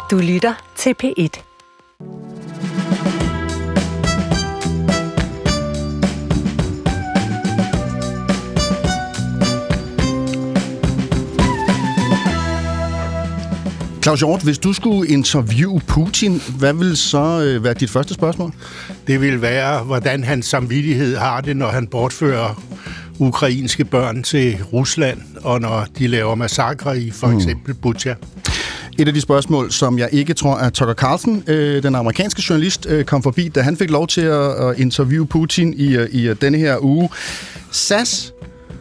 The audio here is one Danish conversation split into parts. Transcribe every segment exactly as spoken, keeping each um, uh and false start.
Du lytter til P et. Claus Hjort, hvis du skulle interviewe Putin, hvad vil så øh, være dit første spørgsmål? Det vil være, hvordan hans samvittighed har det, når han bortfører ukrainske børn til Rusland, og når de laver massakre i for eksempel Bucha. Et af de spørgsmål, som jeg ikke tror, at Tucker Carlson, øh, den amerikanske journalist, øh, kom forbi, da han fik lov til at, at interviewe Putin i, i denne her uge. S A S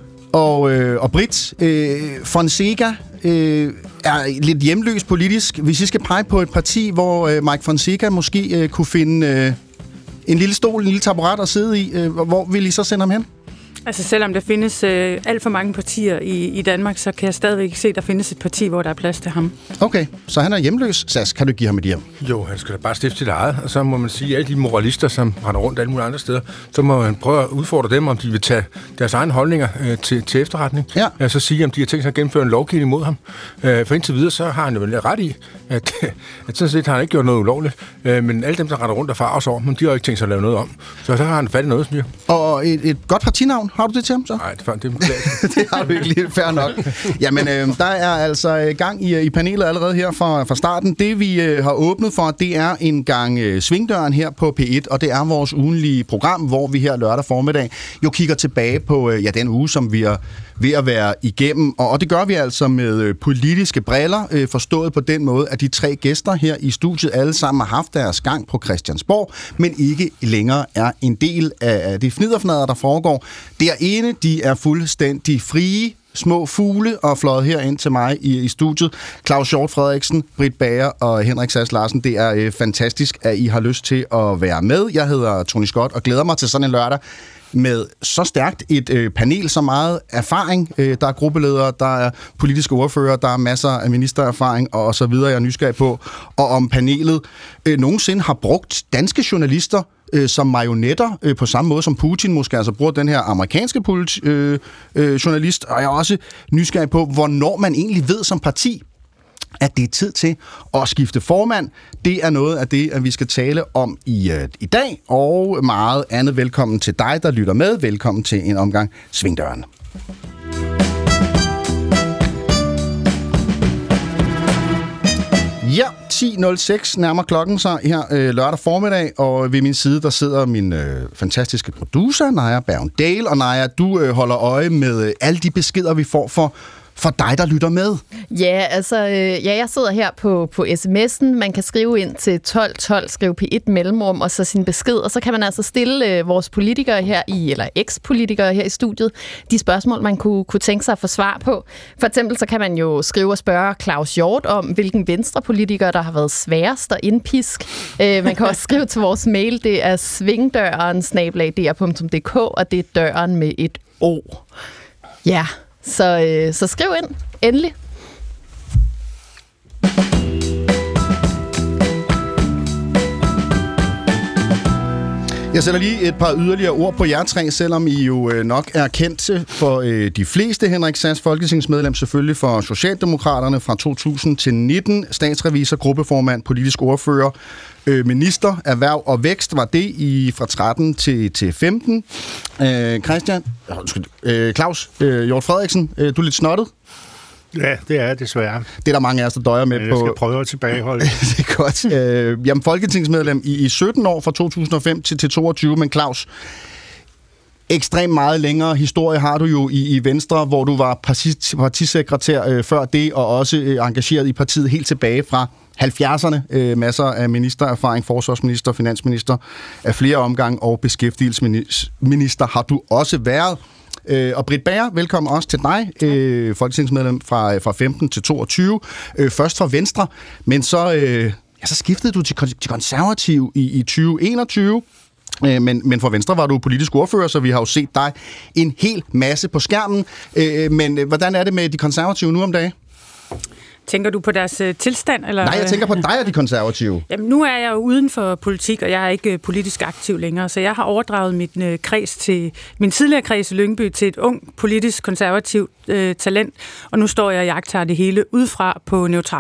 og, øh, og Brit øh, Fonseca øh, er lidt hjemløs politisk. Hvis I skal pege på et parti, hvor øh, Mike Fonseca måske øh, kunne finde øh, en lille stol, en lille taburet at sidde i, øh, hvor vil I så sende ham hen? Altså selvom der findes øh, alt for mange partier i, i Danmark, så kan jeg stadigvæk se, at der findes et parti, hvor der er plads til ham. Okay, så han er hjemløs. Sas, kan du give ham et hjem? Jo, han skal da bare stifte sit eget, og så må man sige, at alle de moralister, som render rundt alle mulige andre steder, så må man prøve at udfordre dem, om de vil tage deres egne holdninger øh, til, til efterretning. Ja. Og så sige, om de har tænkt sig at gennemføre en lovgivning mod ham. Øh, for indtil videre, så har han jo vel ret i, at, at sådan set har han ikke gjort noget ulovligt. Øh, men alle dem, der render rundt og farver sig over, men de har jo ikke tænkt sig at lave noget om. Så så har han fat i noget, synes jeg. Og et, et godt partinavn, har du det til ham så? Nej, det, det, det har du ikke lige fair nok. Jamen, øh, der er altså gang i, i panelet allerede her fra, fra starten. Det, vi øh, har åbnet for, det er en gang øh, Svingdøren her på P et, og det er vores ugenlige program, hvor vi her lørdag formiddag jo kigger tilbage på øh, ja, den uge, som vi er ved at være igennem. Og, og det gør vi altså med øh, politiske briller, øh, forstået på den måde, at de tre gæster her i studiet alle sammen har haft deres gang på Christiansborg, men ikke længere er en del af, af det fnidderfnader, der foregår derinde. De er fuldstændig frie, små fugle, og fløjet her ind til mig i, i studiet. Claus Hjort Frederiksen, Britt Bager og Henrik Sass Larsen. Det er øh, fantastisk, at I har lyst til at være med. Jeg hedder Tony Scott og glæder mig til sådan en lørdag med så stærkt et øh, panel, så meget erfaring. Øh, der er gruppeledere, der er politiske ordfører, der er masser af ministererfaring og, og så videre, jeg er nysgerrig på. Og om panelet øh, nogensinde har brugt danske journalister øh, som marionetter, øh, på samme måde som Putin måske altså bruger den her amerikanske politi- øh, øh, journalist. Og jeg er også nysgerrig på, hvornår man egentlig ved som parti, at det er tid til at skifte formand. Det er noget af det, at vi skal tale om i, uh, i dag, og meget andet. Velkommen til dig, der lytter med. Velkommen til en omgang Svingdøren. Ja, ti nul seks nærmer klokken sig her øh, lørdag formiddag, og ved min side, der sidder min øh, fantastiske producer, Naja Bergendale. Og Naja, du øh, holder øje med øh, alle de beskeder, vi får for For dig, der lytter med. Ja, altså, øh, ja, jeg sidder her på, på sms'en. Man kan skrive ind til tolv tolv, skrive P et mellemrum, og så sin besked. Og så kan man altså stille øh, vores politikere her i, eller eks-politikere her i studiet, de spørgsmål, man kunne, kunne tænke sig at få svar på. For eksempel så kan man jo skrive og spørge Claus Hjort om, hvilken venstrepolitiker, der har været sværest at indpisk. Øh, man kan også skrive til vores mail, det er svingdøren snabel-a d r punktum d k, og det er døren med et O. Ja. Så, øh, så skriv ind, endelig. Jeg sætter lige et par yderligere ord på jer tre, selvom I jo øh, nok er kendt for øh, de fleste. Henrik Sass, folketingsmedlem selvfølgelig for Socialdemokraterne fra to tusind til nitten, statsrevisor, gruppeformand, politisk ordfører, øh, minister, erhverv og vækst var det i fra tretten til, til femten. Øh, Christian, øh, Claus øh, Hjort Frederiksen, øh, du er lidt snottet. Ja, det er desværre. Det er der mange af os, der døjer med. Jeg på. Jeg skal prøve at tilbageholde. Det er godt. Øh, jamen, folketingsmedlem i, i sytten år, fra to tusind og fem til, til toogtyve, men Claus, ekstremt meget længere historie har du jo i, i Venstre, hvor du var parti, partisekretær øh, før det, og også øh, engageret i partiet helt tilbage fra halvfjerdserne. Øh, masser af ministererfaring, forsvarsminister, finansminister af flere omgange, og beskæftigelsesminister har du også været. Øh, og Britt Bager, velkommen også til dig, øh, folketingsmedlem fra, fra femten til toogtyve. Øh, først fra Venstre, men så, øh, ja, så skiftede du til, til konservativ i, i tyve enogtyve. Øh, men, men for Venstre var du politisk ordfører, så vi har jo set dig en hel masse på skærmen. Øh, men øh, hvordan er det med de konservative nu om dagen? Tænker du på deres øh, tilstand? Eller? Nej, jeg tænker på dig og de konservative. Jamen, nu er jeg jo uden for politik, og jeg er ikke øh, politisk aktiv længere, så jeg har overdraget min øh, kreds til, min tidligere kreds i Lyngby til et ung politisk konservativt øh, talent, og nu står jeg og jagter det hele udefra på neutral grund.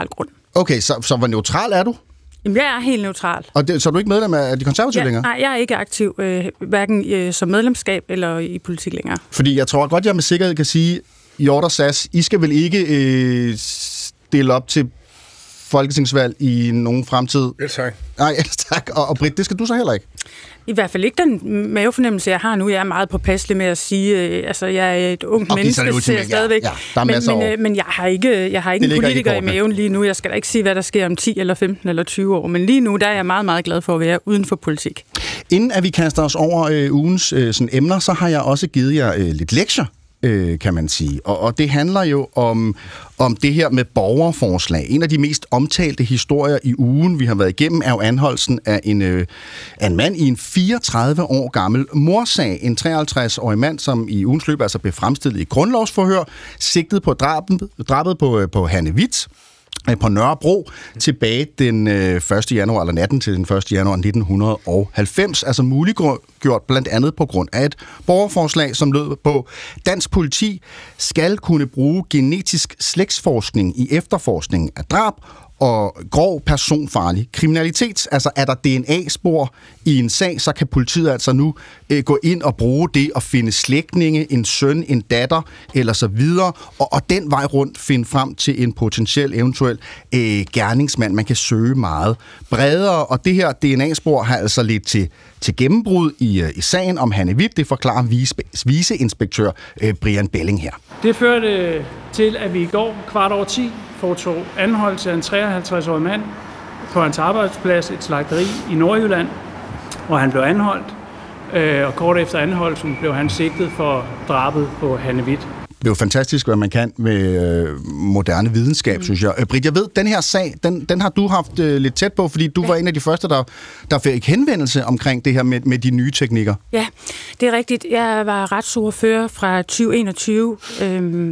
Okay, så, så hvor neutral er du? Jamen, jeg er helt neutral. Og det, så er du ikke medlem af de konservative ja, længere? Nej, jeg er ikke aktiv, øh, hverken øh, som medlemskab eller i politik længere. Fordi jeg tror godt, jeg med sikkerhed kan sige, Hjort og Sass, I skal vel ikke øh, stille op til folketingsvalg i nogen fremtid? Ja, tak. Nej, ja, tak. Og, og Britt, det skal du så heller ikke? I hvert fald ikke den mavefornemmelse, jeg har nu. Jeg er meget påpasselig med at sige, øh, altså jeg er et ungt okay, menneske, så ser stadigvæk. Ja, der er men, masser men, over. øh, men jeg har ikke, jeg har ikke en politiker i maven lige nu. Jeg skal da ikke sige, hvad der sker om ti eller femten eller tyve år. Men lige nu, der er jeg meget, meget glad for at være uden for politik. Inden at vi kaster os over øh, ugens øh, sådan emner, så har jeg også givet jer øh, lidt lektier, øh, kan man sige. Og, og det handler jo om, om det her med borgerforslag. En af de mest omtalte historier i ugen, vi har været igennem, er jo anholdelsen af en, øh, af en mand i en fireogtredive år gammel morsag. En treoghalvtreds-årig mand, som i ugens løb altså blev fremstillet i grundlovsforhør, sigtet på drabet, drabet på, på Hanne Witt på Nørrebro tilbage den første januar, eller natten til den første januar nitten halvfems, altså muliggjort blandt andet på grund af et borgerforslag, som lød på: dansk politi skal kunne bruge genetisk slægtsforskning i efterforskningen af drab og grov personfarlig kriminalitet. Altså er der D N A-spor i en sag, så kan politiet altså nu øh, gå ind og bruge det og finde slægtninge, en søn, en datter eller så videre, og, og den vej rundt finde frem til en potentiel, eventuel øh, gerningsmand. Man kan søge meget bredere, og det her D N A-spor har altså ledt til, til gennembrud i, i sagen om Hanne Witt. Det forklarer vice, viceinspektør øh, Brian Belling her. Det førte til, at vi i går kvart over ti foretog anholdelse af en treoghalvtreds-årig mand på hans arbejdsplads, et slagteri i Nordjylland, hvor han blev anholdt, og kort efter anholdelsen blev han sigtet for drabet på Hanne Witt. Det er jo fantastisk, hvad man kan med øh, moderne videnskab, mm. synes jeg. Britt, jeg ved, den her sag, den, den har du haft øh, lidt tæt på, fordi du ja. var en af de første, der, der fik henvendelse omkring det her med, med de nye teknikker. Ja, det er rigtigt. Jeg var retsordfører fra tyve enogtyve, øhm,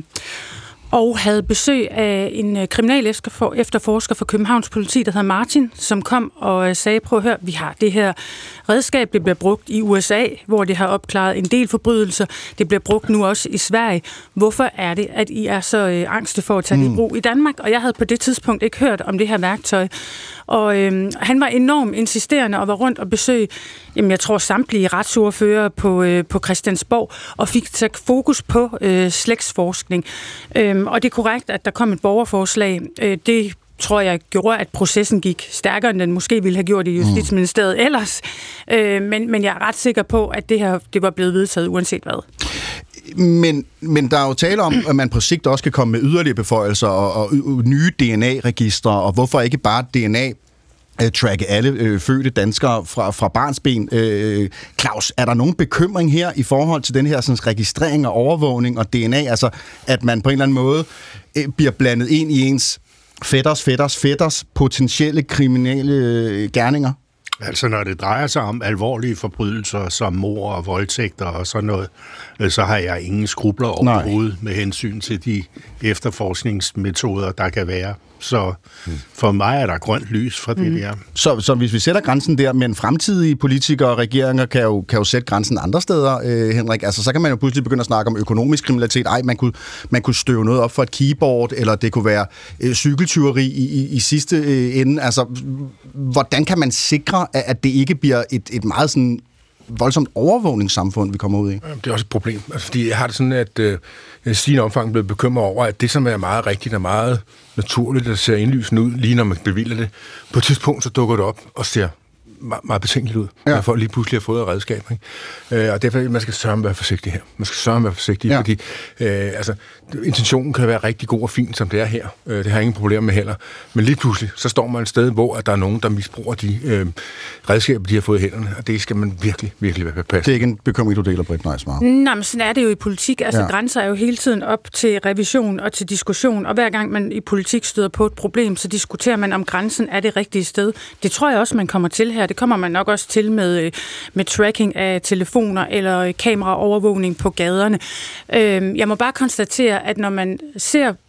og havde besøg af en kriminal efterforsker fra Københavns Politi, der hedder Martin, som kom og sagde, prøv at høre, vi har det her redskab, det bliver brugt i U S A, hvor det har opklaret en del forbrydelser. Det bliver brugt nu også i Sverige. Hvorfor er det, at I er så øh, angste for at tage det i brug i Danmark? Og jeg havde på det tidspunkt ikke hørt om det her værktøj. Og øh, han var enormt insisterende og var rundt og besøg, jamen jeg tror samtlige retsordfører på, øh, på Christiansborg, og fik sat fokus på øh, slægtsforskning. Øh, og det er korrekt, at der kom et borgerforslag. Øh, det tror jeg gjorde, at processen gik stærkere, end den måske ville have gjort i Justitsministeriet mm. ellers. Øh, men, men jeg er ret sikker på, at det her det var blevet vedtaget uanset hvad. Men, men der er jo tale om, at man på sigt også kan komme med yderligere beføjelser og, og, og nye D N A-registre, og hvorfor ikke bare D N A tracke alle øh, fødte danskere fra, fra barnsben. Øh, Claus, er der nogen bekymring her i forhold til den her sådan, registrering og overvågning og D N A, altså at man på en eller anden måde øh, bliver blandet ind i ens fætters, fætters, fætters potentielle kriminelle øh, gerninger? Altså når det drejer sig om alvorlige forbrydelser som mord og voldtægter og sådan noget, så har jeg ingen skrubler overhovedet med hensyn til de efterforskningsmetoder, der kan være. Så for mig er der grønt lys fra det mm. der. Så, så hvis vi sætter grænsen der, men fremtidige politikere og regeringer kan jo, kan jo sætte grænsen andre steder, øh, Henrik. Altså, så kan man jo pludselig begynde at snakke om økonomisk kriminalitet. Ej, man kunne, man kunne støve noget op for et keyboard, eller det kunne være øh, cykeltyveri i, i, i sidste øh, ende. Altså, hvordan kan man sikre, at, at det ikke bliver et, et meget sådan voldsomt overvågningssamfund, vi kommer ud i? Det er også et problem, altså, fordi jeg har det sådan, at øh, i stigende omfang blevet bekymret over, at det, som er meget rigtigt og meget naturligt, der ser indlysende ud, lige når man bevilger det, på et tidspunkt så dukker det op og ser meget, meget betænkeligt ud, ja. Når folk lige pludselig har fået et redskab. Ikke? Øh, og derfor man skal sørge med at være forsigtig her. Man skal sørge med at være forsigtig, ja. Fordi øh, altså, intentionen kan være rigtig god og fin, som det er her. Øh, det har ingen problemer med heller. Men lige pludselig, så står man et sted, hvor at der er nogen, der misbruger de øh, redskaber, de har fået i hænderne. Og det skal man virkelig, virkelig være påpasselig. Det er ikke en bekymring, du deler, Britt Neismar. Nej, men sådan er det jo i politik. Altså, ja. Grænser er jo hele tiden op til revision og til diskussion. Og hver gang man i politik støder på et problem, så diskuterer man, om grænsen er det rigtige sted. Det tror jeg også, man kommer til her. Det kommer man nok også til med, med tracking af telefoner eller kameraovervågning på gaderne. Jeg må bare konstatere, at når man ser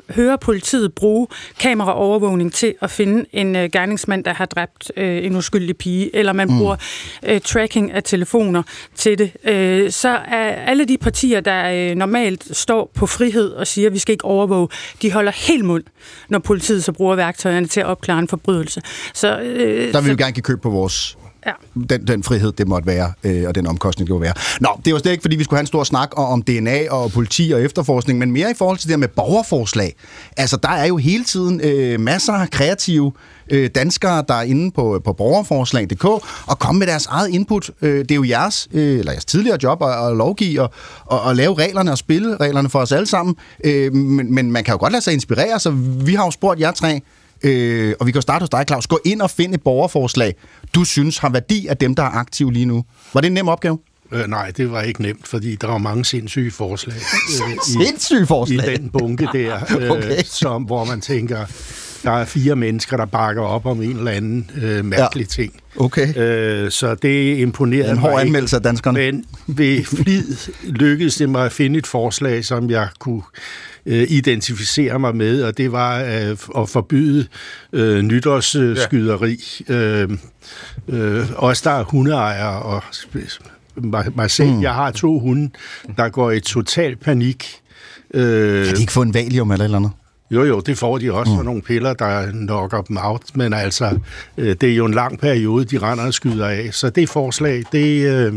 høre politiet bruge kameraovervågning til at finde en øh, gerningsmand, der har dræbt øh, en uskyldig pige, eller man mm. bruger øh, tracking af telefoner til det, øh, så er alle de partier, der øh, normalt står på frihed og siger, at vi skal ikke overvåge, de holder helt mund, når politiet så bruger værktøjerne til at opklare en forbrydelse. Så, øh, der vil så, vi gerne give køb på vores... Ja. Den, den frihed, det måtte være, øh, og den omkostning, det må være. Nå, det var slet ikke, fordi vi skulle have en stor snak om D N A og politi og efterforskning, men mere i forhold til det her med borgerforslag. Altså, der er jo hele tiden øh, masser af kreative øh, danskere, der er inde på, på borgerforslag punktum d k og komme med deres eget input. Øh, det er jo jeres, øh, eller jeres tidligere job at, at lovgive og, og, og lave reglerne og spille reglerne for os alle sammen. Øh, men, men man kan jo godt lade sig inspirere, så vi har jo spurgt jer tre, Øh, og vi kan jo starte hos dig, Claus. Gå ind og find et borgerforslag, du synes har værdi af dem, der er aktive lige nu. Var det en nem opgave? Øh, nej, det var ikke nemt, fordi der var mange sindssyge forslag. Øh, sindssyge forslag? I den bunke der, øh, okay. som, hvor man tænker, der er fire mennesker, der bakker op om en eller anden øh, mærkelig ja. ting. Okay. Øh, så det imponerede en hård anmeldelse af danskerne. Men ved flid lykkedes det mig at finde et forslag, som jeg kunne øh, identificere mig med, og det var øh, at forbyde øh, nytårsskyderi. Ja. Øh, øh, os, der er hundeejere, og mig, mig selv, mm. jeg har to hunde, der går i total panik. Øh, kan de ikke få en valium eller et eller andet? Jo, jo, det får de også, mm. nogle piller, der knocker dem out, men altså, øh, det er jo en lang periode, de render og skyder af, så det forslag, det, øh,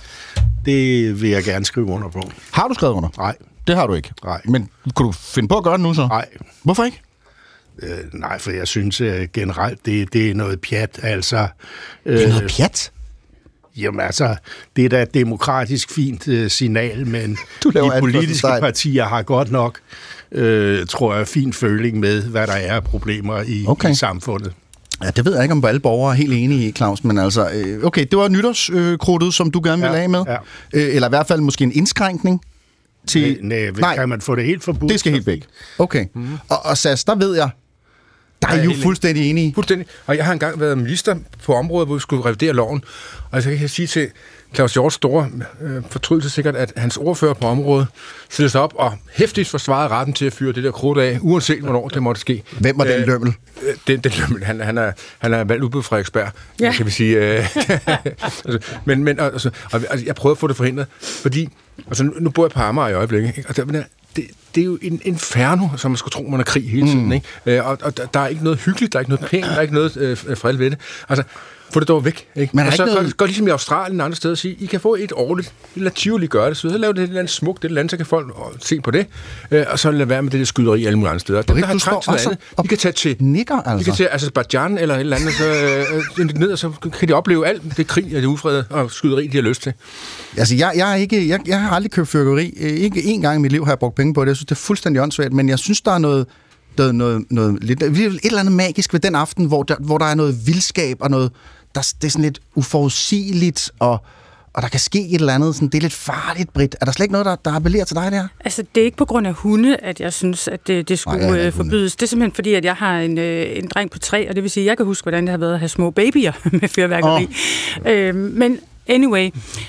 det vil jeg gerne skrive under på. Har du skrevet under? Nej. Det har du ikke? Nej. Men kunne du finde på at gøre det nu så? Nej. Hvorfor ikke? Øh, nej, for jeg synes øh, generelt, det, det er noget pjat, altså... Øh, det er noget pjat? Jamen altså, det er da et demokratisk fint øh, signal, men de politiske partier har godt nok, øh, tror jeg, fin føling med, hvad der er af problemer i, okay. i samfundet. Ja, det ved jeg ikke, om alle borgere er helt enige i, Claus, men altså, øh, okay, det var nytårskrudtet, øh, som du gerne vil ja, af med, ja. øh, eller i hvert fald måske en indskrænkning til... Nej, nej, kan man få det helt forbudt? Det skal helt væk. Okay, mm. og, og Sass, der ved jeg, der er I jo fuldstændig enige. Fuldstændig. Og jeg har engang været minister på området, hvor vi skulle revidere loven. Og så kan jeg sige til Claus Hjorts store øh, fortrydelse sikkert, at hans ordfører på området stillede sig op og hæftigt forsvarede retten til at fyre det der krudt af, uanset hvornår det måtte ske. Hvem var den øh, lømmel? Øh, den, den lømmel. Han, han, er, han er valgt ude på Frederiksberg, ja. kan vi sige. Øh, altså, men men altså, altså, jeg prøvede at få det forhindret, fordi altså, nu, nu bor jeg på Amager i øjeblikket, ikke? Og der, det, det er jo en inferno, som man skulle tro, man er krig hele tiden. Mm. Ikke? Øh, og, og der er ikke noget hyggeligt, der er ikke noget pænt, der er ikke noget øh, fred ved det. Altså, få det dog væk. Ikke? Men og så noget... går ligesom i Australien og andre steder og sige, I kan få et årligt, lad Tivoli gøre det, så lave det et eller andet smukt, det land, så kan folk se på det, øh, og så lad være med det der skyderi alle mulige andre steder. Dem, der har trængt til andet, de kan tage til nikker, altså. De kan til Aserbaidsjan eller et eller andet, så øh, ned, og så kan de opleve alt det krig og det ufred og skyderi, de har lyst til. Altså, jeg, jeg, er ikke, jeg, jeg har aldrig købt fyrværkeri. Ikke én gang i mit liv har jeg brugt penge på det. Jeg synes, det er fuldstændig åndssvagt, men jeg synes, der er noget, der er noget, noget lidt, et eller andet magisk ved den aften, hvor der, hvor der er noget vildskab og noget, der, det er sådan lidt uforudsigeligt, og, og der kan ske et eller andet, sådan, det er lidt farligt, Britt. Er der slet ikke noget, der, der appellerer til dig der? Altså, det er ikke på grund af hunde, at jeg synes, at det, det skulle Nej, forbydes. Hunde. Det er simpelthen fordi, at jeg har en, øh, en dreng på tre, og det vil sige, at jeg kan huske, hvordan det har været at have små babyer med fyrværkeri. Oh. Øh, men anyway,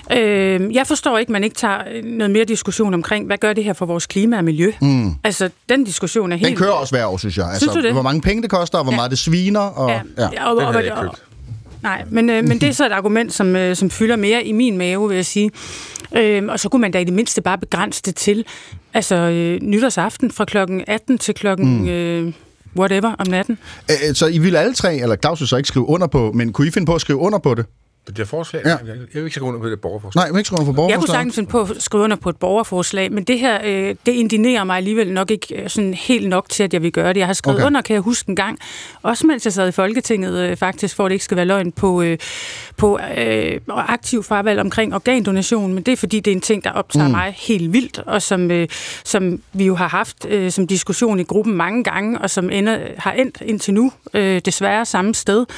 øh, jeg forstår ikke, at man ikke tager noget mere diskussion omkring, hvad gør det her for vores klima og miljø? Mm. Altså, den diskussion er helt... Den kører også hver år, synes jeg. Altså, synes du det? Hvor mange penge det koster, og hvor ja. meget det sviner. Og, ja, ja. og, og, og, og, og Nej, men, øh, men det er så et argument, som, øh, som fylder mere i min mave, vil jeg sige. Øh, og så kunne man da i det mindste bare begrænse det til altså øh, nytårsaften fra klokken atten til klokken mm. øh, whatever om natten. Æ, så I ville alle tre, eller Claus vil så ikke skrive under på, men kunne I finde på at skrive under på det? Det er forslag. Ja. Jeg vil ikke skrive under på det borgerforslag. Nej, jeg vil ikke skrive under på borgerforslag. Jeg kunne sagtens finde på at skrive under på et borgerforslag, men det her, øh, det indinerer mig alligevel nok ikke sådan helt nok til, at jeg vil gøre det. Jeg har skrevet okay. under, kan jeg huske en gang, også mens jeg sad i Folketinget, øh, faktisk, for at det ikke skal være løgn, på, øh, på øh, aktiv farvalg omkring organdonation, men det er fordi, det er en ting, der optager mm. mig helt vildt, og som, øh, som vi jo har haft øh, som diskussion i gruppen mange gange, og som ender, har endt indtil nu, øh, desværre samme sted.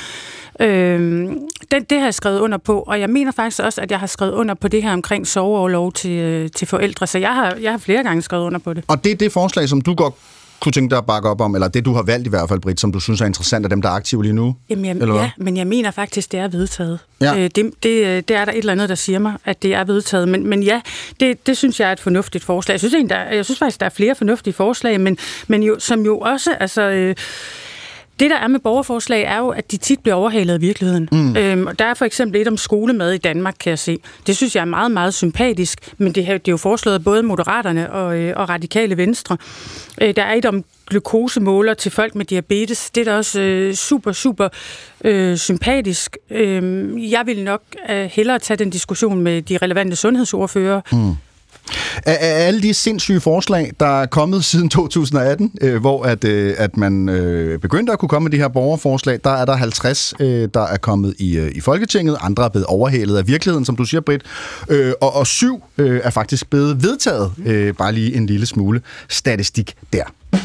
Øhm, det, det har jeg skrevet under på, og jeg mener faktisk også, at jeg har skrevet under på det her omkring sorgorlov til, til forældre, så jeg har, jeg har flere gange skrevet under på det. Og det er det forslag, som du går kunne tænke dig at bakke op om, eller det, du har valgt i hvert fald, Britt, som du synes er interessant af dem, der er aktive lige nu? Jamen, jeg, ja, men jeg mener faktisk, det er vedtaget. Ja. Øh, det, det, det er der et eller andet, der siger mig, at det er vedtaget. Men, men ja, det, det synes jeg er et fornuftigt forslag. Jeg synes, egentlig, der, jeg synes faktisk, der er flere fornuftige forslag, men, men jo, som jo også... Altså, øh, det, der er med borgerforslag, er jo, at de tit bliver overhalet af virkeligheden. Mm. Øhm, der er for eksempel et om skolemad i Danmark, kan jeg se. Det synes jeg er meget, meget sympatisk, men det, det er jo foreslået af både Moderaterne og, øh, og Radikale Venstre. Øh, der er et om glukosemåler til folk med diabetes. Det er da også øh, super, super øh, sympatisk. Øh, jeg vil nok øh, hellere tage den diskussion med de relevante sundhedsordførere. Mm. Af alle de sindssyge forslag, der er kommet siden to tusind atten, øh, hvor at, øh, at man øh, begyndte at kunne komme med de her borgerforslag, der er der halvtreds, øh, der er kommet i, øh, i Folketinget. Andre er blevet overhalet af virkeligheden, som du siger, Britt. Øh, og, og syv øh, er faktisk blevet vedtaget. Øh, bare lige en lille smule statistik der.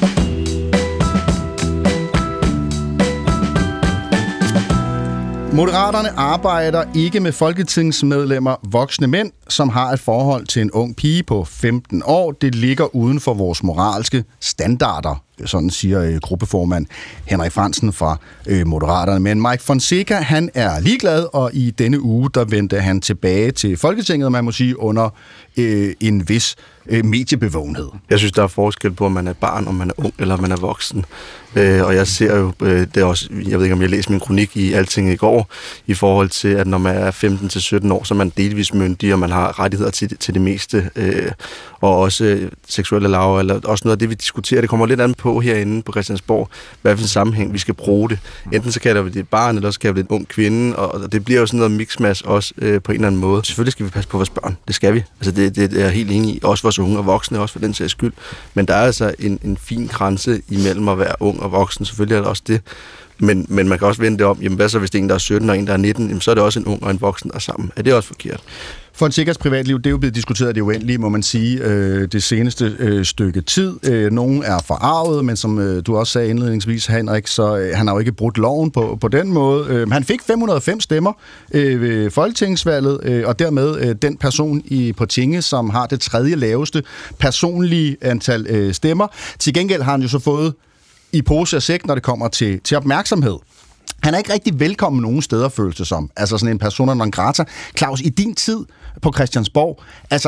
Moderaterne arbejder ikke med folketingsmedlemmer, voksne mænd, som har et forhold til en ung pige på femten år. Det ligger uden for vores moralske standarder, sådan siger øh, gruppeformand Henrik Frandsen fra øh, Moderaterne. Men Mike Fonseca, han er ligeglad, og i denne uge, der vendte han tilbage til Folketinget, man må sige, under øh, en vis øh, mediebevågenhed. Jeg synes, der er forskel på, om man er barn, om man er ung, eller om man er voksen. Øh, og jeg ser jo, øh, det er også, jeg ved ikke, om jeg læste min kronik i Altinget i går, i forhold til, at når man er femten til sytten år, så er man delvis myndig, og man har rettigheder til, til det meste, øh, og også øh, seksuelle lav, eller også noget af det, vi diskuterer. Det kommer lidt an på herinde på Christiansborg, hvad for en sammenhæng vi skal bruge det. Enten så kan det være et barn, eller så kan det være en ung kvinde, og det bliver jo sådan noget mixmas også øh, på en eller anden måde. Selvfølgelig skal vi passe på vores børn, det skal vi. Altså det, det, det er jeg helt enig i. Også vores unge og voksne, også for den sags skyld. Men der er altså en, en fin grænse imellem at være ung og voksen. Selvfølgelig er der også det. Men, men man kan også vende det om, jamen hvad så hvis det er en, der er sytten og en, der er nitten, jamen, så er det også en ung og en voksen, der er sammen. Er det også forkert? Fonsecas privatliv, det er jo blevet diskuteret det uendelige, må man sige, øh, det seneste øh, stykke tid. Øh, nogle er forarvet, men som øh, du også sagde indledningsvis, Henrik, så øh, han har jo ikke brudt loven på, på den måde. Øh, han fik fem hundrede og fem stemmer øh, ved folketingsvalget, øh, og dermed øh, den person i på tinge, som har det tredje laveste personlige antal øh, stemmer. Til gengæld har han jo så fået i pose og sæk, når det kommer til, til opmærksomhed. Han er ikke rigtig velkommen nogen steder, føles det som. Altså sådan en persona non grata. Claus, i din tid på Christiansborg, altså,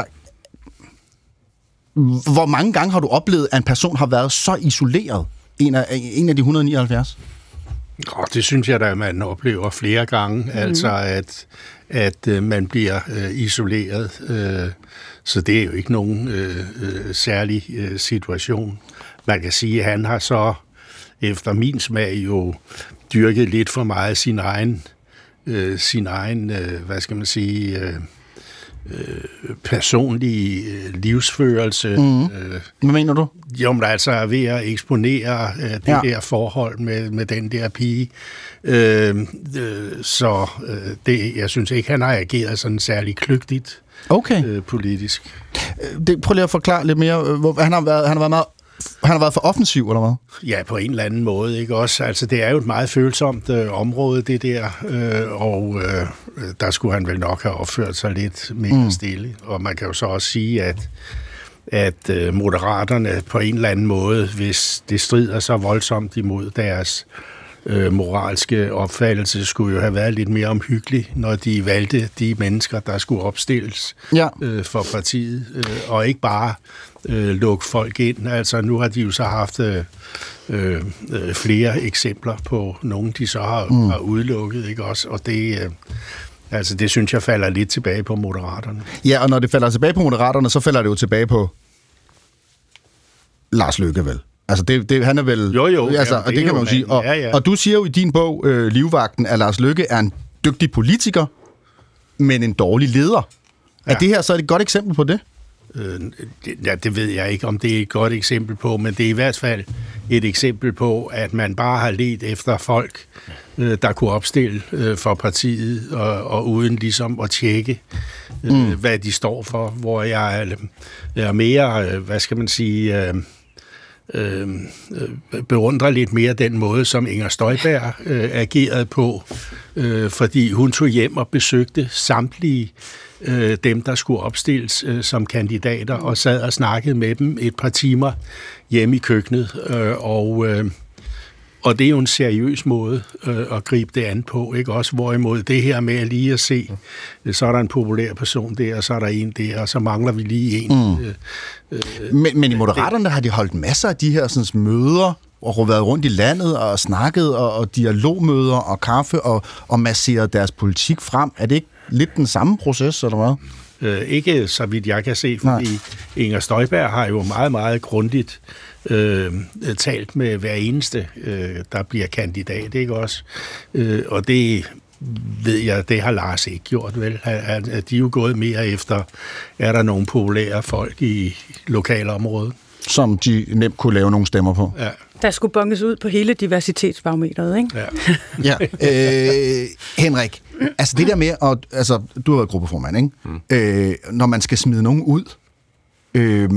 hvor mange gange har du oplevet, at en person har været så isoleret? En af, en af de et hundrede og nioghalvfjerds? Oh, det synes jeg da, at man oplever flere gange. Mm. Altså, at, at uh, man bliver uh, isoleret. Uh, så det er jo ikke nogen uh, uh, særlig uh, situation. Man kan sige, at han har så, efter min smag, jo dyrket lidt for meget sin egen, øh, sin egen øh, hvad skal man sige, øh, øh, personlige øh, livsførelse. Mm. Øh, Hvad mener du? Jo, men altså er ved at eksponere øh, det ja. der forhold med, med den der pige. Øh, øh, så øh, det, jeg synes ikke, han har ageret sådan særlig kløgtigt okay. øh, politisk. Det, prøv lige at forklare lidt mere. Hvor, han, har været, han har været meget Han har været for offensiv, eller hvad? Ja, på en eller anden måde, ikke også? Altså, det er jo et meget følsomt øh, område, det der, øh, og øh, der skulle han vel nok have opført sig lidt mere mm. stille. Og man kan jo så også sige, at, at øh, Moderaterne på en eller anden måde, hvis det strider så voldsomt imod deres øh, moralske opfattelse, skulle jo have været lidt mere omhyggelig, når de valgte de mennesker, der skulle opstilles ja. øh, for partiet, øh, og ikke bare øh, lukke folk ind. Altså nu har de jo så haft øh, øh, flere eksempler på nogen, de så har, mm. har udelukket, ikke også? Og det, øh, altså, det synes jeg falder lidt tilbage på Moderaterne. Ja, og når det falder tilbage på Moderaterne, så falder det jo tilbage på Lars Løkke, vel? Altså, det, det, han er vel... Jo, jo. Altså, jamen, og det, det kan man jo sige. Og, ja, ja. og du siger jo i din bog, øh, Livvagten, at Lars Løkke er en dygtig politiker, men en dårlig leder. Ja. Er det her så et godt eksempel på det? Øh, det, ja, det ved jeg ikke, om det er et godt eksempel på, men det er i hvert fald et eksempel på, at man bare har ledt efter folk, øh, der kunne opstille øh, for partiet, og, og uden ligesom at tjekke, øh, mm. hvad de står for, hvor jeg er, er mere, øh, hvad skal man sige... Øh, Øh, beundrer lidt mere den måde, som Inger Støjberg øh, agerede på, øh, fordi hun tog hjem og besøgte samtlige øh, dem, der skulle opstilles øh, som kandidater, og sad og snakkede med dem et par timer hjemme i køkkenet. Øh, og, øh, og det er jo en seriøs måde øh, at gribe det an på, ikke? Også hvorimod det her med lige at se, så er der en populær person der, og så er der en der, og så mangler vi lige en. Mm. Øh, øh, men, men i Moderaterne har de holdt masser af de her sådan, møder, og været rundt i landet og snakket, og, og dialogmøder og kaffe, og, og masseret deres politik frem. Er det ikke lidt den samme proces, eller hvad? Øh, ikke så vidt jeg kan se, fordi Nej. Inger Støjberg har jo meget, meget grundigt øh, talt med hver eneste, øh, der bliver kandidat, ikke også? Øh, og det ved jeg, det har Lars ikke gjort, vel? At, at de er jo gået mere efter, er der nogle populære folk i lokalområdet? Som de nemt kunne lave nogle stemmer på. Ja. Der skulle bunges ud på hele diversitetsbarometeret, ikke? Ja. ja. Øh, Henrik, altså det der med, at, altså, du har været gruppeformand, ikke? Mm. Øh, når man skal smide nogen ud. Øh,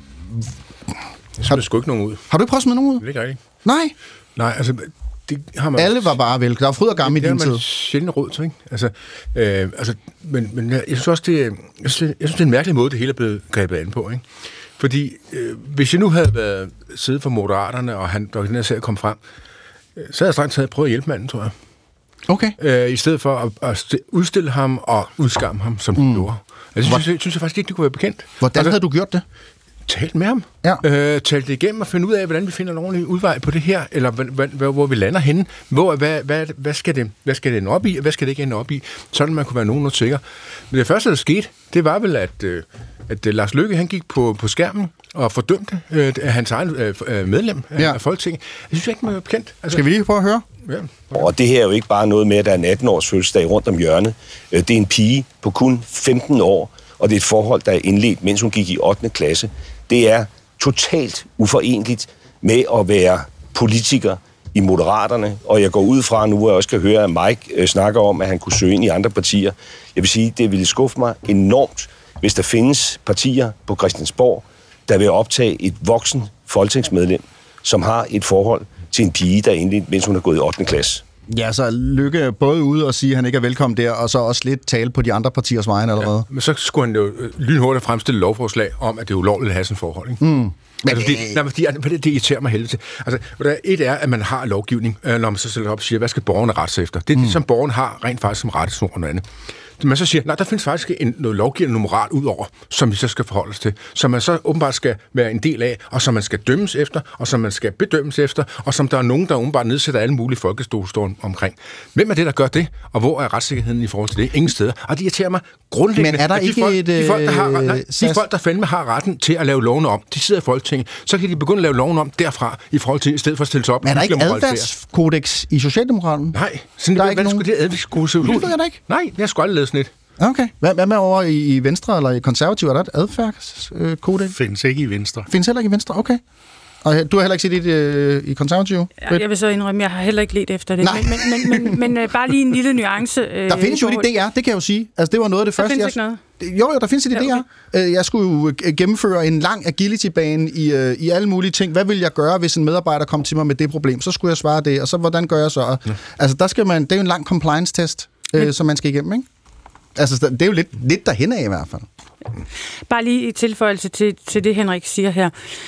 jeg smider sgu ikke nogen ud. Har du ikke prøvet at smide nogen ud? Det er ikke rigtigt. Nej. Nej, altså... Det har man alle var bare vel. Der var fryd og gammel i din tid. Det har man sjældent råd til, ikke? Altså, øh, altså, men, men jeg synes også, det, jeg synes, jeg synes, det er en mærkelig måde, det hele er blevet grebet an på, ikke? Fordi øh, hvis jeg nu havde været siddet for Moderaterne, og han, der den her sag kom frem, øh, så havde jeg strengt taget prøvet at hjælpe manden, tror jeg. Okay. Øh, I stedet for at, at udstille ham og udskamme ham, som mm. de gjorde. Jeg synes, jeg, synes jeg faktisk ikke, det kunne være bekendt. Hvordan altså, havde du gjort det? Talt med ham. Ja. Øh, talt det igennem og finde ud af, hvordan vi finder en ordentlig udvej på det her, eller hvor, hvor, hvor vi lander henne. Hvor, hvad, hvad, hvad, skal det, hvad skal det ende op i, og hvad skal det ikke ende op i? Sådan man kunne være nogenlunde sikker. Men det første, der skete, det var vel, at, øh, at Lars Løkke, han gik på, på skærmen og fordømte øh, hans egen øh, medlem af, ja. af Folketinget. Jeg synes ikke, man er bekendt. Altså, skal vi lige prøve at høre? Ja. Og det her er jo ikke bare noget med, at der er en atten-års fødselsdag rundt om hjørnet. Det er en pige på kun femten år, og det er et forhold, der er indledt, mens hun gik i ottende klasse. Det er totalt uforenligt med at være politiker i Moderaterne, og jeg går ud fra nu, at jeg også kan høre, at Mike øh, snakker om, at han kunne søge ind i andre partier. Jeg vil sige, det ville skuffe mig enormt, hvis der findes partier på Christiansborg, der vil optage et voksen folketingsmedlem, som har et forhold til en pige, der er indledt, mens hun er gået i ottende klasse. Ja, så Lykke både ude og sige, at han ikke er velkommen der, og så også lidt tale på de andre partiers vegne allerede. Ja, men så skulle han jo lynhurtigt fremstille lovforslag om, at det er ulovligt at have sådan forhold, ikke? Mm. Altså, fordi, nej, fordi, det, det irriterer mig helvede til. Altså, et er, at man har lovgivning, når man så sætter op og siger, hvad skal borgerne rette sig efter? Det er mm. det, som borgerne har rent faktisk som rettesnor og noget andet. Man så siger, nej, der findes faktisk en, noget lovgivning, noget moral ud over, som vi så skal forholde os til, som man så åbenbart skal være en del af, og som man skal dømmes efter, og som man skal bedømmes efter, og som der er nogen, der åbenbart nedsætter alle mulige folkestolstående omkring. Hvem er det, der gør det, og hvor er retssikkerheden i forhold til det? Ingen steder. Og det irriterer mig grundlæggende. Men er der de ikke folk, et... De folk, der har, nej, de folk, der fandme har retten til at lave lovene om, de sidder i Folketinget, så kan de begynde at lave lovene om derfra, i forhold til, i stedet for at stille sig op. Men er der ikke adfærdskodex i Socialdemokraten? Nej. Sådan, der er ikke nogen... Skulle det adfærdskodex se ud? Det ved jeg da ikke. Nej, jeg skulle aldrig lave sådan et. Okay. Hvad, hvad med over i, i Venstre eller i Konservativ? Er der et adfærdskodex? Findes ikke i Venstre. Findes heller ikke i Venstre? Okay. Og du har heller ikke set det øh, i Konservativ? Ja, jeg vil så indrømme, jeg har heller ikke let efter det. Men, men, men, men, men øh, bare lige en lille nuance. Øh, der findes jo et I D R, det kan jeg jo sige. Altså, det var noget af det der første. Der findes jeg... ikke noget? Jo, jo, der findes et I D R. Ja, okay. Jeg skulle jo gennemføre en lang agility-bane i, øh, i alle mulige ting. Hvad vil jeg gøre, hvis en medarbejder kom til mig med det problem? Så skulle jeg svare det, og så hvordan gør jeg så? Ja. Altså, der skal man, det er jo en lang compliance-test, øh, men... som man skal igennem, ikke? Altså, det er jo lidt, lidt derhen af i hvert fald. Bare lige i tilføjelse til, til det, Henrik siger her.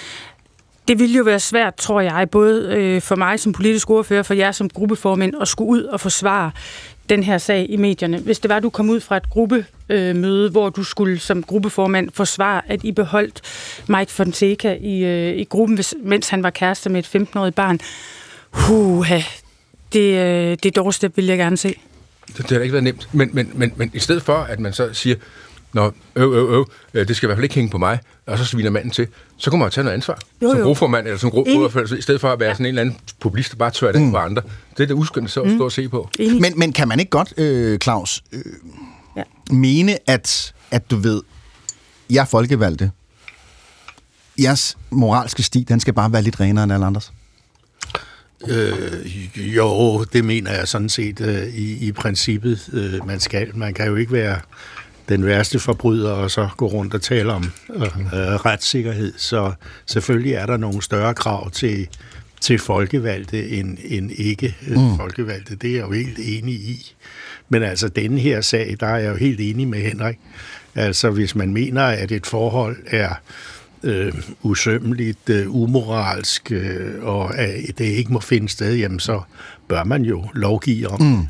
Det ville jo være svært, tror jeg, både øh, for mig som politisk ordfører, for jer som gruppeformænd, at skulle ud og forsvare den her sag i medierne. Hvis det var, at du kom ud fra et gruppemøde, øh, hvor du skulle som gruppeformand forsvare, at I beholdt Mike Fonseca i, øh, i gruppen, hvis, mens han var kæreste med et femten-årigt barn. Huha, det, øh, det doorstep vil jeg gerne se. Det har ikke været nemt, men, men, men, men i stedet for, at man så siger, nå, øv, øv, øv, det skal i hvert fald ikke hænge på mig, og så sviner manden til, så kunne man jo tage noget ansvar. Jo, som gruppeformand eller som gruppeformand, i stedet for at være ja. sådan en eller anden publist, der bare tør det mm. på andre. Det er det uskyndt så at stå og se på. Men, men kan man ikke godt, øh, Claus, øh, ja. mene, at, at du ved, jeg er folkevalgte, jeres moralske sti, den skal bare være lidt renere end alle andres? Øh, jo, det mener jeg sådan set øh, i, i princippet, øh, man skal. Man kan jo ikke være den værste forbryder og så gå rundt og tale om øh, retssikkerhed. Så selvfølgelig er der nogle større krav til, til folkevalgte end, end ikke mm. folkevalgte. Det er jeg jo helt enig i. Men altså, denne her sag, der er jeg jo helt enig med Henrik. Altså, hvis man mener, at et forhold er øh, usømmeligt, øh, umoralsk, øh, og at det ikke må finde sted, jamen så bør man jo lovgive om mm.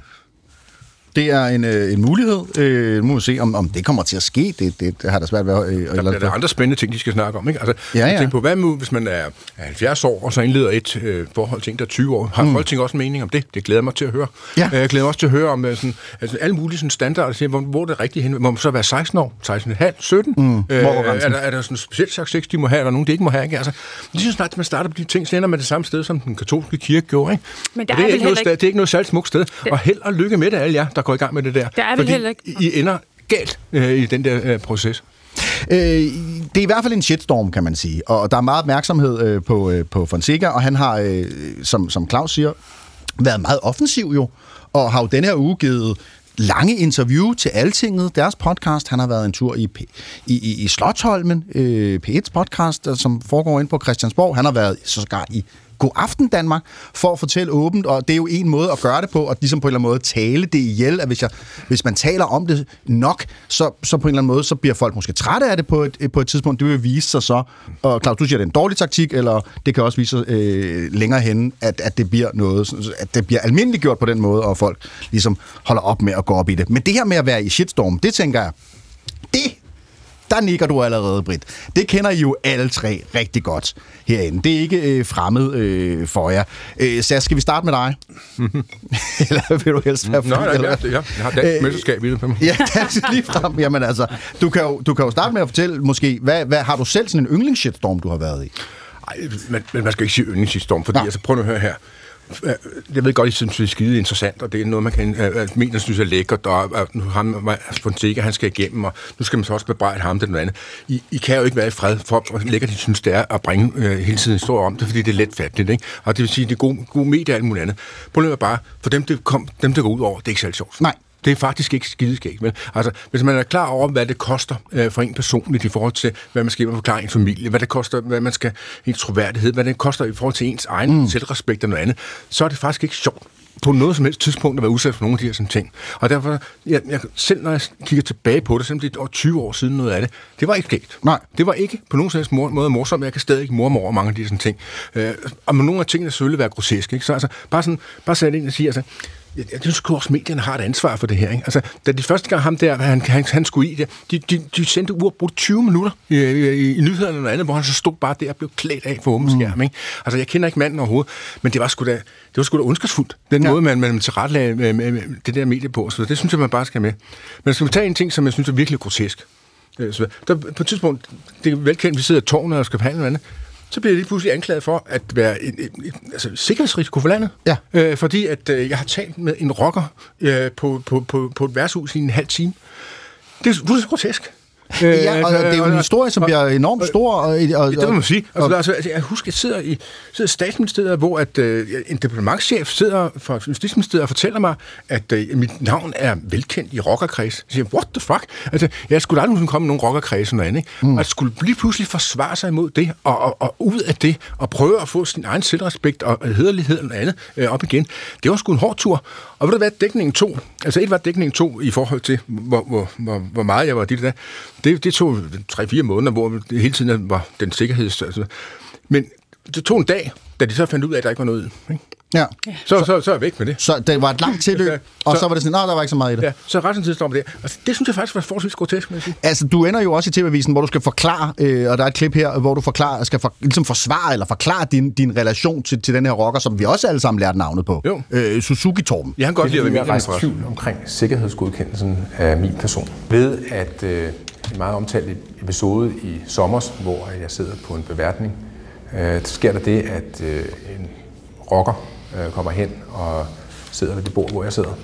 Det er en, en mulighed. Øh, nu må vi se, om, om det kommer til at ske. Det, det, det har der svært været. Øh, der, der, der er andre spændende ting, de skal snakke om. Ikke? Altså, ja, ja. Tænk på, hvad med, hvis man er halvfjerds år, og så indleder et øh, forhold til en, der er tyve år. Har mm. Folketinget også en mening om det? Det glæder mig til at høre. Ja. Jeg glæder mig også til at høre om sådan, altså, alle mulige sådan, standarder, hvor, hvor det er rigtigt hen. Må man så være seksten år, seksten komma fem, sytten? Mm. Øh, er, der, er der sådan specielt slags sex, de må have, eller nogen, de ikke må have? Ikke? Altså, lige så snart, at man starter på de ting, så ender man det samme sted, som den katolske kirke gjorde. Ikke? Men der er det, er ikke noget, ikke... det er ikke noget særligt smukt sted. Det... Og held og lykke med det, alle jer, der går i gang med det der. Der er vel heller ikke... I ender galt øh, i den der øh, proces. Øh, det er i hvert fald en shitstorm, kan man sige. Og der er meget opmærksomhed øh, på, øh, på Fonseca, og han har, øh, som, som Claus siger, været meget offensiv jo, og har jo denne her uge givet lange interview til Altinget, deres podcast. Han har været en tur i, P- i, i, i Slotsholmen, øh, P et's podcast, som foregår ind på Christiansborg. Han har været sågar i God Aften Danmark, for at fortælle åbent, og det er jo en måde at gøre det på, og ligesom på en eller anden måde tale det ihjel, at hvis, jeg, hvis man taler om det nok, så, så på en eller anden måde, så bliver folk måske trætte af det på et, på et tidspunkt. Det vil vise sig så, og Claus, du siger, det er en dårlig taktik, eller det kan også vise sig øh, længere hen, at, at det bliver noget, at det bliver almindeligt gjort på den måde, og folk ligesom holder op med at gå op i det. Men det her med at være i shitstorm, det tænker jeg, det der nikker du allerede, Britt. Det kender I jo alle tre rigtig godt herinde. Det er ikke øh, fremmed øh, for jer. Øh, så skal vi starte med dig? Eller vil du helst være Nej, nej, nej, jeg har dansk mesterskab i det. Ja, dansk lige frem. Jamen altså, du kan, jo, du kan jo starte med at fortælle, måske, hvad, hvad har du selv sådan en yndlingsshitstorm, du har været i? Nej, men, men man skal ikke sige yndlingsshitstorm, fordi altså, prøv nu at høre her. Jeg ved godt, I synes, det er skide interessant, og det er noget, man kan uh, mener, synes er lækkert, og uh, nu ham, Fonseca, han skal igennem, og nu skal man så også bebrejde ham til noget andet. I, I kan jo ikke være i fred for, hvor lækkert de synes, det er at bringe uh, hele tiden historier om det, fordi det er letfatteligt, ikke? Og det vil sige, det er gode, gode medier og alt muligt andet. Problemet er bare, for dem, det, kom, dem, der går ud over, det er ikke særlig sjovt. Nej. Det er faktisk ikke skideskægt. Men altså, hvis man er klar over, hvad det koster øh, for en personligt i forhold til, hvad man skal forklare en familie, hvad det koster, hvad man skal ens troværdighed, hvad det koster i forhold til ens egen mm. selvrespekt og noget andet, så er det faktisk ikke sjovt på noget som helst tidspunkt at være udsat for nogle af de her sådan ting. Og derfor, jeg, jeg, selv når jeg kigger tilbage på det, selvom det er tyve år siden noget af det, det var ikke skægt. Nej. Det var ikke på nogen som helst måde morsomt, jeg kan stadig ikke morme over mange af de sådan ting. Øh, og med nogle af tingene selvfølgelig være groteske, ikke? Så altså, bare sådan, bare sætte ind og sige, altså, jeg, jeg synes også, medierne har et ansvar for det her. Ikke? Altså, da de første gang ham der, han, han, han skulle i det, de, de, de sendte uafbrudt tyve minutter i, i, i nyhederne og noget andet, hvor han så stod bare der og blev klædt af for åben skærm. Ikke? Altså, jeg kender ikke manden overhovedet, men det var sgu da, det var sgu da ondskabsfuldt, den ja. måde, man, man tilrettelagde med, med, med det der medie på. Så det synes jeg, man bare skal med. Men skal vi tage en ting, som jeg synes er virkelig grotesk. Så, der, på et tidspunkt, det er velkendt, vi sidder i tårnet og skal forhandle noget andet, så bliver jeg lige pludselig anklaget for at være en, en, en altså, sikkerhedsrisiko for landet. Ja. Øh, fordi at øh, jeg har talt med en rocker øh, på, på, på, på et værtshus i en halv time. Det er fuldstændig grotesk. Ja, og det er jo en historie, som bliver enormt stor. Og, og, og, det må man sige. Altså, altså, jeg husker, jeg sidder i, sidder i statsministeriet, hvor at, øh, en departementschef sidder fra Justitsministeriet og fortæller mig, at øh, mit navn er velkendt i rockerkreds. Jeg siger, what the fuck? Altså, jeg skulle aldrig nogensinde komme i nogen rockerkreds og noget andet. Mm. Og at skulle lige pludselig forsvare sig imod det, og, og, og ud af det, og prøve at få sin egen selvrespekt og hæderlighed og noget andet øh, op igen. Det var sgu en hård tur. Og ved du hvad, dækningen to, altså et var dækningen to i forhold til, hvor, hvor, hvor, hvor meget jeg var dit der. Det, det tog tre-fire måneder, hvor det hele tiden var den sikkerheds... Altså. Men det tog en dag, da de så fandt ud af, at der ikke var noget. Ikke? Ja. Så, så, så, så er jeg væk med det. Så det var et langt tilløb, ja, og så, så var det sådan, nej, der var ikke så meget i det. Ja, så resten tid står med det. Altså, det synes jeg faktisk var forholdsvis grotesk, må jeg sige. Altså, du ender jo også i T V-avisen, hvor du skal forklare, øh, og der er et klip her, hvor du forklarer, skal for, ligesom forsvare eller forklare din, din relation til, til den her rocker, som vi også alle sammen lærte navnet på. Jo. Øh, Suzuki Torben. Jeg kan godt lide at være rejst tvivl omkring sikkerhedsgodkendelsen af min person. Ved at øh, en meget omtalt episode i sommer, hvor jeg sidder på en beværtning, øh, sker der det, at øh, en rocker øh, kommer hen og sidder ved det bord, hvor jeg sidder,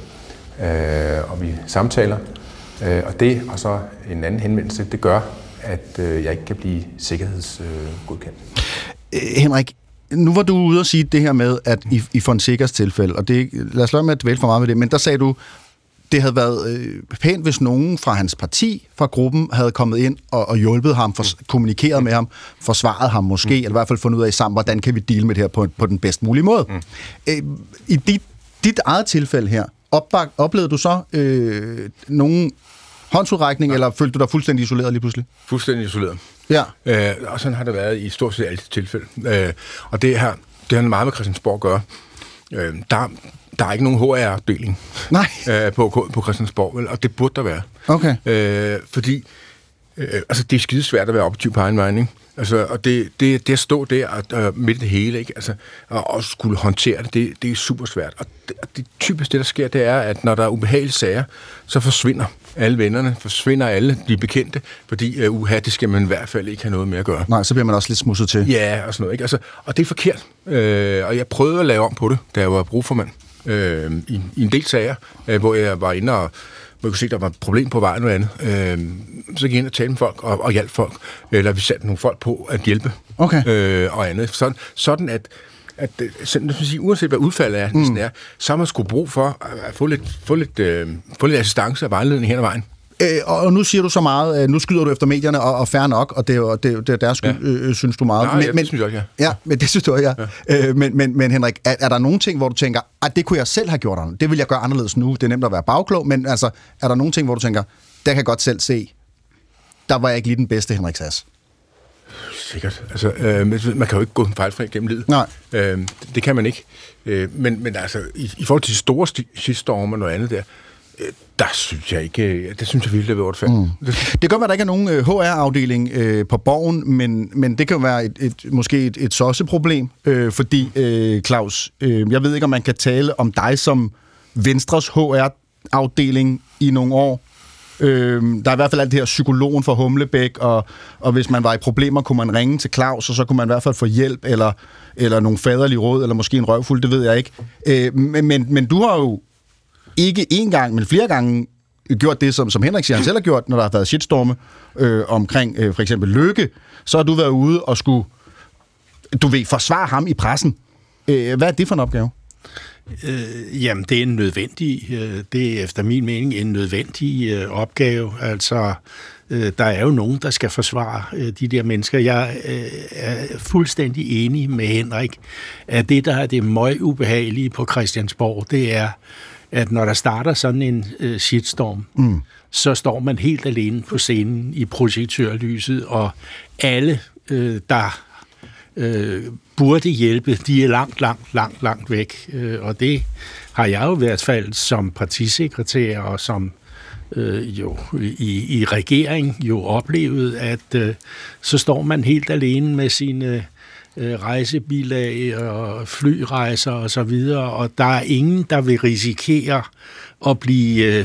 øh, og vi samtaler. Øh, og det, og så en anden henvendelse, det gør, at øh, jeg ikke kan blive sikkerhedsgodkendt. Øh, Henrik, nu var du ude og sige det her med, at i, i Fonsecas tilfælde, og det, lad os lade med at dvæle for meget med det, men der sagde du, det havde været øh, pænt, hvis nogen fra hans parti, fra gruppen, havde kommet ind og, og hjulpet ham, for, kommunikeret med ham, forsvaret ham måske, mm. eller i hvert fald fundet ud af sammen, hvordan kan vi deale med det her på, på den bedst mulige måde. Mm. Øh, I dit, dit eget tilfælde her, opbak, oplevede du så øh, nogen håndsudrækning, ja. eller følte du dig fuldstændig isoleret lige pludselig? Fuldstændig isoleret. Ja. Øh, og sådan har det været i stort set alle tilfælde. Øh, og det her, det har meget med Christiansborg at gøre. Øh, der, der er ikke nogen H R-afdeling Nej. Øh, på, på Christiansborg, vel? Og det burde der være. Okay. Øh, fordi øh, altså, det er skide svært at være objektiv på egen vej, ikke? Altså, og det, det, det at stå der og, uh, midt i det hele, ikke? Altså, og, og skulle håndtere det, det, det er super svært. Og det, og det typisk det, der sker, det er, at når der er ubehagelige sager, så forsvinder alle vennerne, forsvinder alle de bekendte, fordi uh, uha, det skal man i hvert fald ikke have noget med at gøre. Nej, så bliver man også lidt smusset til. Ja, og sådan noget, ikke? Altså, og det er forkert. Øh, og jeg prøvede at lave om på det, da jeg var brugformand øh, i, i en del sager, øh, hvor jeg var inde og hvor jeg kunne se, at der var et problem på vejen og andet. Øh, så gik jeg ind og talte med folk og, og hjalp folk. Eller vi satte nogle folk på at hjælpe. Okay. Øh, og andet. Sådan, sådan at, at sådan, sige, uanset hvad udfaldet er, mm. er, så har man sgu brug for at få lidt, få lidt, øh, få lidt assistance og vejledning hen ad vejen. Øh, og nu siger du så meget, øh, nu skyder du efter medierne, og, og fair nok, og det er jo det, det er deres skyld, ja. øh, synes du meget. Nej, men, ja, det synes jeg også, ja. Ja, men det synes du også, ja. ja. Øh, men, men, men Henrik, er, er der nogle ting, hvor du tænker, at det kunne jeg selv have gjort andet? Det vil jeg gøre anderledes nu. Det er nemt at være bagklog, men altså, er der nogle ting, hvor du tænker, der kan jeg godt selv se, der var jeg ikke lige den bedste Henrik Sass? Sikkert. Altså, øh, man kan jo ikke gå fejlfri gennem livet. Nej. Øh, det, det kan man ikke. Øh, men, men altså, i, i forhold til de store shitstorm og noget andet der, der synes jeg ikke, det synes jeg virkelig er været mm. Det kan godt være, at der ikke er nogen H R-afdeling øh, på Borgen, men, men det kan jo være et, et, måske et, et sosseproblem, øh, fordi, øh, Claus, øh, jeg ved ikke, om man kan tale om dig som Venstres H R-afdeling i nogle år. Øh, der er i hvert fald alt det her psykologen for Humlebæk, og, og hvis man var i problemer, kunne man ringe til Claus, og så kunne man i hvert fald få hjælp, eller, eller nogle faderlige råd, eller måske en røvfuld, det ved jeg ikke. Øh, men, men, men du har jo ikke én gang, men flere gange gjort det, som, som Henrik siger, han selv har gjort, når der har været shitstorme øh, omkring øh, for eksempel Løkke, så har du været ude og skulle, du ved, forsvare ham i pressen. Øh, hvad er det for en opgave? Øh, jamen, det er en nødvendig, øh, det er efter min mening en nødvendig øh, opgave. Altså, øh, der er jo nogen, der skal forsvare øh, de der mennesker. Jeg øh, er fuldstændig enig med Henrik, at det, der er det møg ubehagelige på Christiansborg, det er, at når der starter sådan en øh, shitstorm, mm. så står man helt alene på scenen i projektørlyset, og alle, øh, der øh, burde hjælpe, de er langt, langt, langt, langt væk. Øh, og det har jeg jo i hvert fald som partisekretær og som øh, jo i, i regering jo oplevet, at øh, så står man helt alene med sine rejsebilag og flyrejser og så videre, og der er ingen, der vil risikere at blive øh,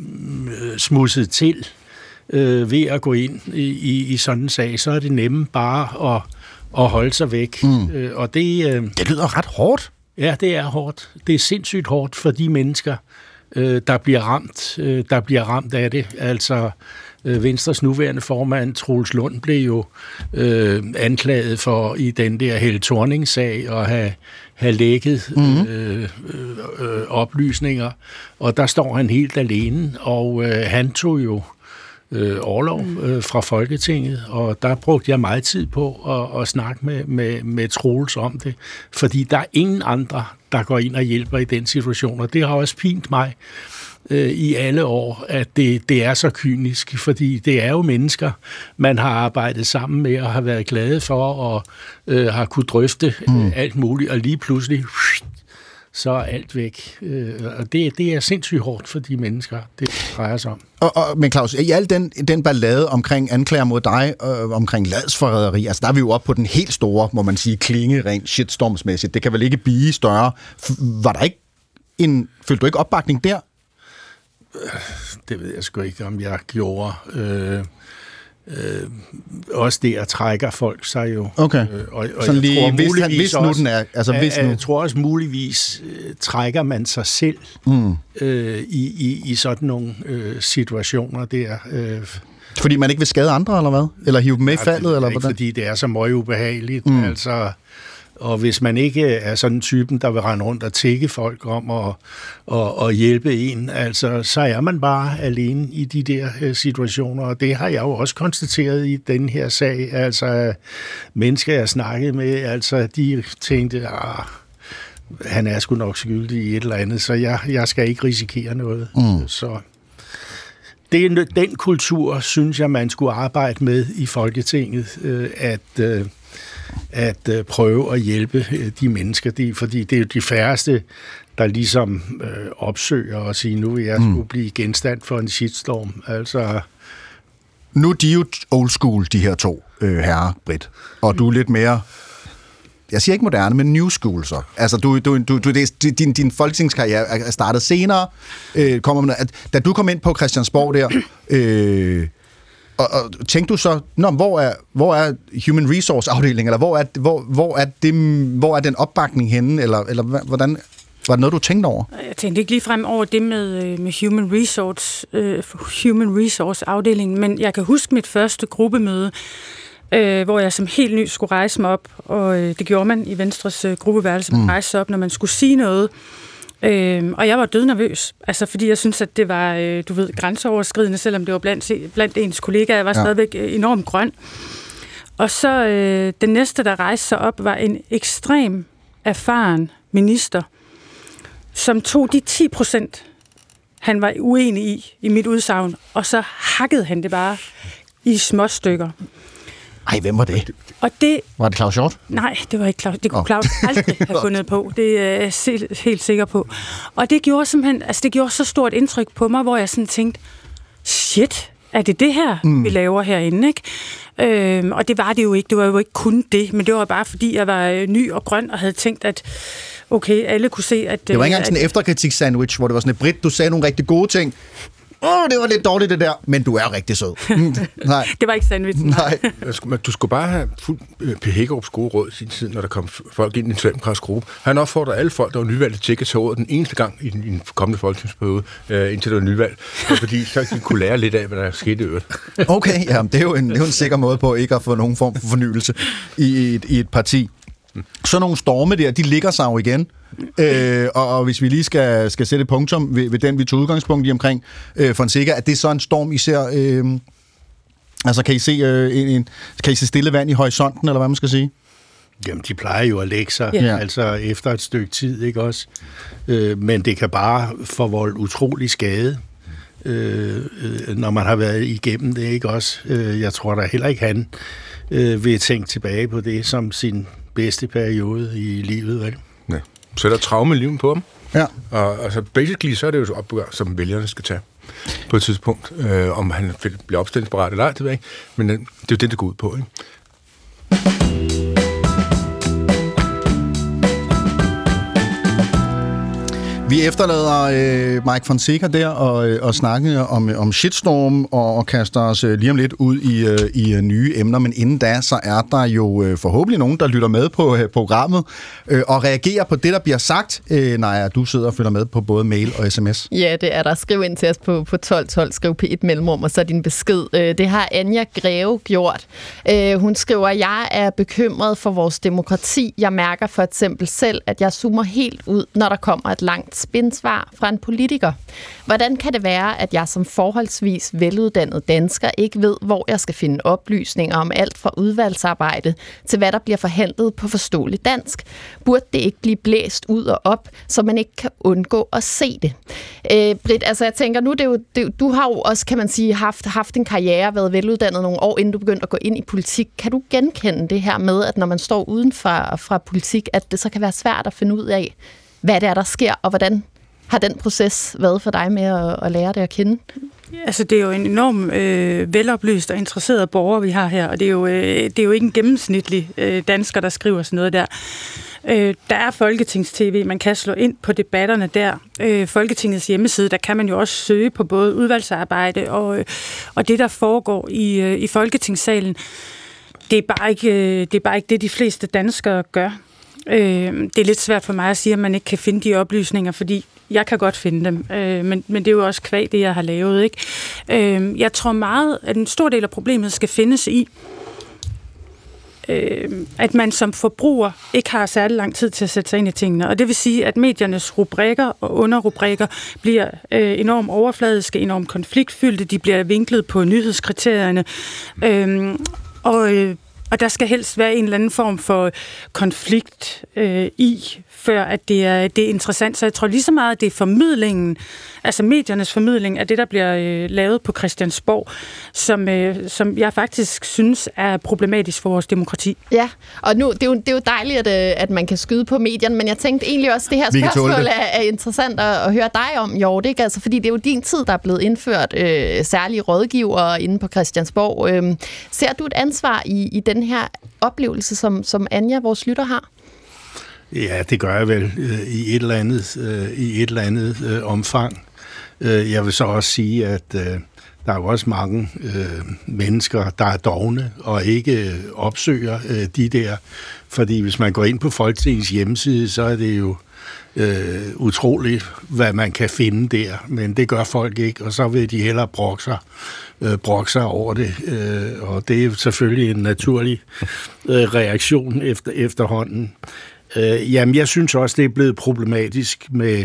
smudset til øh, ved at gå ind i, i, i sådan en sag. Så er det nemme bare at, at holde sig væk. Mm. Øh, og det, øh, det lyder ret hårdt. Ja, det er hårdt. Det er sindssygt hårdt for de mennesker, øh, der bliver ramt, øh, der bliver ramt af det. Altså Venstres nuværende formand, Troels Lund, blev jo øh, anklaget for i den der Helle Thorning-sag at have, have lækket mm-hmm. øh, øh, oplysninger, og der står han helt alene, og øh, han tog jo øh, orlov øh, fra Folketinget, og der brugte jeg meget tid på at, at snakke med, med, med Troels om det, fordi der er ingen andre, der går ind og hjælper i den situation, og det har også pint mig i alle år, at det, det er så kynisk, fordi det er jo mennesker, man har arbejdet sammen med og har været glade for og øh, har kunne drøfte mm. øh, alt muligt, og lige pludselig så er alt væk. Øh, og det, det er sindssygt hårdt for de mennesker, det drejer sig om. Og, og, men Claus, i al den, den ballade omkring anklager mod dig, øh, omkring landsforræderi, altså der er vi jo oppe på den helt store, må man sige, klinge rent shitstormsmæssigt. Det kan vel ikke blive større. Var der ikke en, følte du ikke opbakning der? Det ved jeg sgu ikke, om jeg gjorde. Øh, øh, også der trækker folk sig jo. Okay. Øh, og, og sådan lige, tror, hvis, han, hvis nu den er... Altså, hvis jeg, nu. jeg tror også muligvis øh, trækker man sig selv mm. øh, i, i, i sådan nogle øh, situationer der. Øh, fordi man ikke vil skade andre, eller hvad? Eller hive dem med i faldet? Det er eller ikke, hvordan? Fordi det er så meget ubehageligt. Mm. Altså... Og hvis man ikke er sådan en typen, der vil rende rundt og tække folk om og, og, og hjælpe en, altså, så er man bare alene i de der uh, situationer, og det har jeg jo også konstateret i den her sag. Altså, mennesker, jeg snakkede med, altså, de tænkte, ah, han er sgu nok skyldig i et eller andet, så jeg, jeg skal ikke risikere noget. Mm. Så det er den kultur, synes jeg, man skulle arbejde med i Folketinget, øh, at... Øh, at øh, prøve at hjælpe øh, de mennesker, de, fordi det er jo de færreste, der ligesom øh, opsøger og siger, nu vil jeg mm. skulle blive genstand for en shitstorm. Altså... Nu er de jo old school, de her to øh, herrer, Britt, og du er lidt mere, jeg siger ikke moderne, men new school så. Altså, du, du, du, du, det, din, din folketingskarriere er startet senere. Øh, kommer man, at, da du kom ind på Christiansborg der, øh, Og, og tænkte du så, nå, hvor er, hvor er Human Resource afdelingen, eller hvor er, hvor, hvor er, det, hvor er den opbakning henne, eller, eller hvordan, var det noget, du tænkte over? Jeg tænkte ikke lige frem over det med, med Human Resource, uh, Human Resource afdelingen, men jeg kan huske mit første gruppemøde, uh, hvor jeg som helt ny skulle rejse mig op, og uh, det gjorde man i Venstres uh, gruppeværelse, man mm. rejse sig op, når man skulle sige noget. Øhm, og jeg var dødnervøs, altså fordi jeg synes, at det var, øh, du ved, grænseoverskridende, selvom det var blandt, blandt ens kollegaer. Jeg var ja. stadigvæk øh, enormt grøn. Og så øh, den næste, der rejste sig op, var en ekstrem erfaren minister, som tog de ti procent, han var uenig i, i mit udsagn, og så hakkede han det bare i små stykker. Ej, hvem var det? Og det var det Claus Hjort? Nej, det var ikke Claus. Det kunne oh. Claus aldrig have fundet på. Det er jeg helt sikker på. Og det gjorde simpelthen, altså det gjorde så stort indtryk på mig, hvor jeg sådan tænkte, shit, er det det her, mm. vi laver herinde, ikke? Øhm, og det var det jo ikke. Det var jo ikke kun det, men det var bare fordi, jeg var øh, ny og grøn og havde tænkt, at okay, alle kunne se, at... Det var ikke engang sådan en efterkritik-sandwich, hvor det var sådan et Britt, du sagde nogle rigtig gode ting. Åh, oh, det var lidt dårligt det der, men du er rigtig sød. Nej. Det var ikke sandwich. Nej. Du skulle bare have fuldt P. Hækkerups gode råd i sin tid, når der kom folk ind i en socialdemokratisk gruppe. Han opfordrede alle folk, der var nyvalgte, til at tage ordet den eneste gang i den, i den kommende folketingsperiode, øh, indtil det var nyvalg. Fordi så de kunne lære lidt af, hvad der skete i øvrigt. Okay, ja, det er, jo en, det er jo en sikker måde på ikke at få nogen form for fornyelse i et, i et parti. Så nogle storme der, de ligger sig jo igen. Øh, og, og hvis vi lige skal, skal sætte et punktum ved, ved den, vi tog udgangspunkt i omkring øh, Fonseca, at det er så en storm, I ser... Øh, altså, kan I, se, øh, en, en, kan I se stille vand i horisonten, eller hvad man skal sige? Jamen, de plejer jo at lægge sig, yeah. altså efter et stykke tid, ikke også? Øh, men det kan bare forvolde utrolig skade, øh, når man har været igennem det, ikke også? Øh, jeg tror da heller ikke, han øh, vil tænke tilbage på det som sin bedste periode i livet, vel? Nej. Så er der traume i livet på ham. Ja. Og altså, basically, så er det jo et opgør, som vælgerne skal tage på et tidspunkt. Øh, om han bliver opstillingsparat eller ej, det ved jeg ikke. Men det er jo det, det går ud på, ikke? Vi efterlader øh, Mike Fonseca der og, øh, og snakke om, om shitstorm og, og kaster os øh, lige om lidt ud i, øh, i øh, nye emner. Men inden da, så er der jo øh, forhåbentlig nogen, der lytter med på øh, programmet øh, og reagerer på det, der bliver sagt. Øh, Naja, du sidder og følger med på både mail og sms. Ja, det er der. Skriv ind til os på, på tolv tolv, skriv P et mellemrum, og så din besked. Øh, det har Anja Greve gjort. Øh, hun skriver, jeg er bekymret for vores demokrati. Jeg mærker for eksempel selv, at jeg zoomer helt ud, når der kommer et langt spinsvar fra en politiker. Hvordan kan det være, at jeg som forholdsvis veluddannet dansker ikke ved, hvor jeg skal finde oplysninger om alt fra udvalgsarbejde til hvad der bliver forhandlet på forståeligt dansk? Burde det ikke blive blæst ud og op, så man ikke kan undgå at se det? Øh, Britt, altså jeg tænker nu, det er jo, det, du har jo også, kan man sige, haft, haft en karriere, været veluddannet nogle år, inden du begyndte at gå ind i politik. Kan du genkende det her med, at når man står uden for, fra politik, at det så kan være svært at finde ud af, hvad det er, der sker, og hvordan har den proces været for dig med at, at lære det at kende? Altså, det er jo en enorm øh, veloplyst og interesseret borger, vi har her, og det er jo, øh, det er jo ikke en gennemsnitlig øh, dansker, der skriver sådan noget der. Øh, der er Folketings-T V, man kan slå ind på debatterne der. Øh, Folketingets hjemmeside, der kan man jo også søge på både udvalgsarbejde og, øh, og det, der foregår i, øh, i Folketingssalen. Det er, bare ikke, øh, det er bare ikke det, de fleste danskere gør. Øh, det er lidt svært for mig at sige, at man ikke kan finde de oplysninger, fordi jeg kan godt finde dem, øh, men, men det er jo også kvad det, jeg har lavet, ikke? Øh, jeg tror meget, at en stor del af problemet skal findes i, øh, at man som forbruger ikke har særlig lang tid til at sætte sig ind i tingene. Og det vil sige, at mediernes rubrikker og underrubrikker bliver øh, enormt overfladiske, enormt konfliktfyldte, de bliver vinklet på nyhedskriterierne, øh, og øh, Og der skal helst være en eller anden form for konflikt øh, i, før at det er, det er interessant. Så jeg tror lige så meget, at det er formidlingen, altså mediernes formidling af det, der bliver øh, lavet på Christiansborg, som, øh, som jeg faktisk synes er problematisk for vores demokrati. Ja, og nu, det er jo, det er jo dejligt, at, at man kan skyde på medierne, men jeg tænkte egentlig også, at det her spørgsmål det. er, er interessant at, at høre dig om, Hjort, ikke? Altså, fordi det er jo din tid, der er blevet indført øh, særlige rådgivere inde på Christiansborg. Øh, ser du et ansvar i, i den her oplevelse, som, som Anja, vores lytter, har? Ja, det gør jeg vel øh, i et eller andet, øh, i et eller andet øh, omfang. Øh, jeg vil så også sige, at øh, der er jo også mange øh, mennesker, der er dovne og ikke øh, opsøger øh, de der. Fordi hvis man går ind på Folketingets hjemmeside, så er det jo øh, utroligt, hvad man kan finde der. Men det gør folk ikke, og så vil de hellere brokke sig, øh, brokke sig over det. Øh, og det er selvfølgelig en naturlig øh, reaktion efter, efterhånden. Øh, jamen, jeg synes også, det er blevet problematisk med,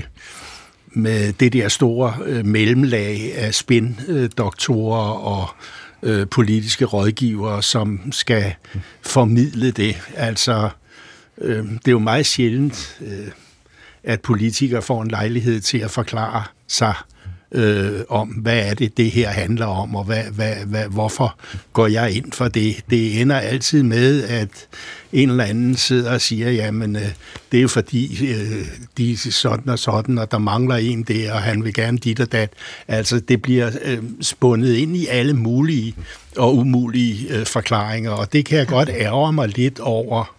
med det der store øh, mellemlag af spindoktorer og øh, politiske rådgivere, som skal formidle det. Altså, øh, det er jo meget sjældent, øh, at politikere får en lejlighed til at forklare sig øh, om, hvad er det, det her handler om, og hvad, hvad, hvad, hvorfor går jeg ind for det. Det ender altid med, at en eller anden sidder og siger, jamen, øh, det er jo fordi, øh, de er sådan og sådan, og der mangler en der, og han vil gerne dit og dat. Altså, det bliver øh, spundet ind i alle mulige og umulige øh, forklaringer, og det kan jeg godt ærge mig lidt over,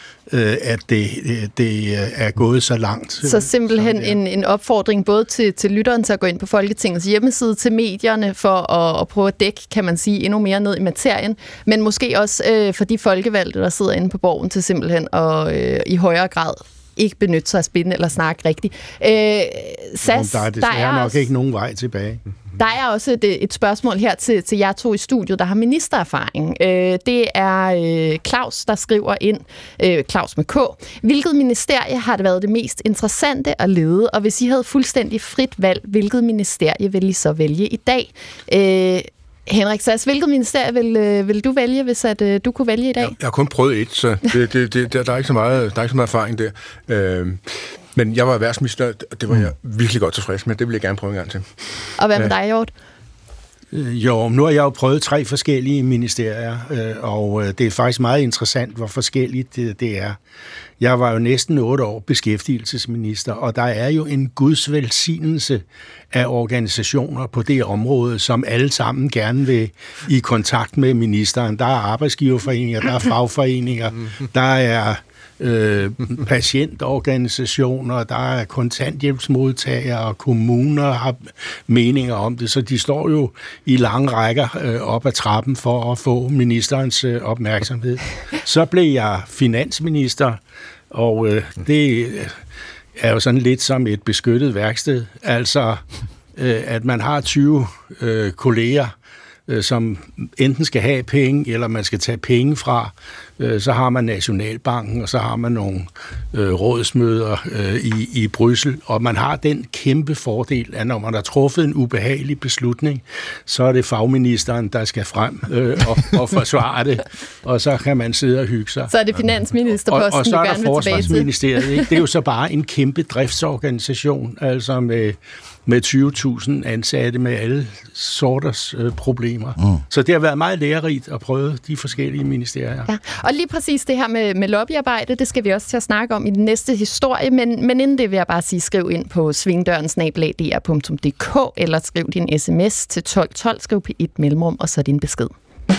at det, det er gået så langt. Så simpelthen en, en opfordring både til, til lytteren til at gå ind på Folketingets hjemmeside, til medierne for at, at prøve at dække, kan man sige, endnu mere ned i materien, men måske også øh, for de folkevalgte, der sidder inde på borgen, til simpelthen at øh, i højere grad ikke benytte sig af spinde eller snakke rigtigt. Øh, Sas, der er desværre der er nok også ikke nogen vej tilbage. Der er også et, et spørgsmål her til, til jer to i studiet, der har ministererfaring. Øh, det er øh, Claus, der skriver ind, øh, Claus med K. Hvilket ministerie har det været det mest interessante at lede, og hvis I havde fuldstændig frit valg, hvilket ministerie vil I så vælge i dag? Øh, Henrik Sass, hvilket ministerie vil, vil du vælge, hvis at, uh, du kunne vælge i dag? Jeg, jeg har kun prøvet et, så det, det, det, der, der, er ikke så meget, der er ikke så meget erfaring der. Øh, men jeg var erhvervsminister, og det var jeg virkelig godt tilfreds med. Det vil jeg gerne prøve en gang til. Og hvad med dig, Hjort? Jo, nu har jeg jo prøvet tre forskellige ministerier, og det er faktisk meget interessant, hvor forskelligt det er. Jeg var jo næsten otte år beskæftigelsesminister, og der er jo en guds velsignelse af organisationer på det område, som alle sammen gerne vil i kontakt med ministeren. Der er arbejdsgiverforeninger, der er fagforeninger, der er øh, patientorganisationer, der er kontanthjælpsmodtagere, og kommuner har meninger om det, så de står jo i lange rækker øh, op ad trappen for at få ministerens øh, opmærksomhed. Så blev jeg finansminister, og øh, det er jo sådan lidt som et beskyttet værksted, altså øh, at man har tyve øh, kolleger, øh, som enten skal have penge, eller man skal tage penge fra. Øh, så har man Nationalbanken, og så har man nogle øh, rådsmøder øh, i, i Bryssel, og man har den kæmpe fordel, at når man har truffet en ubehagelig beslutning, så er det fagministeren, der skal frem øh, og, og forsvare det, og så kan man sidde og hygge sig. Så er det finansministerposten, og, og så er der Forsvarsministeriet, ikke? Det er jo så bare en kæmpe driftsorganisation, altså med med tyve tusind ansatte med alle sorters øh, problemer. Mm. Så det har været meget lærerigt at prøve de forskellige ministerier. Ja. Og lige præcis det her med, med lobbyarbejde, det skal vi også til at snakke om i den næste historie, men, men inden det vil jeg bare sige, skriv ind på svingdøren snabel-a d r punktum d k eller skriv din sms til tolv tolv, skriv P et mellemrum, og så din besked.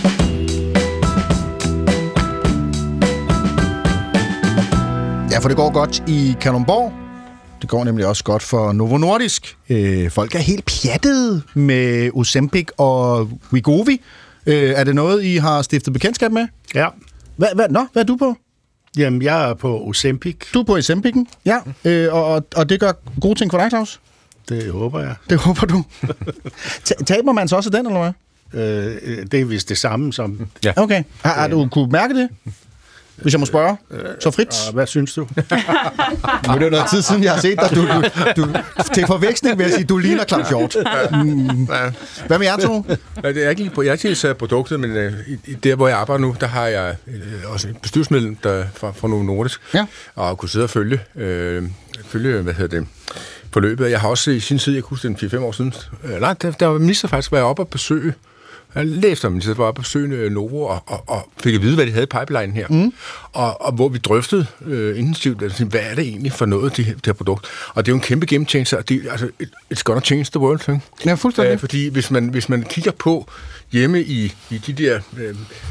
Ja, for det går godt i Kalundborg. Det går nemlig også godt for Novo Nordisk. Øh, folk er helt pjattede med Ozempic og Wegovy. Øh, er det noget, I har stiftet bekendtskab med? Ja. Hvad, hvad, nå, hvad er du på? Jamen, jeg er på Ozempic. Du er på Ozempic'en? Ja. Øh, og, og det gør gode ting for dig, Claus? Det håber jeg. Det håber du. Taber man så også den, eller hvad? Øh, det er vist det samme som... Ja. Okay. Har, har du kunne mærke det? hvis jeg må spørge. Så frit. Og hvad synes du? Nu er det jo noget tid siden, jeg har set dig. Du, du, du, til forveksling vil jeg sige, du ligner Claus Hjort. Mm. Hvad med jer to? Det er ikke lige på, jeg har ikke produktet, men øh, i, der, hvor jeg arbejder nu, der har jeg øh, også et bestyrelsesmedlem der, fra, fra Novo Nordisk, ja. Og kunne sidde og følge, øh, følge hvad hedder det, forløbet. Jeg har også i sin tid, jeg kunne huske den fire fem år siden, øh, nej, der, der var minister faktisk, var jeg oppe og besøge. Jeg læste om minister, var oppe og besøge Novo, og, og, og fik at vide, hvad de havde i pipeline her. Mm. Og, og hvor vi drøftede øh, intensivt, altså, hvad er det egentlig for noget, det her, det her produkt? Og det er jo en kæmpe gamechanger, og det, altså, it's gonna change the world. Ikke? Ja, fuldstændig. Æh, fordi hvis man, hvis man kigger på hjemme i, i de der øh,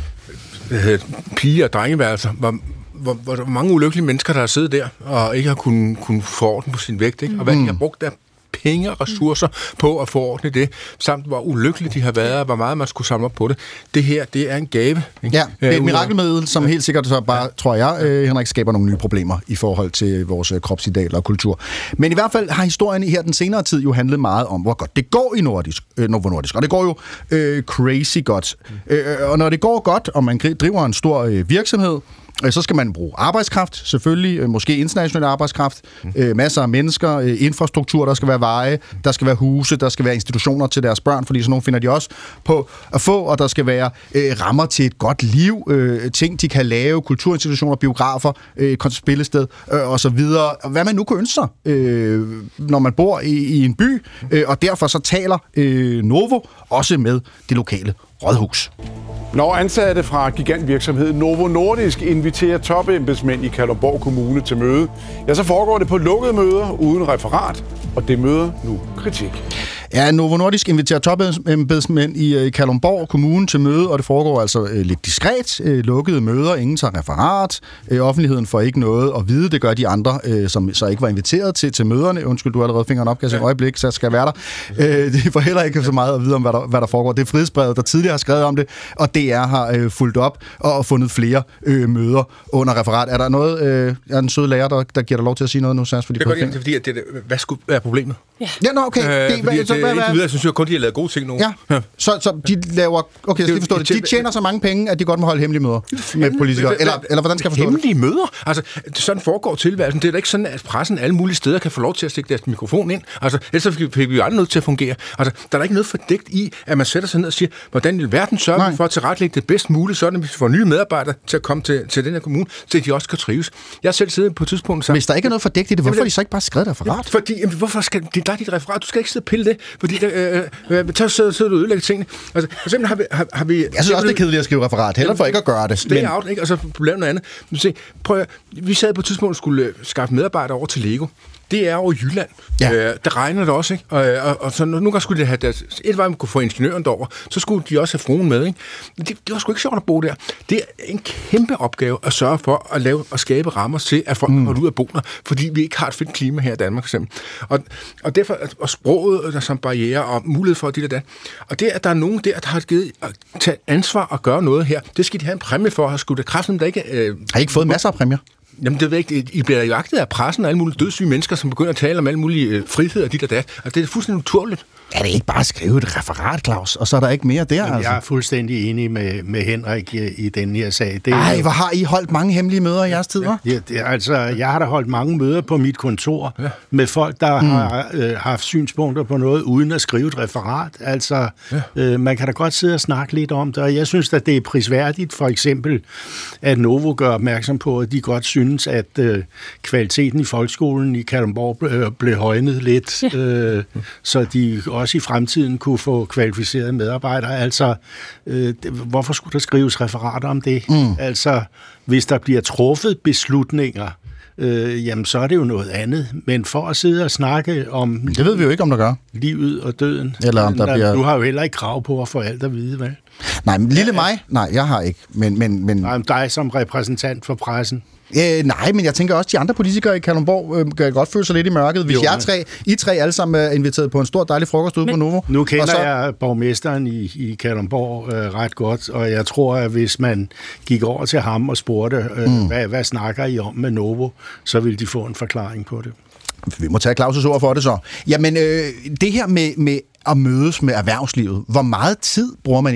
hvad hedder, pige- og drengeværelser, hvor, hvor, hvor mange ulykkelige mennesker, der har siddet der, og ikke har kunnet, kunnet få orden på sin vægt, ikke? Og hvad mm. de har brugt der penge og ressourcer på at forordne det, samt hvor ulykkelige de har været, og hvor meget man skulle samle op på det. Det her, det er en gave. Ikke? Ja, det er et mirakelmiddel, som helt sikkert så bare, tror jeg, øh, Henrik, skaber nogle nye problemer i forhold til vores øh, kropsidealer og kultur. Men i hvert fald har historien i her den senere tid jo handlet meget om, hvor godt det går i nordisk, øh, Novo Nordisk. Og det går jo øh, crazy godt. Øh, og når det går godt, og man driver en stor øh, virksomhed, så skal man bruge arbejdskraft, selvfølgelig, måske international arbejdskraft, mm. masser af mennesker, infrastruktur, der skal være veje, der skal være huse, der skal være institutioner til deres børn, fordi sådan nogle finder de også på at få, og der skal være øh, rammer til et godt liv, øh, ting, de kan lave, kulturinstitutioner, biografer, øh, spillested øh, og så videre. Hvad man nu kan ønske sig, øh, når man bor i, i en by, øh, og derfor så taler øh, Novo også med det lokale rådhus. Når ansatte fra gigantvirksomheden Novo Nordisk inviterer topembedsmænd i Kalundborg Kommune til møde, ja, så foregår det på lukkede møder uden referat, og det møder nu kritik. Ja, Novo Nordisk inviterer topembedsmænd i Kalundborg Kommune til møde, og det foregår altså øh, lidt diskret, øh, lukkede møder, ingen tager referat, øh, offentligheden får ikke noget at vide, det gør de andre, øh, som så ikke var inviteret til, til møderne. Undskyld, du har allerede fingeren op, kan jeg sige, øjeblik, så skal jeg være der. Øh, de får heller ikke så meget at vide om, hvad der, hvad der foregår. Det er Frihedsbrevet, der tidligere har skrevet om det, og D R har øh, fulgt op og fundet flere øh, møder under referat. Er der noget, øh, er den søde lærer, der, der giver dig lov til at sige noget nu, Sars? Det er godt, det er fordi, at det, hvad skulle være problemet? Ja, ja nå, okay. Øh, det, hvad, så, det, hvad, hvad? Videre, jeg synes jo kun, de har lavet gode ting nu. Ja, ja. Så, så de laver... Okay, så skal forstå det. De tjener så mange penge, at de godt må holde hemmelige møder med politikere. Eller, eller hvordan skal jeg forstå hemmelige det? Hemmelige møder? Altså, sådan foregår tilværelsen. Det er da ikke sådan, at pressen alle mulige steder kan få lov til at stikke deres mikrofon ind. Altså, ellers fik vi jo aldrig nødt til at fungere. Altså, der er ikke noget fordækt i, at man sætter sig ned og siger, hvordan i verden sørger vi for at tilrettelægge det bedst muligt, sådan at vi får nye medarbejdere til at komme til, til den her kommune, så de også kan trives. Jeg har selv siddet på et tidspunkt sammen. Hvis der ikke er noget fordækt i det, hvorfor har de så ikke bare skrevet et referat? Fordi, jamen, hvorfor skal det er dit referat? Du skal ikke sidde og pille det, fordi der, øh, øh, så sidder du og ødelægger tingene. Altså, for eksempel har vi... Har, har vi jeg synes også, det er kedeligt at skrive referat. Heller for ikke at gøre det. Stay men... out, ikke? Og så lave noget andet. Men se, prøv at, vi sad på et tidspunkt og skulle skaffe medarbejdere over til Lego. Det er over i Jylland. Ja. Øh, der regner det også, ikke? Og, og, og så nogle gange skulle det have deres... Et var, at man kunne få ingeniøren derover, så skulle de også have fruen med, ikke? Det, det var sgu ikke sjovt at bo der. Det er en kæmpe opgave at sørge for at lave og skabe rammer til, at folk mm. holder ud af boner, fordi vi ikke har et fedt klima her i Danmark, for eksempel. Og, og derfor, og sproget der som barriere og mulighed for dit og dat. Og det, at der er nogen der, der har givet at tage ansvar og gøre noget her, det skal de have en præmie for, at skulle det kraften, der ikke... Øh, har I ikke fået masser af præmier? Jamen, det ved jeg ikke. I bliver jagtet af pressen og alle mulige dødssyge mennesker, som begynder at tale om alle mulige øh, friheder og dit og dat. Og det er fuldstændig naturligt. Er det ikke bare at skrive et referat, Claus, og så er der ikke mere der? Jamen, altså? Jeg er fuldstændig enig med, med Henrik i, i den her sag. Det Ej, hvor har I holdt mange hemmelige møder i jeres tid, hva'? Ja, det er, altså, jeg har da holdt mange møder på mit kontor ja. med folk, der mm. har øh, haft synspunkter på noget, uden at skrive et referat. Altså, ja. øh, man kan da godt sidde og snakke lidt om det, og jeg synes, at det er prisværdigt, for eksempel, at Novo gør opmærksom på, at de godt synes, at øh, kvaliteten i folkeskolen i Kalundborg ble, blev højnet lidt, ja. øh, så de også i fremtiden kunne få kvalificerede medarbejdere. Altså, øh, det, hvorfor skulle der skrives referater om det? Mm. Altså, hvis der bliver truffet beslutninger, øh, jamen så er det jo noget andet. Men for at sidde og snakke om... Det ved vi jo ikke, om der gør. Livet og døden. Eller om der, der bliver... Du har jo heller ikke krav på at få alt at vide, vel? Nej, men lille mig? Nej, jeg har ikke. Men, men, men... Nej, dig som repræsentant for pressen. Øh, nej, men jeg tænker også, at de andre politikere i Kalundborg øh, kan godt føle sig lidt i mørket. Hvis jo, jeg tre, I tre alle sammen er inviteret på en stor dejlig frokost ude men, på Novo. Nu kender så... jeg borgmesteren i, i Kalundborg øh, ret godt, og jeg tror, at hvis man gik over til ham og spurgte, øh, mm. hvad, hvad snakker I om med Novo, så ville de få en forklaring på det. Vi må tage Claus' ord for det så. Jamen, øh, det her med, med at mødes med erhvervslivet, hvor meget tid bruger man egentlig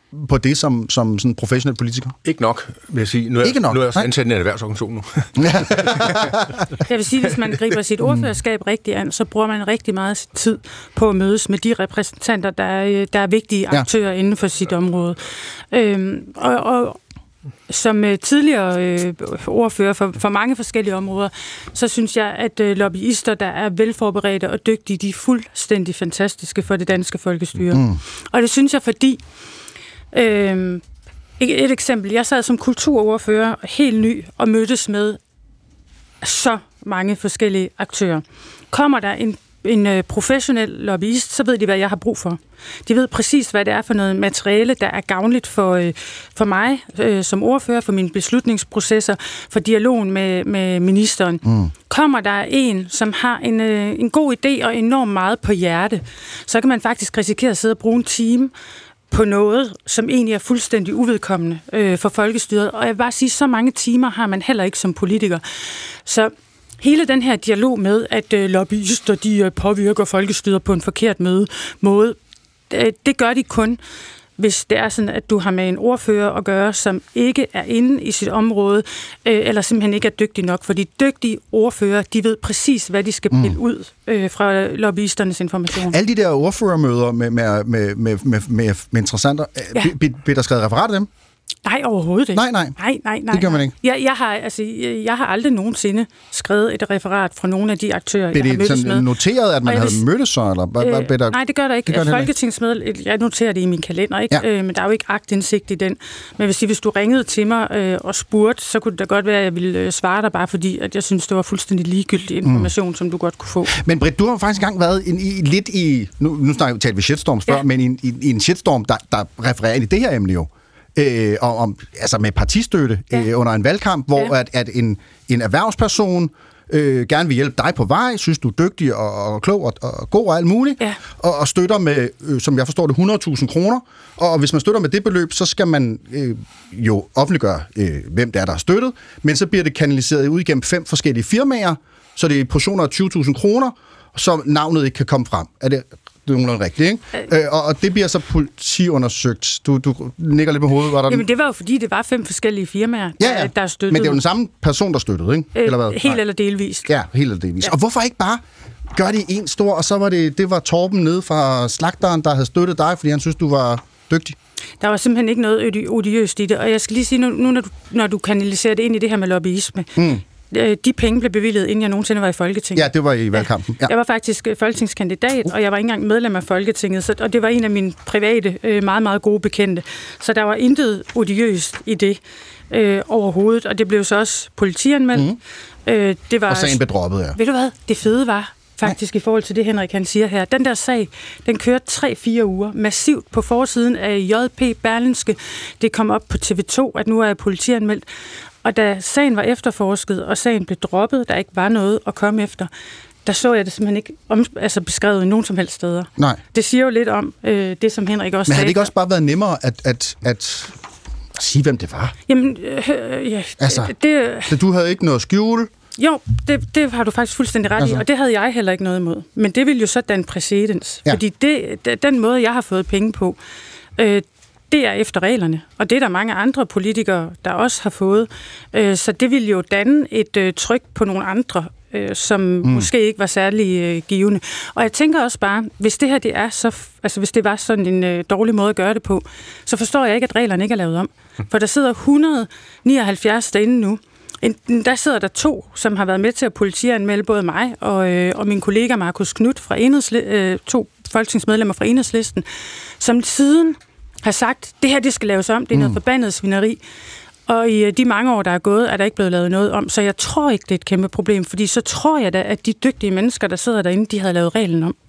på det som, som sådan professionel politiker? Ikke nok, vil jeg sige. Nu er, ikke nok? Nu er jeg også ansat i en erhvervsorganisation nu. Jeg vil sige, hvis man griber sit ordførerskab rigtig an, så bruger man rigtig meget tid på at mødes med de repræsentanter, der er, der er vigtige aktører ja. inden for sit område. Øhm, og, og som tidligere øh, ordfører for, for mange forskellige områder, så synes jeg, at øh, lobbyister, der er velforberedte og dygtige, de er fuldstændig fantastiske for det danske folkestyre. Mm. Og det synes jeg, fordi øh, et, et eksempel, jeg sad som kulturordfører helt ny og mødtes med så mange forskellige aktører. Kommer der en en øh, professionel lobbyist, så ved de, hvad jeg har brug for. De ved præcis, hvad det er for noget materiale, der er gavnligt for, øh, for mig øh, som ordfører, for mine beslutningsprocesser, for dialogen med, med ministeren. Mm. Kommer der en, som har en, øh, en god idé og enormt meget på hjerte, så kan man faktisk risikere at sidde og bruge en time på noget, som egentlig er fuldstændig uvedkommende øh, for folkestyret. Og jeg vil bare sige, så mange timer har man heller ikke som politiker. Så hele den her dialog med, at øh, lobbyister de, øh, påvirker folkestyret på en forkert møde, måde, det, det gør de kun, hvis det er sådan, at du har med en ordfører at gøre, som ikke er inde i sit område, øh, eller simpelthen ikke er dygtig nok. For de dygtige ordfører, de ved præcis, hvad de skal pille mm. ud øh, fra lobbyisternes information. Alle de der ordførermøder med, med, med, med, med, med, med interessenter, ja. bliver der skrevet referat af dem? Nej, overhovedet ikke. Nej, nej. Nej, nej, nej. Det gør man ikke. Jeg, jeg, har, altså, jeg, jeg har aldrig nogensinde skrevet et referat fra nogle af de aktører, blev jeg har mødtes med. Blev det noteret, at man havde vil... mødtes så? Eller? Hvad, øh, der... Nej, det gør der ikke. Det gør det Folketingsmedlem, jeg noterer det i min kalender, ikke? Ja. Øh, men der er jo ikke aktindsigt i den. Men jeg vil sige, hvis du ringede til mig øh, og spurgte, så kunne det da godt være, at jeg ville øh, svare dig, bare fordi at jeg synes, det var fuldstændig ligegyldig information, mm. som du godt kunne få. Men Britt, du har faktisk engang været en, i, lidt i, nu, nu talte vi shitstorms før, ja. men i, i, i en shitstorm, der, der refererer ind i det her emne jo. Øh, om, altså med partistøtte ja. øh, under en valgkamp, hvor ja. at, at en, en erhvervsperson øh, gerne vil hjælpe dig på vej, synes du er dygtig og, og klog og, og god og alt muligt, ja. og, og støtter med, øh, som jeg forstår det, hundrede tusind kroner, og hvis man støtter med det beløb, så skal man øh, jo offentliggøre, øh, hvem det er, der er støttet, men så bliver det kanaliseret ud igennem fem forskellige firmaer, så det er portioner af tyve tusind kroner, så navnet ikke kan komme frem. Er det Det er nogenlunde rigtigt, ikke? Øh, og, og det bliver så politiundersøgt. Du, du nikker lidt på hovedet. Var der Jamen, det var jo fordi, det var fem forskellige firmaer, ja, ja. der, der støttede. Men det er jo den samme person, der støttede, ikke? Øh, eller hvad? Helt Nej. eller delvist. Ja, helt eller delvist. Ja. Og hvorfor ikke bare gøre det i en stor, og så var det, det var Torben nede fra slagteren, der havde støttet dig, fordi han synes, du var dygtig? Der var simpelthen ikke noget odiøst i det. Og jeg skal lige sige, nu, nu når, du, når du kanaliserer det ind i det her med lobbyisme, mm. de penge blev bevilget, inden jeg nogensinde var i Folketinget. Ja, det var i valgkampen. Ja. Jeg var faktisk folketingskandidat, og jeg var ikke engang medlem af Folketinget, så, og det var en af mine private, meget, meget gode bekendte. Så der var intet odiøst i det øh, overhovedet, og det blev så også politianmeldt. Mm. Øh, det var, og sagen blev droppet, ja. Ved du hvad? Det fede var faktisk i forhold til det, Henrik han siger her. Den der sag, den kørte tre-fire uger, massivt på forsiden af J P Berlingske. Det kom op på T V to, at nu er politianmeldt. Og da sagen var efterforsket, og sagen blev droppet, der ikke var noget at komme efter, der så jeg det simpelthen ikke om, altså beskrevet i nogen som helst steder. Nej. Det siger jo lidt om øh, det, som Henrik også sagde. Men har det ikke også bare været nemmere at, at, at sige, hvem det var? Jamen, øh, ja, altså, det... Så du havde ikke noget at skjule? Jo, det, det har du faktisk fuldstændig ret altså. i, og det havde jeg heller ikke noget imod. Men det ville jo så danne præcedens. Ja. Fordi det, den måde, jeg har fået penge på, øh, det er efter reglerne, og det er der mange andre politikere, der også har fået. Så det vil jo danne et tryk på nogle andre, som mm. måske ikke var særlig givende. Og jeg tænker også bare, hvis det her det er så, altså hvis det var sådan en dårlig måde at gøre det på, så forstår jeg ikke, at reglerne ikke er lavet om. For der sidder et hundrede og nioghalvfjerds derinde nu. Der sidder der to, som har været med til at politianmelde både mig og, og min kollega Markus Knudt fra Enhedslisten, to folketingsmedlemmer fra Enhedslisten, som siden har sagt, det her det skal laves om, det er noget mm. forbandet svineri. Og i de mange år, der er gået, er der ikke blevet lavet noget om. Så jeg tror ikke, det er et kæmpe problem, fordi så tror jeg da, at de dygtige mennesker, der sidder derinde, de havde lavet reglen om.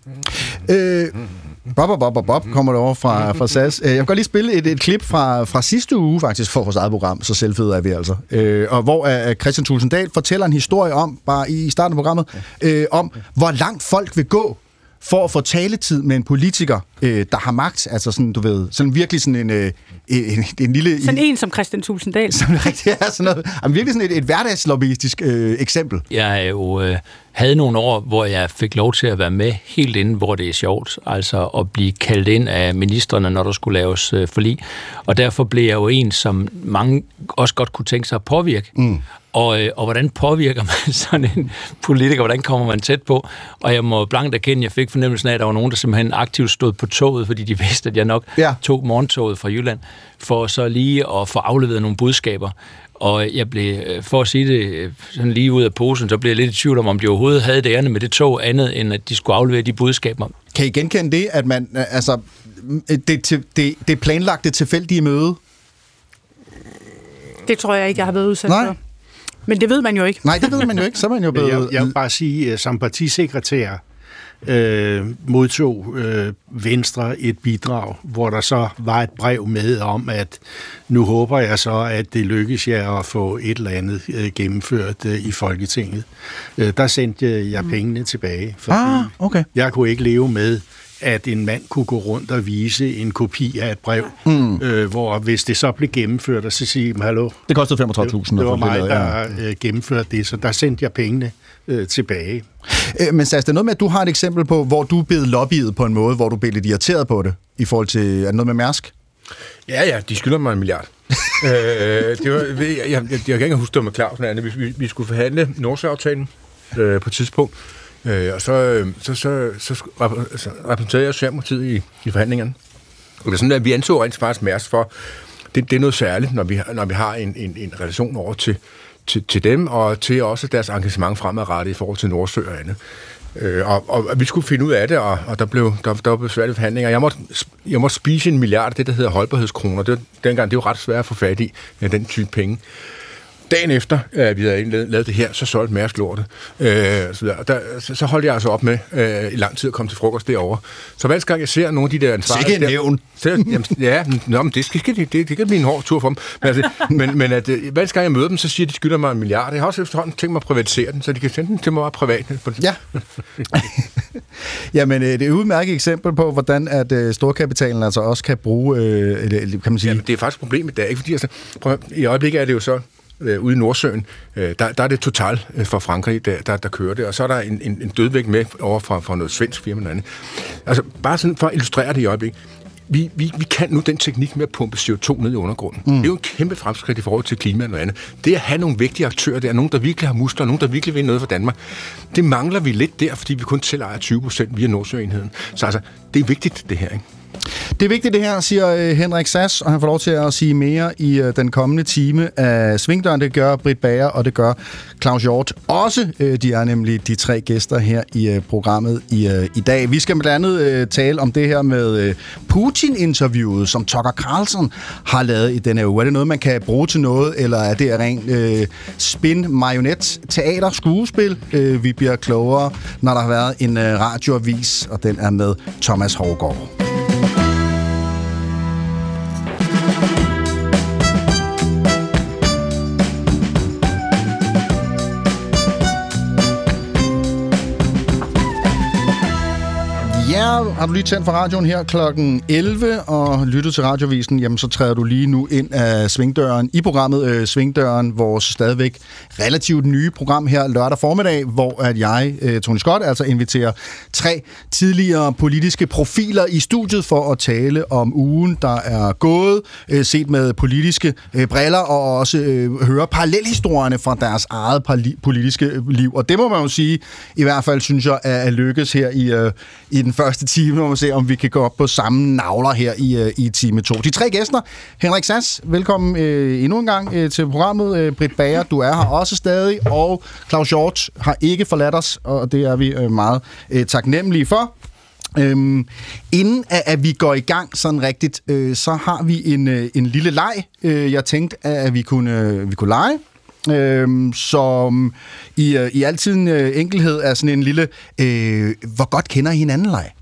Øh, Bob, Bob, Bob, Bob kommer det over fra, fra S A S. Jeg vil godt lige spille et, et klip fra, fra sidste uge, faktisk, for vores eget program, så selvfede er vi altså. Øh, og hvor uh, Kristian Thulesen Dahl fortæller en historie om, bare i starten af programmet, øh, om hvor langt folk vil gå, for at få taletid med en politiker, øh, der har magt, altså sådan, du ved, sådan virkelig sådan en, øh, en, en lille... Sådan en som Christian Thulesen Dahl. Sådan rigtig, ja, sådan noget. Jamen, virkelig sådan et, et hverdagslobbyistisk øh, eksempel. Jeg jo øh, havde nogle år, hvor jeg fik lov til at være med helt inden, hvor det er sjovt, altså at blive kaldt ind af ministrene, når der skulle laves øh, forlig. Og derfor blev jeg jo en, som mange også godt kunne tænke sig at påvirke. Mm. Og, og hvordan påvirker man sådan en politiker? Hvordan kommer man tæt på? Og jeg må blankt erkende, at jeg fik fornemmelsen af, at der var nogen, der simpelthen aktivt stod på toget, fordi de vidste, at jeg nok ja. tog morgentoget fra Jylland, for så lige at få afleveret nogle budskaber. Og jeg blev, for at sige det sådan lige ud af posen, så blev jeg lidt i tvivl om, om de overhovedet havde det ærende med det tog, andet end at de skulle aflevere de budskaber. Kan I genkende det, at man, altså, det, det, det planlagte tilfældige møde? Det tror jeg ikke, jeg har været udsat for. Men det ved man jo ikke. Nej, det ved man jo ikke. Så er man jo blevet... Jeg, jeg vil bare sige, at som partisekretær øh, modtog øh, Venstre et bidrag, hvor der så var et brev med om, at nu håber jeg så, at det lykkes jer at få et eller andet øh, gennemført øh, i Folketinget. Øh, der sendte jeg pengene tilbage, fordi ah, okay. jeg kunne ikke leve med, at en mand kunne gå rundt og vise en kopi af et brev, mm. øh, hvor hvis det så blev gennemført, og så sige, hallo, det kostede femogtredive tusind. Det, det var mig, der øh, gennemførte det, så der sendte jeg pengene øh, tilbage. Øh, men Sas, det er noget med, at du har et eksempel på, hvor du er blevet lobbyet på en måde, hvor du blev lidt irriteret på det, i forhold til, er det noget med Mærsk? Ja, ja, de skylder mig en milliard. øh, det var, jeg, jeg, jeg, jeg kan ikke huske, det var med Clausen, vi, vi, vi skulle forhandle Nordsøaftalen øh, på et tidspunkt, Øh, og så, så, så, så, så repræsenterede jeg Socialdemokratiet i, i forhandlingerne. Og det er sådan, at vi anså rent faktisk Mærsk for, det, det er noget særligt, når vi, når vi har en, en, en relation over til, til, til dem, og til også deres engagement fremadrettet i forhold til Nordsø og andet. Øh, og, og vi skulle finde ud af det, og, og der blev der, der var besværlige forhandlinger. Jeg måtte, jeg måtte spise en milliard, det der hedder holdbarhedskroner. Det, dengang, det var ret svært at få fat i, den type penge. Dagen efter, at vi havde lavet det her, så solgte Mærsk lortet. Øh, så, der, der, så, så holdt jeg altså op med øh, i lang tid at komme til frokost derovre. Så hver gang jeg ser nogle af de der ansvarlige... Sikke en nævn! Ja, nå, men det, skal, det, det, det kan blive en hård tur for dem. Men, altså, men, men at, hver gang jeg møder dem, så siger de, de skylder mig en milliard. Jeg har også efterhånden tænkt mig at privatisere den, så de kan sende den til mig privat. Ja. Jamen, det er et udmærket eksempel på, hvordan at uh, storkapitalen altså også kan bruge, uh, kan man sige... Jamen, det er faktisk et problem i dag, ikke? Fordi altså, prøv, i øjeblikket er det jo så... ude i Nordsøen, der, der er det Total fra Frankrig, der, der, der kører det, og så er der en, en, en dødvægt med over fra, fra noget svensk firma eller andet. Altså, bare sådan for at illustrere det i øjeblikket. Vi, vi, vi kan nu den teknik med at pumpe C O to ned i undergrunden. Mm. Det er jo en kæmpe fremskridt i forhold til klima og noget andet. Det at have nogle vigtige aktører, der er nogen, der virkelig har muskler, nogen, der virkelig vil noget for Danmark, det mangler vi lidt der, fordi vi kun selv ejer tyve procent via Nordsøenheden. Så altså, det er vigtigt, det her, ikke? Det er vigtigt det her, siger Henrik Sass, og han får lov til at sige mere i den kommende time af Svingdøren. Det gør Britt Bager, og det gør Claus Hjort også. De er nemlig de tre gæster her i programmet i, i dag. Vi skal blandt andet tale om det her med Putin-interviewet, som Tucker Carlson har lavet i denne uge. Er det noget, man kan bruge til noget, eller er det rent øh, spin, marionet, teater, skuespil? Øh, vi bliver klogere, når der har været en øh, radioavis, og den er med Thomas Hougaard. Ja, har du lige tændt for radioen her klokken elleve og lyttet til radiovisen, jamen så træder du lige nu ind af Svingdøren i programmet øh, Svingdøren, vores stadigvæk relativt nye program her lørdag formiddag, hvor at jeg, øh, Tony Scott, altså inviterer tre tidligere politiske profiler i studiet for at tale om ugen, der er gået, øh, set med politiske øh, briller, og også øh, høre parallelhistorierne fra deres eget pali- politiske liv. Og det må man jo sige, i hvert fald synes jeg, er lykkes her i, øh, i den første time, når man ser, om vi kan gå op på samme navler her i, i time to. De tre gæster, Henrik Sass, velkommen øh, endnu en gang øh, til programmet. Øh, Britt Bager, du er her også stadig, og Claus Hjort har ikke forladt os, og det er vi øh, meget øh, taknemmelige for. Øhm, inden at, at vi går i gang sådan rigtigt, øh, så har vi en, øh, en lille leg, øh, jeg tænkte, at vi kunne, øh, vi kunne lege. Øhm, som i, øh, i altid en øh, enkelhed er sådan en lille øh, hvor godt kender I hinanden leg.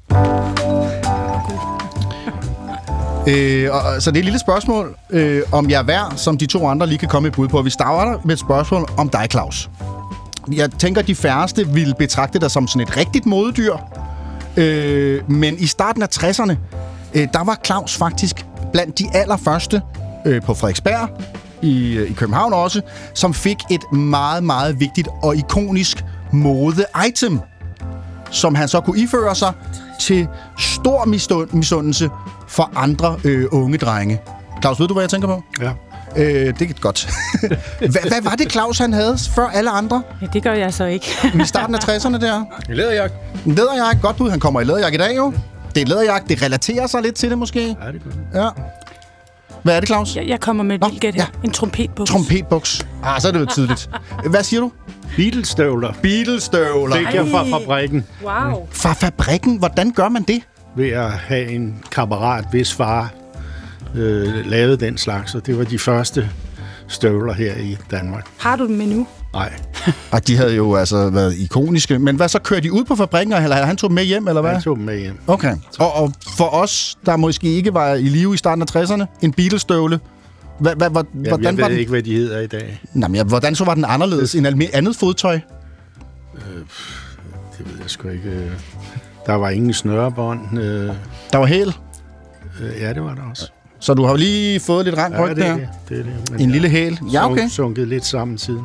øh, og, så det er et lille spørgsmål øh, om jeg er værd, som de to andre lige kan komme i bud på. Vi starter med et spørgsmål om dig, Claus. Jeg tænker, de færreste vil betragte dig som sådan et rigtigt modedyr. Øh, men i starten af tresserne, øh, der var Claus faktisk blandt de allerførste øh, på Frederiksberg, i, i København også, som fik et meget, meget vigtigt og ikonisk mode-item, som han så kunne iføre sig til stor misundelse for andre øh, unge drenge. Claus, ved du, hvad jeg tænker på? Ja. Øh, det er godt. Hva, hvad var det, Claus han havde før alle andre? Ja, det gør jeg så ikke. I starten af tresserne der? En læderjakke. En læderjakke, godt bud. Han kommer i læderjakke i dag jo. Det er en læderjakke, det relaterer sig lidt til det måske. Ja, det gør. Ja. Hvad er det, Claus? Jeg, jeg kommer med et vildgæt her. Ja. En trompetbuks. Trompetbuks. Ah, så er det jo tidligt. Hvad siger du? Beatle-støvler. Beatle-støvler. Fik jeg fra fabrikken. Wow. Fra fabrikken? Hvordan gør man det? Ved at have en kammerat, hvis far øh, lavede den slags, og det var de første støvler her i Danmark. Har du dem med nu? Nej. Og de havde jo altså været ikoniske. Men hvad så, kørte de ud på fabrikken, eller han tog dem med hjem, eller hvad? Han tog dem med hjem. Okay. Og, og for os, der måske ikke var i live i starten af tresserne, en Beatle-støvle. Hva, hva, hva, ja, hvordan jeg ved var den? ikke, hvad de hedder i dag. Nå, men ja, hvordan så var den anderledes end alm- andet fodtøj? Øh, det ved jeg sgu ikke. Der var ingen snørebånd. Øh, der var hæl? Øh, ja, det var der også. Så du har lige fået lidt rank ryg ja, det der? Er det, det er det. Men en lille hæl? Ja, okay. Sunk, sunket lidt sammen siden.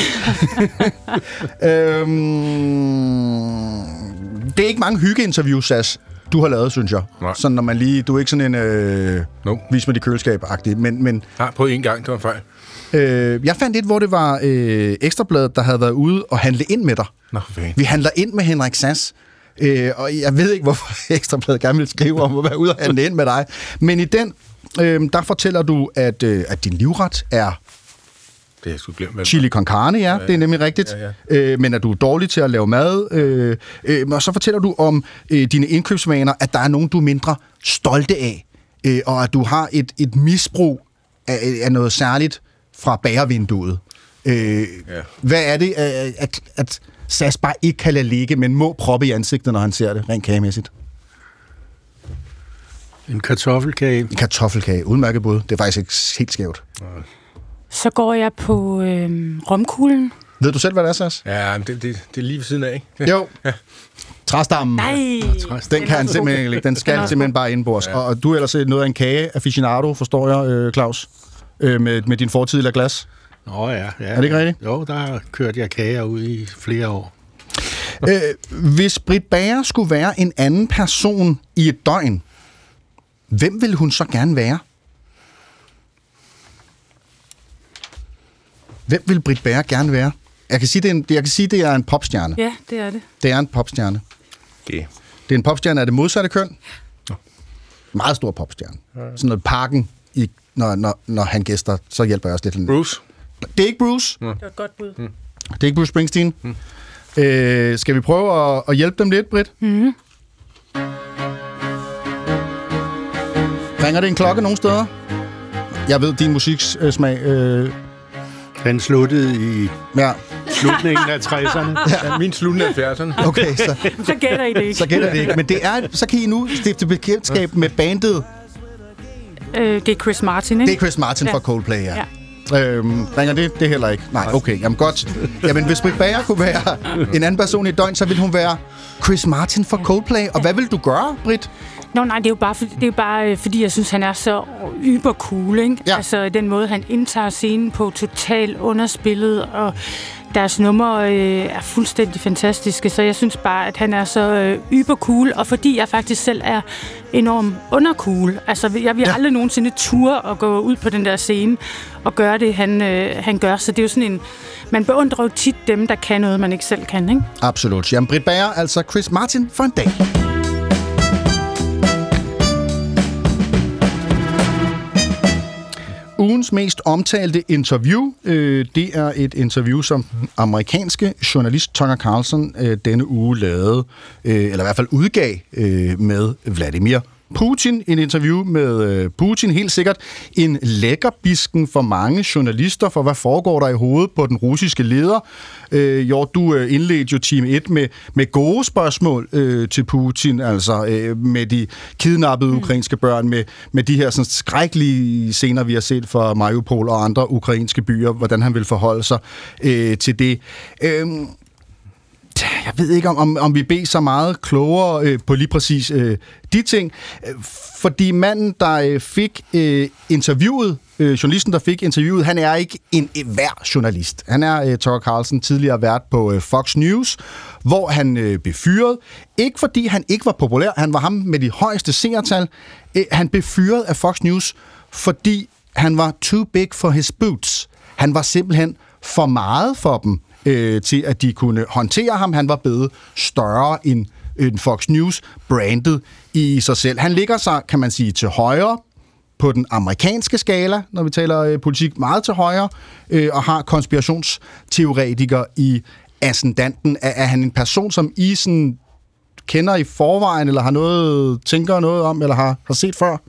øhm, det er ikke mange hyggeinterviews, Sas, du har lavet, synes jeg. Nej. Sådan, når man lige... Du er ikke sådan en... Øh, no. Vis mig dit køleskab-agtig, men... men Nej, på en gang, det var en fejl. Øh, jeg fandt et, hvor det var øh, Ekstrabladet, der havde været ude og handle ind med dig. Nå, fint. Vi handler ind med Henrik Sass. Øh, og jeg ved ikke, hvorfor Ekstrabladet gerne vil skrive om at være ude og handle ind med dig. Men i den, øh, der fortæller du, at, øh, at din livret er det er sgu glemt. chili con carne, ja, ja, ja. Det er nemlig rigtigt. Ja, ja. Øh, men at du er dårlig til at lave mad. Øh, øh, og så fortæller du om øh, dine indkøbsvaner, at der er nogen, du er mindre stolte af. Øh, og at du har et, et misbrug af, af noget særligt fra bagervinduet. Øh, ja. Hvad er det, at, at, at Sass bare ikke kan lade ligge, men må proppe i ansigtet, når han ser det, rent kagemæssigt? En kartoffelkage. En kartoffelkage. Udmærket bud. Det er faktisk ikke helt skævt. Ja. Så går jeg på øh, romkuglen. Ved du selv, hvad det er, Sass? Ja, men det, det, det er lige ved siden af, ikke? Jo. Ja. Træstammen. Nej. Den kan han simpelthen ikke. Den skal den simpelthen bare indbords. Ja. Og du er ellers noget af en kage aficionado, forstår jeg, øh, Claus, øh, med, med din fortid eller glas. Nå ja, ja. Er det ikke rigtigt? Jo, der har kørt jeg kager ud i flere år. øh, hvis Britt Bager skulle være en anden person i et døgn, hvem ville hun så gerne være? Hvem vil Britt Bager gerne være? Jeg kan sige, det er en, jeg kan sige, det er en popstjerne. Ja, det er det. Det er en popstjerne. Okay. Det er en popstjerne af det modsatte køn. Ja. Meget stor popstjerne. Ja. Sådan noget Parken, i, når, når, når han gæster, så hjælper jeg også lidt. Bruce? Det er ikke Bruce. Ja. Det var et godt bud. Mm. Det er ikke Bruce Springsteen. Mm. Øh, skal vi prøve at, at hjælpe dem lidt, Britt? Mm. Ringer det en klokke nogen steder? Jeg ved, din musiksmag... Øh... Den sluttede i ja. slutningen af tresserne. Ja, min slutning af halvfjerdserne. Okay, så... så gætter I det ikke. Så gætter det ikke. Men det er, så kan I nu stifte bekendtskab med bandet. Øh, det er Chris Martin, ikke? Det er Chris Martin ja. fra Coldplay, ja. ja. Øhm, ringer det? Det heller ikke. Nej, okay. Jamen godt. Jamen, hvis Britt Bager kunne være en anden person i et døgn, så ville hun være Chris Martin fra Coldplay. Og hvad vil du gøre, Britt? Nå, nej, det er jo bare, det er jo bare fordi jeg synes, han er så ybercool, ikke? Ja. Altså, den måde, han indtager scenen på, totalt underspillet, og deres numre øh, er fuldstændig fantastiske, så jeg synes bare, at han er så øh, ybercool, og fordi jeg faktisk selv er enormt undercool. Altså, jeg vil ja. aldrig nogensinde ture at gå ud på den der scene og gøre det, han, øh, han gør, så det er jo sådan en... Man beundrer jo tit dem, der kan noget, man ikke selv kan, ikke? Absolut. Jamen, Britt Bager, altså Chris Martin for en dag. Ugens mest omtalte interview, øh, det er et interview, som amerikanske journalist Tucker Carlson øh, denne uge lavede, øh, eller i hvert fald udgav øh, med Vladimir Putin. En interview med øh, Putin, helt sikkert en lækkerbisken for mange journalister, for hvad foregår der i hovedet på den russiske leder. Øh, jo, du øh, indledte jo time et med, med gode spørgsmål øh, til Putin, altså øh, med de kidnappede mm. ukrainske børn, med, med de her sådan, skrækkelige scener, vi har set fra Mariupol og andre ukrainske byer, hvordan han vil forholde sig øh, til det. Øh, jeg ved ikke, om, om, om vi beder så meget klogere øh, på lige præcis øh, de ting. Fordi manden, der øh, fik øh, interviewet, øh, journalisten, der fik interviewet, han er ikke en hver journalist. Han er øh, Tucker Carlson, tidligere vært på øh, Fox News, hvor han øh, blev fyret. Ikke fordi han ikke var populær, han var ham med de højeste seertal. Øh, han blev fyret af Fox News, fordi han var too big for his boots. Han var simpelthen for meget for dem, øh, til at de kunne håndtere ham. Han var blevet større end, end Fox News, brandet i sig selv. Han ligger sig, kan man sige, til højre på den amerikanske skala, når vi taler øh, politik, meget til højre, øh, og har konspirationsteoretiker i ascendanten. Er, er han en person, som I sådan kender i forvejen, eller har noget, tænker noget om, eller har, har set før?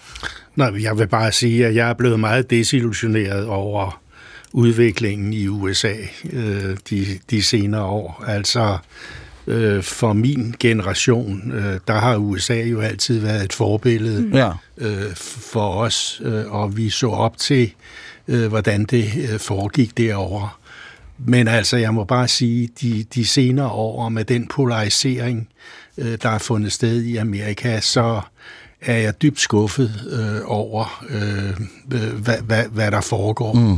Nej, jeg vil bare sige, at jeg er blevet meget desillusioneret over udviklingen i U S A øh, de, de senere år. Altså, øh, for min generation, øh, der har U S A jo altid været et forbillede ja. øh, for os, øh, og vi så op til, øh, hvordan det øh, foregik derovre. Men altså, jeg må bare sige, de, de senere år med den polarisering, øh, der er fundet sted i Amerika, så er jeg dybt skuffet øh, over, øh, hvad, hvad, hvad der foregår. Mm.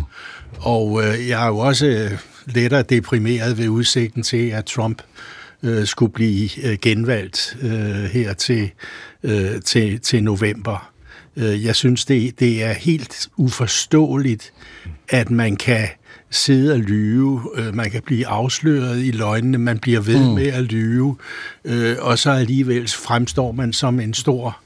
Og øh, jeg er jo også øh, lettere deprimeret ved udsigten til, at Trump øh, skulle blive øh, genvalgt øh, her til, øh, til, til november. Øh, jeg synes, det, det er helt uforståeligt, at man kan sidde og lyve, øh, man kan blive afsløret i løgnene, man bliver ved mm. med at lyve, øh, og så alligevel fremstår man som en stor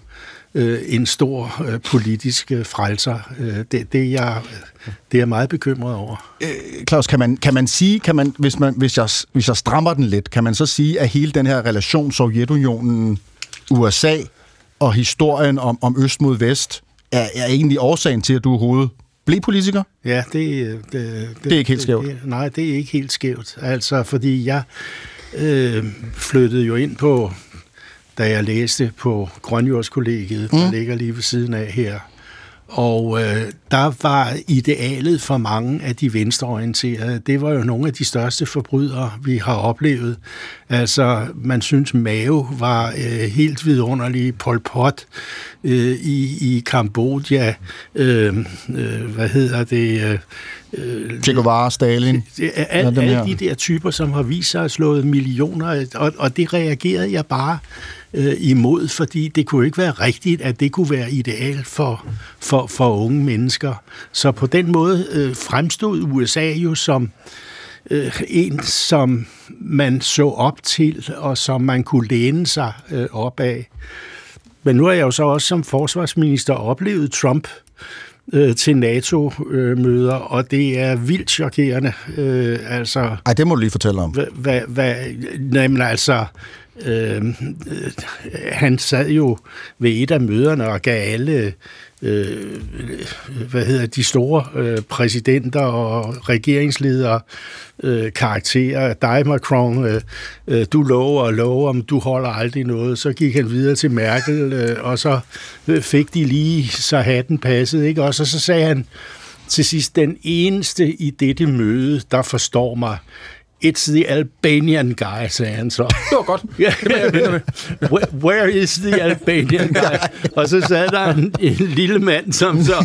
en stor øh, politisk øh, frelser. Øh, det, det, er jeg, det er jeg meget bekymret over. Øh, Claus, kan man, kan man sige, kan man, hvis, man, hvis, jeg, hvis jeg strammer den lidt, kan man så sige, at hele den her relation Sovjetunionen, U S A og historien om, om øst mod vest, er, er egentlig årsagen til, at du overhovedet blev politiker? Ja, det, det, det, det er ikke helt skævt. Det, det, nej, det er ikke helt skævt. Altså, fordi jeg øh, flyttede jo ind på da jeg læste på Grønjordskollegiet, der mm. ligger lige ved siden af her. Og øh, der var idealet for mange af de venstreorienterede, det var jo nogle af de største forbrydere, vi har oplevet. Altså, man synes, Mao var øh, helt vidunderlig, Pol Pot øh, i, i Kambodja, øh, øh, hvad hedder det... Øh, Che Guevara, Stalin. Alle al de der typer, som har vist sig at slået millioner, og, og det reagerede jeg bare øh, imod, fordi det kunne ikke være rigtigt, at det kunne være ideal for, for, for unge mennesker. Så på den måde øh, fremstod U S A jo som øh, en, som man så op til, og som man kunne læne sig øh, op af. Men nu har jeg jo så også som forsvarsminister oplevet Trump øh, til NATO-møder, og det er vildt chokerende. Øh, altså, Ej, det må du lige fortælle om. Hvad, hvad, nej, men altså, øh, han sad jo ved et af møderne og gav alle øh, hvad hedder de store øh, præsidenter og regeringsledere øh, karakterer. Dig, Macron, øh, øh, du lover og lover, om du holder aldrig noget. Så gik han videre til Merkel, øh, og så øh, fik de lige, så hatten passede, ikke? Og så, så sagde han til sidst, den eneste i dette møde, der forstår mig, it's the Albanian guy, sagde han så. Det var godt. Ja. where, where is the Albanian guy? Og så sad der en, en lille mand, som så...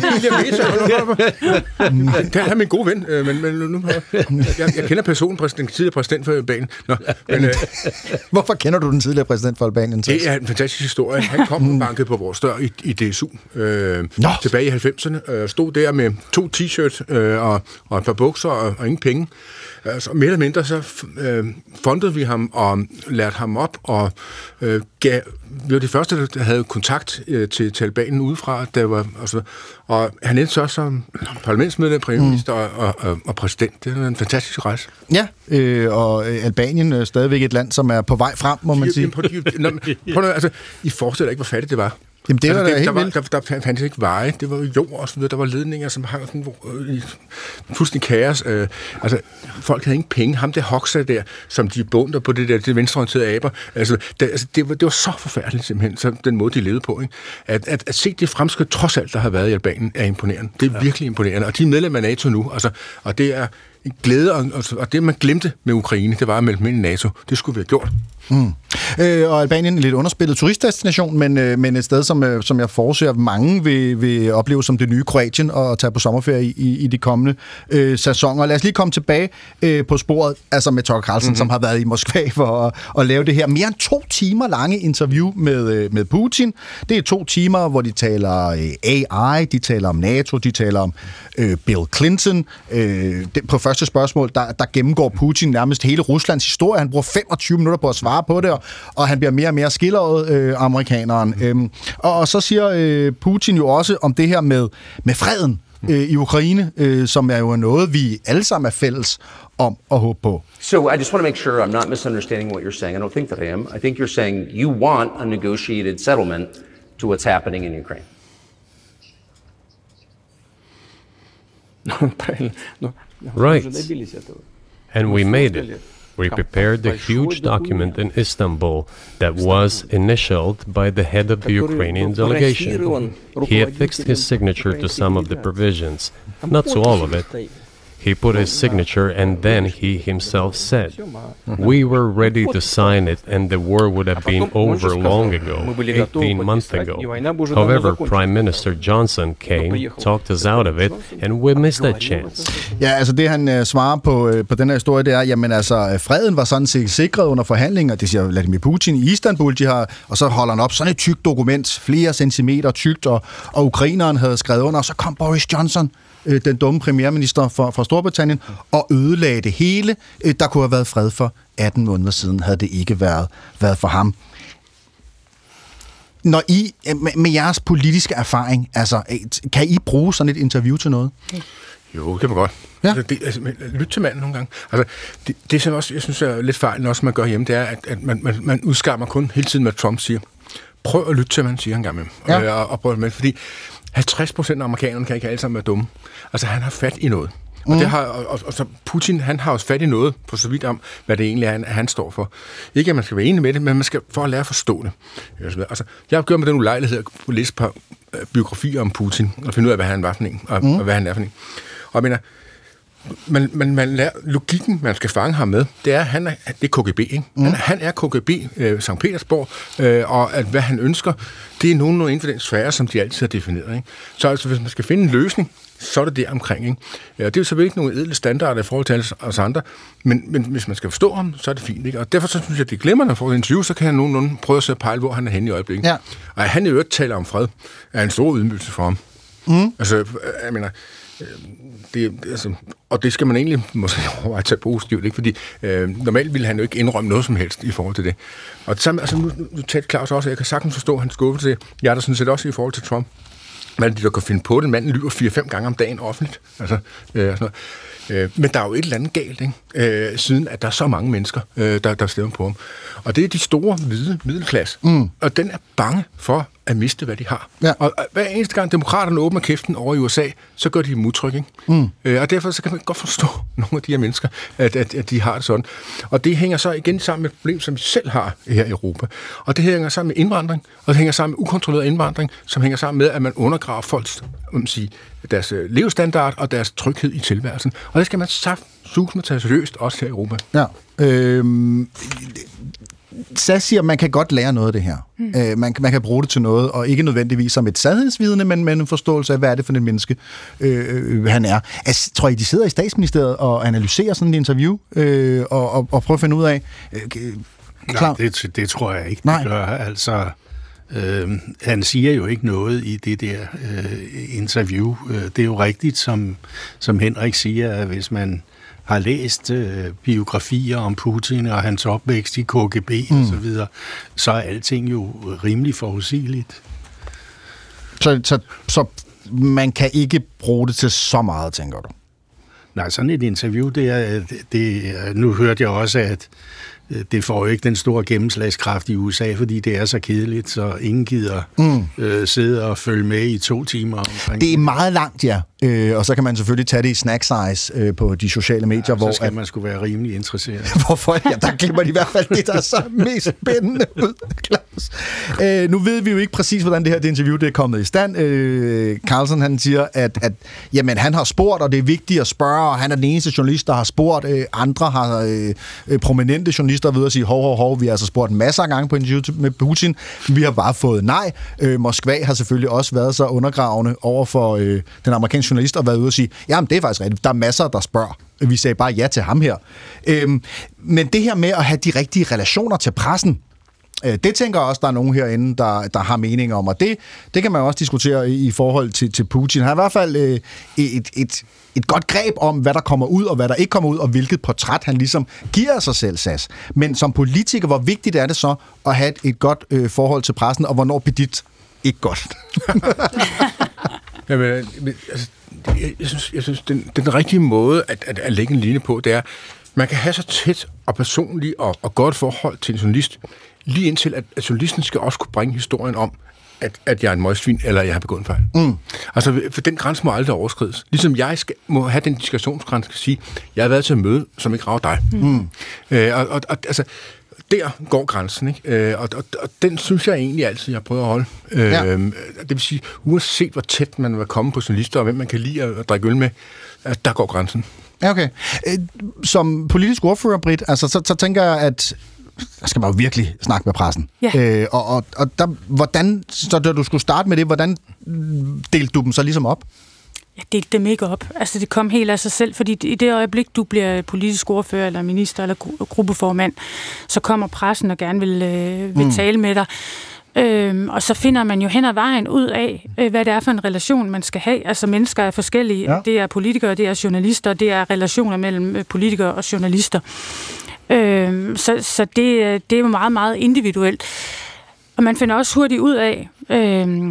Det er min gode ven, men, men nu, jeg, jeg kender personen, den tidligere præsident for Albanien. Nå, men, øh, Hvorfor kender du den tidligere præsident for Albanien? Det er en fantastisk historie. Han kom og bankede på vores dør i, i D S U øh, tilbage i halvfemserne. Øh, stod der med to t-shirts øh, og, og et par bukser og, og ingen penge. Altså, mere eller mindre så øh, fondede vi ham og lærte ham op, og øh, gav, vi var de første, der havde kontakt øh, til, til Albanien udefra, der var, altså, og han endte så som parlamentsmedlem, premierminister mm. og, og, og præsident. Det er en fantastisk rejse. Ja, øh, og Albanien er stadigvæk et land, som er på vej frem, må man sige. Prøv, prøv, prøv, altså, I forestiller ikke, hvor fattigt det var. Jamen, det var altså, da det, helt der, vildt. var, der, der fandtes ikke veje, det var jord og så videre, der var ledninger, som hang sådan, øh, fuldstændig kaos. Øh, altså, folk havde ingen penge. Ham der Hoxha der, som de bunder på det der, det venstreorienterede aber, altså, det, altså det, var, det var så forfærdeligt simpelthen, så den måde, de levede på. Ikke? At, at, at se det fremskridt, trods alt, der har været i Albanien, er imponerende. Det er ja. virkelig imponerende, og de er medlem af NATO nu, altså, og det er glæde, og, og det man glemte med Ukraine, det var at melde med i NATO. Det skulle vi have gjort. Mm. Øh, og Albanien er en lidt underspillet turistdestination, men, øh, men et sted, som, øh, som jeg forudser, mange vil, vil opleve som det nye Kroatien og tage på sommerferie i, i, i de kommende øh, sæsoner. Lad os lige komme tilbage øh, på sporet, altså med Tucker Carlson, mm-hmm. som har været i Moskva for at, at lave det her mere end to timer lange interview med, øh, med Putin. Det er to timer, hvor de taler øh, A I, de taler om NATO, de taler om øh, Bill Clinton. Øh, det, på første spørgsmål, der, der gennemgår Putin nærmest hele Ruslands historie. Han bruger femogtyve minutter på at svare på det, og, og han bliver mere og mere skildret, øh, amerikaneren. Øhm, og, og så siger øh, Putin jo også om det her med, med freden øh, i Ukraine, øh, som er jo noget, vi alle sammen er fælles om at håbe på. So I just want to make sure I'm not misunderstanding what you're saying. I don't think that I am. I think you're saying you want a negotiated settlement to what's happening in Ukraine. Right. And we made it. We prepared the huge document in Istanbul that was initialed by the head of the Ukrainian delegation. He affixed his signature to some of the provisions, not to all of it. He put his signature and then he himself said, we were ready to sign it and the war would have been over long ago, eighteen months ago. However, Prime Minister Johnson came, talked us out of it, and we missed that chance. Ja, altså det han øh, svarer på, øh, på den her historie, det er, jamen altså, freden var sådan set sikret under forhandlinger, det siger Vladimir Putin i Istanbul, de har, og så holder han op sådan et tykt dokument, flere centimeter tykt, og, og ukraineren havde skrevet under, og så kom Boris Johnson, den dumme premierminister fra, fra Storbritannien, og ødelagde det hele. Der kunne have været fred for atten måneder siden, havde det ikke været, været for ham. Når I, med, med jeres politiske erfaring, altså, kan I bruge sådan et interview til noget? Jo, det kan man godt. Ja. Altså, det, altså, lyt til manden nogle gange. Altså, det, det som også, jeg synes er lidt fejl, også man gør hjemme, det er, at, at man, man, man udskammer kun hele tiden, hvad Trump siger. Prøv at lytte til, hvad han siger en gang med ja. og, og, og prøv at med, fordi halvtreds procent af amerikanerne kan ikke alle sammen være dumme. Altså, han har fat i noget. Og, mm. det har, og, og, og så Putin, han har også fat i noget, på så vidt om, hvad det egentlig er, han, han står for. Ikke, at man skal være enig med det, men man skal for at lære at forstå det. Altså, jeg har gjort med den ulejlighed at læse et par uh, biografier om Putin, og finde ud af, hvad han var for en, og, mm. og hvad han er for en. Og jeg mener, man, man, man lærer, logikken, man skal fange ham med, det er, han er, det er K G B, ikke? Mm. Han, han er K G B, øh, Sankt Petersborg, øh, og at hvad han ønsker, det er nogenlunde inden for den sfære, som de altid har defineret, ikke? Så altså, hvis man skal finde en løsning, så er det der omkring, ikke? Ja, det er jo selvfølgelig ikke nogen edle standarder i forhold til os andre, men, men hvis man skal forstå ham, så er det fint, ikke? Og derfor så synes jeg, at det glemmer, når får et interview, så kan han nogenlunde prøve at se pejle, hvor han er henne i øjeblikket. Ja. Og at han i øvrigt taler om fred, er en stor ydmygelse for ham. Mm. Altså, jeg mener, det, altså, og det skal man egentlig måske overveje at tage positivt, ikke? Fordi øh, normalt ville han jo ikke indrømme noget som helst i forhold til det. Og det samme, altså nu, nu talte Claus også, jeg kan sagtens forstå hans skuffelse. Jeg er der sådan set også i forhold til Trump. Men de der kan finde på det, manden lyver fire-fem gange om dagen offentligt. Altså, øh, sådan noget. Øh, men der er jo et eller andet galt, ikke? Øh, siden at der er så mange mennesker, øh, der, der stemmer på ham. Og det er de store, hvide middelklasse. Mm. Og den er bange for at miste, hvad de har. Ja. Og hver eneste gang demokraterne åbner kæften over i U S A, så gør de modtryk, ikke? Mm. Øh, og derfor så kan man godt forstå nogle af de her mennesker, at, at, at de har det sådan. Og det hænger så igen sammen med et problem, som vi selv har her i Europa. Og det hænger sammen med indvandring, og det hænger sammen med ukontrolleret indvandring, som hænger sammen med, at man undergraver folks man sige, deres levestandard og deres tryghed i tilværelsen. Og det skal man saft sus med tage seriøst, også her i Europa. Ja. Øhm, S A S siger, at man kan godt lære noget af det her. Mm. Øh, man, man kan bruge det til noget, og ikke nødvendigvis som et sandhedsvidne, men med en forståelse af, hvad er det for en menneske, øh, han er. Altså, tror I, de sidder i Statsministeriet og analyserer sådan et interview, øh, og, og, og prøver at finde ud af... Øh, Nej, det, det tror jeg ikke, det gør. Altså, øh, han siger jo ikke noget i det der øh, interview. Det er jo rigtigt, som, som Henrik siger, at hvis man har læst øh, biografier om Putin og hans opvækst i K G B mm. og så videre, så er alting jo rimelig forudsigeligt. Så, så, så man kan ikke bruge det til så meget, tænker du? Nej, sådan et interview, det er, det, nu hørte jeg også, at det får jo ikke den store gennemslagskraft i U S A, fordi det er så kedeligt, så ingen gider mm. øh, sidde og følge med i to timer omkring. Det er meget langt, ja. Øh, og så kan man selvfølgelig tage det i snack size øh, på de sociale medier. Ja, hvor så skal at, man skulle være rimelig interesseret. Hvorfor? Ja, der glemmer de i hvert fald det, der er så mest spændende ud, Claus. Øh, nu ved vi jo ikke præcis, hvordan det her det interview det er kommet i stand. Øh, Carlsen, han siger, at, at jamen, han har spurgt, og det er vigtigt at spørge, og han er den eneste journalist, der har spurgt. Øh, andre har øh, prominente journalister ved at sige, hov, hov, hov, vi har altså spurgt masser af gange på interview med Putin. Vi har bare fået nej. Øh, Moskva har selvfølgelig også været så undergravende over for øh, den amerikanske journalist og været ude og sige, jamen det er faktisk rigtigt, der er masser, der spørger. Vi sagde bare ja til ham her. Øhm, men det her med at have de rigtige relationer til pressen, øh, det tænker jeg også, der er nogen herinde, der, der har meninger om, og det, det kan man også diskutere i, i forhold til, til Putin. Han har i hvert fald øh, et, et, et godt greb om, hvad der kommer ud, og hvad der ikke kommer ud, og hvilket portræt han ligesom giver sig selv, Sas. Men som politiker, hvor vigtigt er det så at have et, et godt øh, forhold til pressen, og hvornår bedit ikke godt? Jamen, altså, jeg, jeg synes, jeg synes den, den rigtige måde at, at, at lægge en linje på, det er, man kan have så tæt og personligt og, og godt forhold til en journalist, lige indtil, at, at journalisten skal også kunne bringe historien om, at, at jeg er en møgsvin, eller jeg har begået en fejl. Mm. Altså, for den grænse må aldrig overskrides. Ligesom jeg skal, må have den diskussionsgrænse, skal sige, jeg har været til et møde, som ikke rager dig. Mm. Øh, og, og, og altså, der går grænsen, ikke? Øh, og, og, og den synes jeg egentlig altid, jeg prøver at holde. Øh, ja. Det vil sige, uanset hvor tæt man vil komme på journalister, og hvem man kan lide at, at drikke øl med, der går grænsen. Ja, okay. Som politisk ordfører, Britt, altså, så, så tænker jeg, at der skal man jo virkelig snakke med pressen. Ja. Øh, og og, og der, hvordan, så da du skulle starte med det, hvordan delte du dem så ligesom op? Jeg delte dem ikke op. Altså, det kom helt af sig selv, fordi i det øjeblik, du bliver politisk ordfører, eller minister, eller gruppeformand, så kommer pressen og gerne vil, øh, vil mm. tale med dig. Øhm, og så finder man jo hen ad vejen ud af, øh, hvad det er for en relation, man skal have. Altså, mennesker er forskellige. Ja. Det er politikere, det er journalister, det er relationer mellem politikere og journalister. Øhm, så så det, det er jo meget, meget individuelt. Og man finder også hurtigt ud af... Øh,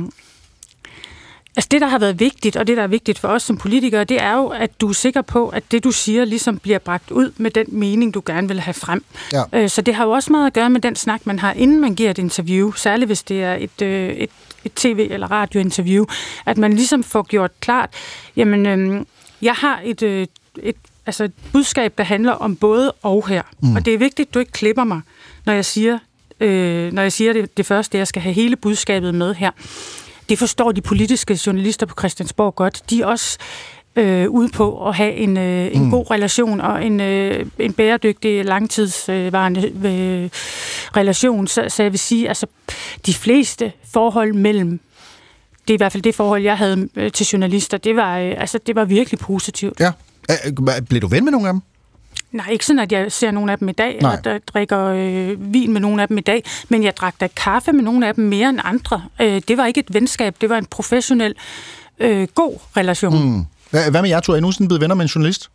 Altså det, der har været vigtigt, og det, der er vigtigt for os som politikere, det er jo, at du er sikker på, at det, du siger, ligesom bliver bragt ud med den mening, du gerne vil have frem. Ja. Så det har jo også meget at gøre med den snak, man har, inden man giver et interview, særligt hvis det er et, et, et tv- eller radiointerview, at man ligesom får gjort klart, jamen, øhm, jeg har et, et, et, altså et budskab, der handler om både og her. Mm. Og det er vigtigt, at du ikke klipper mig, når jeg siger, øh, når jeg siger det, det første, jeg skal have hele budskabet med her. Det forstår de politiske journalister på Christiansborg godt. De er også øh, ude på at have en, øh, en mm. god relation og en, øh, en bæredygtig, langtidsvarende øh, relation. Så, så jeg vil sige, altså de fleste forhold mellem, det er i hvert fald det forhold, jeg havde øh, til journalister, det var, øh, altså, det var virkelig positivt. Ja. Blev du ven med nogle af dem? Nej, ikke sådan, at jeg ser nogle af dem i dag, Nej. eller der drikker øh, vin med nogle af dem i dag, men jeg drak da kaffe med nogle af dem mere end andre. Øh, det var ikke et venskab, det var en professionel, øh, god relation. Mm. Hvad med jer to? Er I nogensinde blevet venner med en journalist?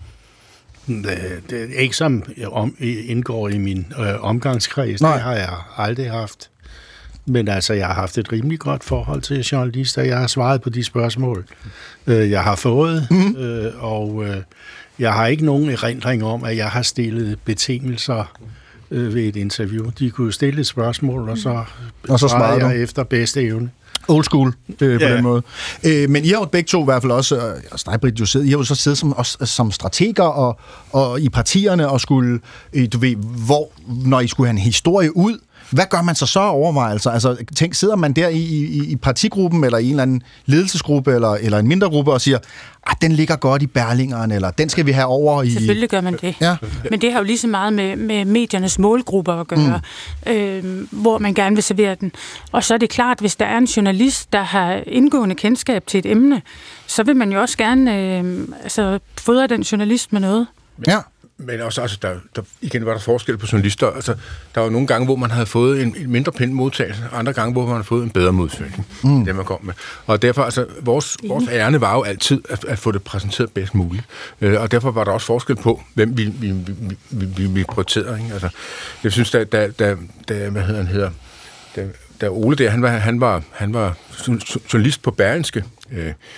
Det, det er ikke som om, indgår i min øh, omgangskreds. Nej. Det har jeg aldrig haft. Men altså, jeg har haft et rimelig godt forhold til journalister. Jeg har svaret på de spørgsmål, øh, jeg har fået, mm. øh, og... Øh, Jeg har ikke nogen erindring om, at jeg har stillet betingelser øh, ved et interview. De kunne stille et spørgsmål, og så, og så svarede jeg du efter bedste evne. Old school, øh, på ja. den måde. Øh, men I har jo begge to i hvert fald også, og Stejbrit, I har jo så siddet som, også, som strateger og, og i partierne og skulle, øh, du ved, hvor, når I skulle have en historie ud, hvad gør man så så overvejelser? Altså, tænk, sidder man der i, i, i partigruppen, eller i en eller anden ledelsesgruppe, eller, eller en mindre gruppe, og siger, at den ligger godt i Berlingeren, eller den skal vi have over i... Selvfølgelig gør man det. Ja. Men det har jo lige så meget med, med mediernes målgrupper at gøre, mm. øh, hvor man gerne vil servere den. Og så er det klart, hvis der er en journalist, der har indgående kendskab til et emne, så vil man jo også gerne øh, altså, fodre den journalist med noget. Ja. Men også, altså, der, der, igen var der forskel på journalister. Altså, der var nogle gange, hvor man havde fået en, en mindre pæn modtagelse, andre gange, hvor man havde fået en bedre modtagelse, mm. det man kom med. Og derfor, altså, vores, vores ærne var jo altid at, at få det præsenteret bedst muligt. Øh, og derfor var der også forskel på, hvem vi, vi, vi, vi, vi, vi prioriterede. Ikke? Altså, jeg synes, da, da, da, da hvad hedder han hedder, da, da Ole der, han var, han var, han var journalist på Berlingske, øh,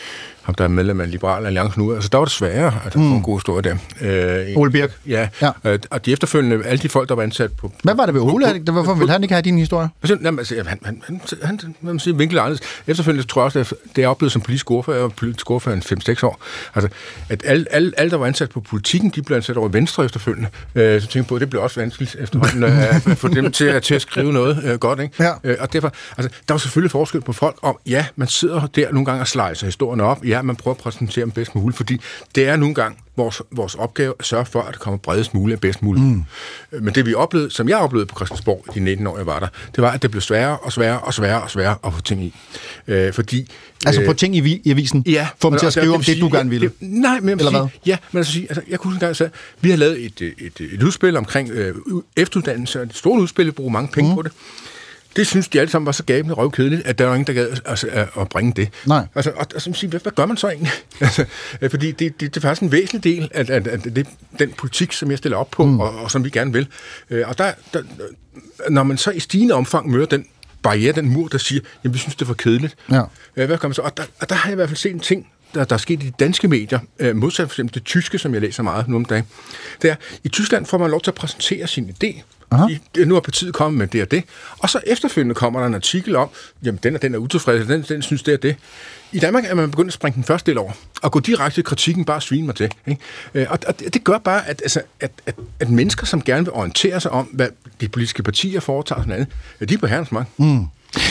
ham der er medlem af Liberal Alliance nu, altså der var det sværere at mm. få en god historie der. Øh, Ole Birk? Ja, ja. Øh, og de efterfølgende, alle de folk, der var ansat på... Hvad var det ved Ole? På, hvorfor ville han ikke have din historie? Jamen, altså, han, han, han, han, han siger vinklet anderledes. Efterfølgende tror jeg også, at det er oplevet som politisk ordfører, jeg var politisk ordfører i fem seks år, altså, at alle, alle, alle, der var ansat på politikken, de blev ansat over Venstre efterfølgende. Øh, så tænkte jeg på, at det blev også vanskeligt efterhånden at få dem til at, til at skrive noget øh, godt, ikke? Ja. Øh, og derfor, altså, der var selvfølgelig forskel på folk om, ja, man sidder der nogle gange og slicer historien op, ja, man prøver at præsentere dem bedst muligt, fordi det er nogle gange vores, vores opgave at sørge for, at det kommer bredest muligt og bedst muligt. Mm. Men det vi oplevede, som jeg oplevede på Christiansborg i de nitten år, jeg var der, det var, at det blev sværere og sværere og sværere og sværere at få ting i. Øh, fordi... Altså få ting i, i avisen? Ja. Få dem til at skrive det, om det, sige, du gerne ville? Det, nej, men jeg Eller sige, hvad? Ja, men altså sige, altså, jeg kunne en gang sige, vi har lavet et, et, et, et udspil omkring øh, efteruddannelse, et stort udspil, vi bruger mange penge mm. på det. Det synes de alle sammen var så gabende røvkedeligt, at der var ingen, der gad altså, at, at bringe det. Nej. Altså, og, og, og hvad, hvad gør man så egentlig? altså, fordi det, det, det er faktisk en væsentlig del af, af, af det, den politik, som jeg stiller op på, mm. og, og som vi gerne vil. Og der, der, når man så i stigende omfang møder den barriere, den mur, der siger, jamen vi synes, det er for kedeligt. Ja. Hvad gør man så? Og der, og der har jeg i hvert fald set en ting, der, der er sket i de danske medier, modsat for eksempel det tyske, som jeg læser meget nu om dagen. Det er, i Tyskland får man lov til at præsentere sin idé. De, nu er partiet kommet med det og det. Og så efterfølgende kommer der en artikel om, jamen den og den er utilfreds, den, den synes det er det. I Danmark er man begyndt at springe den første del over, og gå direkte til kritikken, bare svine mig til. Ikke? Og, og det gør bare, at, altså, at, at, at mennesker, som gerne vil orientere sig om, hvad de politiske partier foretager og sådan andet, de er på herrens magt. Mm.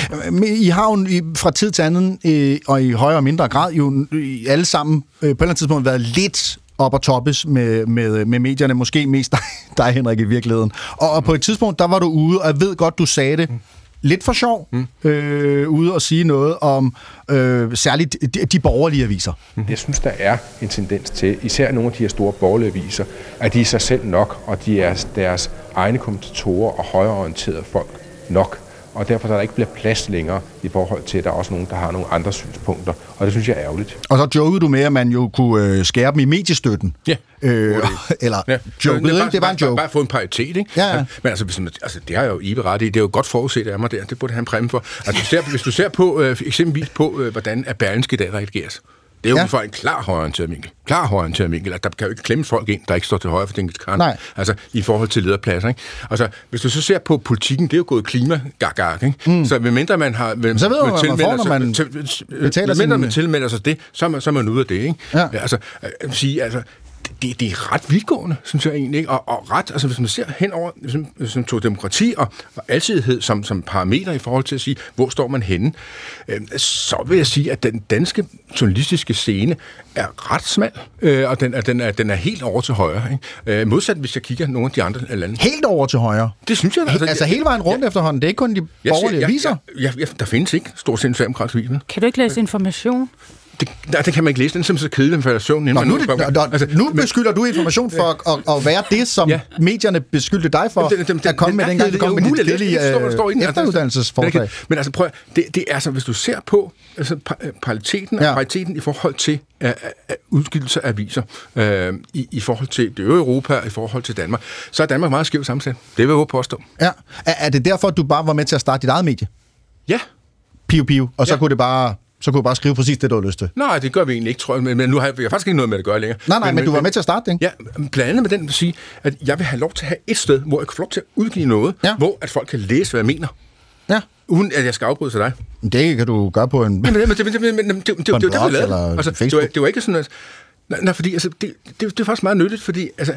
I har jo fra tid til anden, og i højere og mindre grad, jo alle sammen på et eller andet tidspunkt været lidt op og toppes med, med, med medierne, måske mest dig, dig, Henrik, i virkeligheden. Og, og på et tidspunkt, der var du ude, og jeg ved godt, du sagde det, lidt for sjov, mm. øh, ude og sige noget om øh, særligt de, de borgerlige aviser. Jeg synes, der er en tendens til, især nogle af de her store borgerlige aviser, at de er sig selv nok, og de er deres egne kommentatorer og højreorienterede folk nok. Og derfor der der ikke bliver plads længere i forhold til, at der er også nogen, der har nogle andre synspunkter. Og det synes jeg er ærgerligt. Og så jokede du med, at man jo kunne øh, skære dem i mediestøtten. Ja. Øh, eller ja. jokede, det, ikke? Det var en joke. Bare, bare få en paritet, ikke? Ja, ja. Men altså, hvis man, altså, det har jeg jo Ibe ret i. Det er jo godt forudset af mig der. Det burde han præmme for. Altså, hvis du ser, hvis du ser på, øh, eksempelvis på, øh, hvordan er Berlingske i dag redigeres. Det er jo ja. for en klar højreorienteret vinkel. Klar højreorienteret vinkel. Altså, der kan jo ikke klemme folk ind, der ikke står til højre for Genghis Khan. Nej. Altså, i forhold til lederpladser, ikke? Altså, hvis du så ser på politikken, det er jo gået klima-gag-gag, ikke? Mm. Så medmindre man har... Med, så ved du, hvad man får, når man til, betaler sin... man tilmelder sig det, så er man, så er man ude af det, ikke? Ja. Altså, jeg vil sige, altså... Det, det er ret vidtgående, synes jeg egentlig, ikke? Og, og ret, altså hvis man ser henover, hvis man, hvis man tog demokrati og, og alsidighed som, som parameter i forhold til at sige, hvor står man henne, øh, så vil jeg sige, at den danske journalistiske scene er ret smal, øh, og den er, den, er, den er helt over til højre. Ikke? Øh, modsat, hvis jeg kigger nogle af de andre lande. Helt over til højre? Det synes jeg. Altså, altså hele vejen rundt ja, efterhånden, det er ikke kun de borgerlige aviser? Ja, ja, ja, der findes ikke stort set socialdemokratisk aviser. Kan du ikke læse Information? Det, nej, det kan man ikke læse. Den er simpelthen så kedelig information. Nå, nu, det, nå, altså, nu beskylder du Information for at, at være det, som ja. medierne beskyldte dig for det, det, det, at komme med dengang, du kom med dit kedelige efteruddannelsesforslag. Men altså prøv det, det er altså, hvis du ser på altså, pariteten ja. og pariteten i forhold til uh, uh, udskillelse af aviser, uh, i, i forhold til det øvrige Europa, i forhold til Danmark, så er Danmark meget skævt sammensat. Det vil jeg påstå. Ja. Er, er det derfor, at du bare var med til at starte dit eget medie? Ja. Piu, piu. Og så ja. kunne det bare... Så kunne du bare skrive præcis det, du har lyst til. Nej, det gør vi egentlig ikke, tror jeg. Men, men nu har jeg, jeg har faktisk ikke noget med det at gøre længere. Nej, nej, men, men du var men, med til at starte, ikke? Ja, blandt andet med den at sige, at jeg vil have lov til at have et sted, hvor jeg kan få lov til at udgive noget, ja. hvor at folk kan læse, hvad jeg mener. Ja. Uden at jeg skal afbryde til dig. Det kan du gøre på en... Men det, det, det, det, det, det, det var derfor, jeg lavede. Altså, det, var, det var ikke sådan, at... Nej, nej fordi altså, det, det, det er faktisk meget nyttigt, fordi... Altså,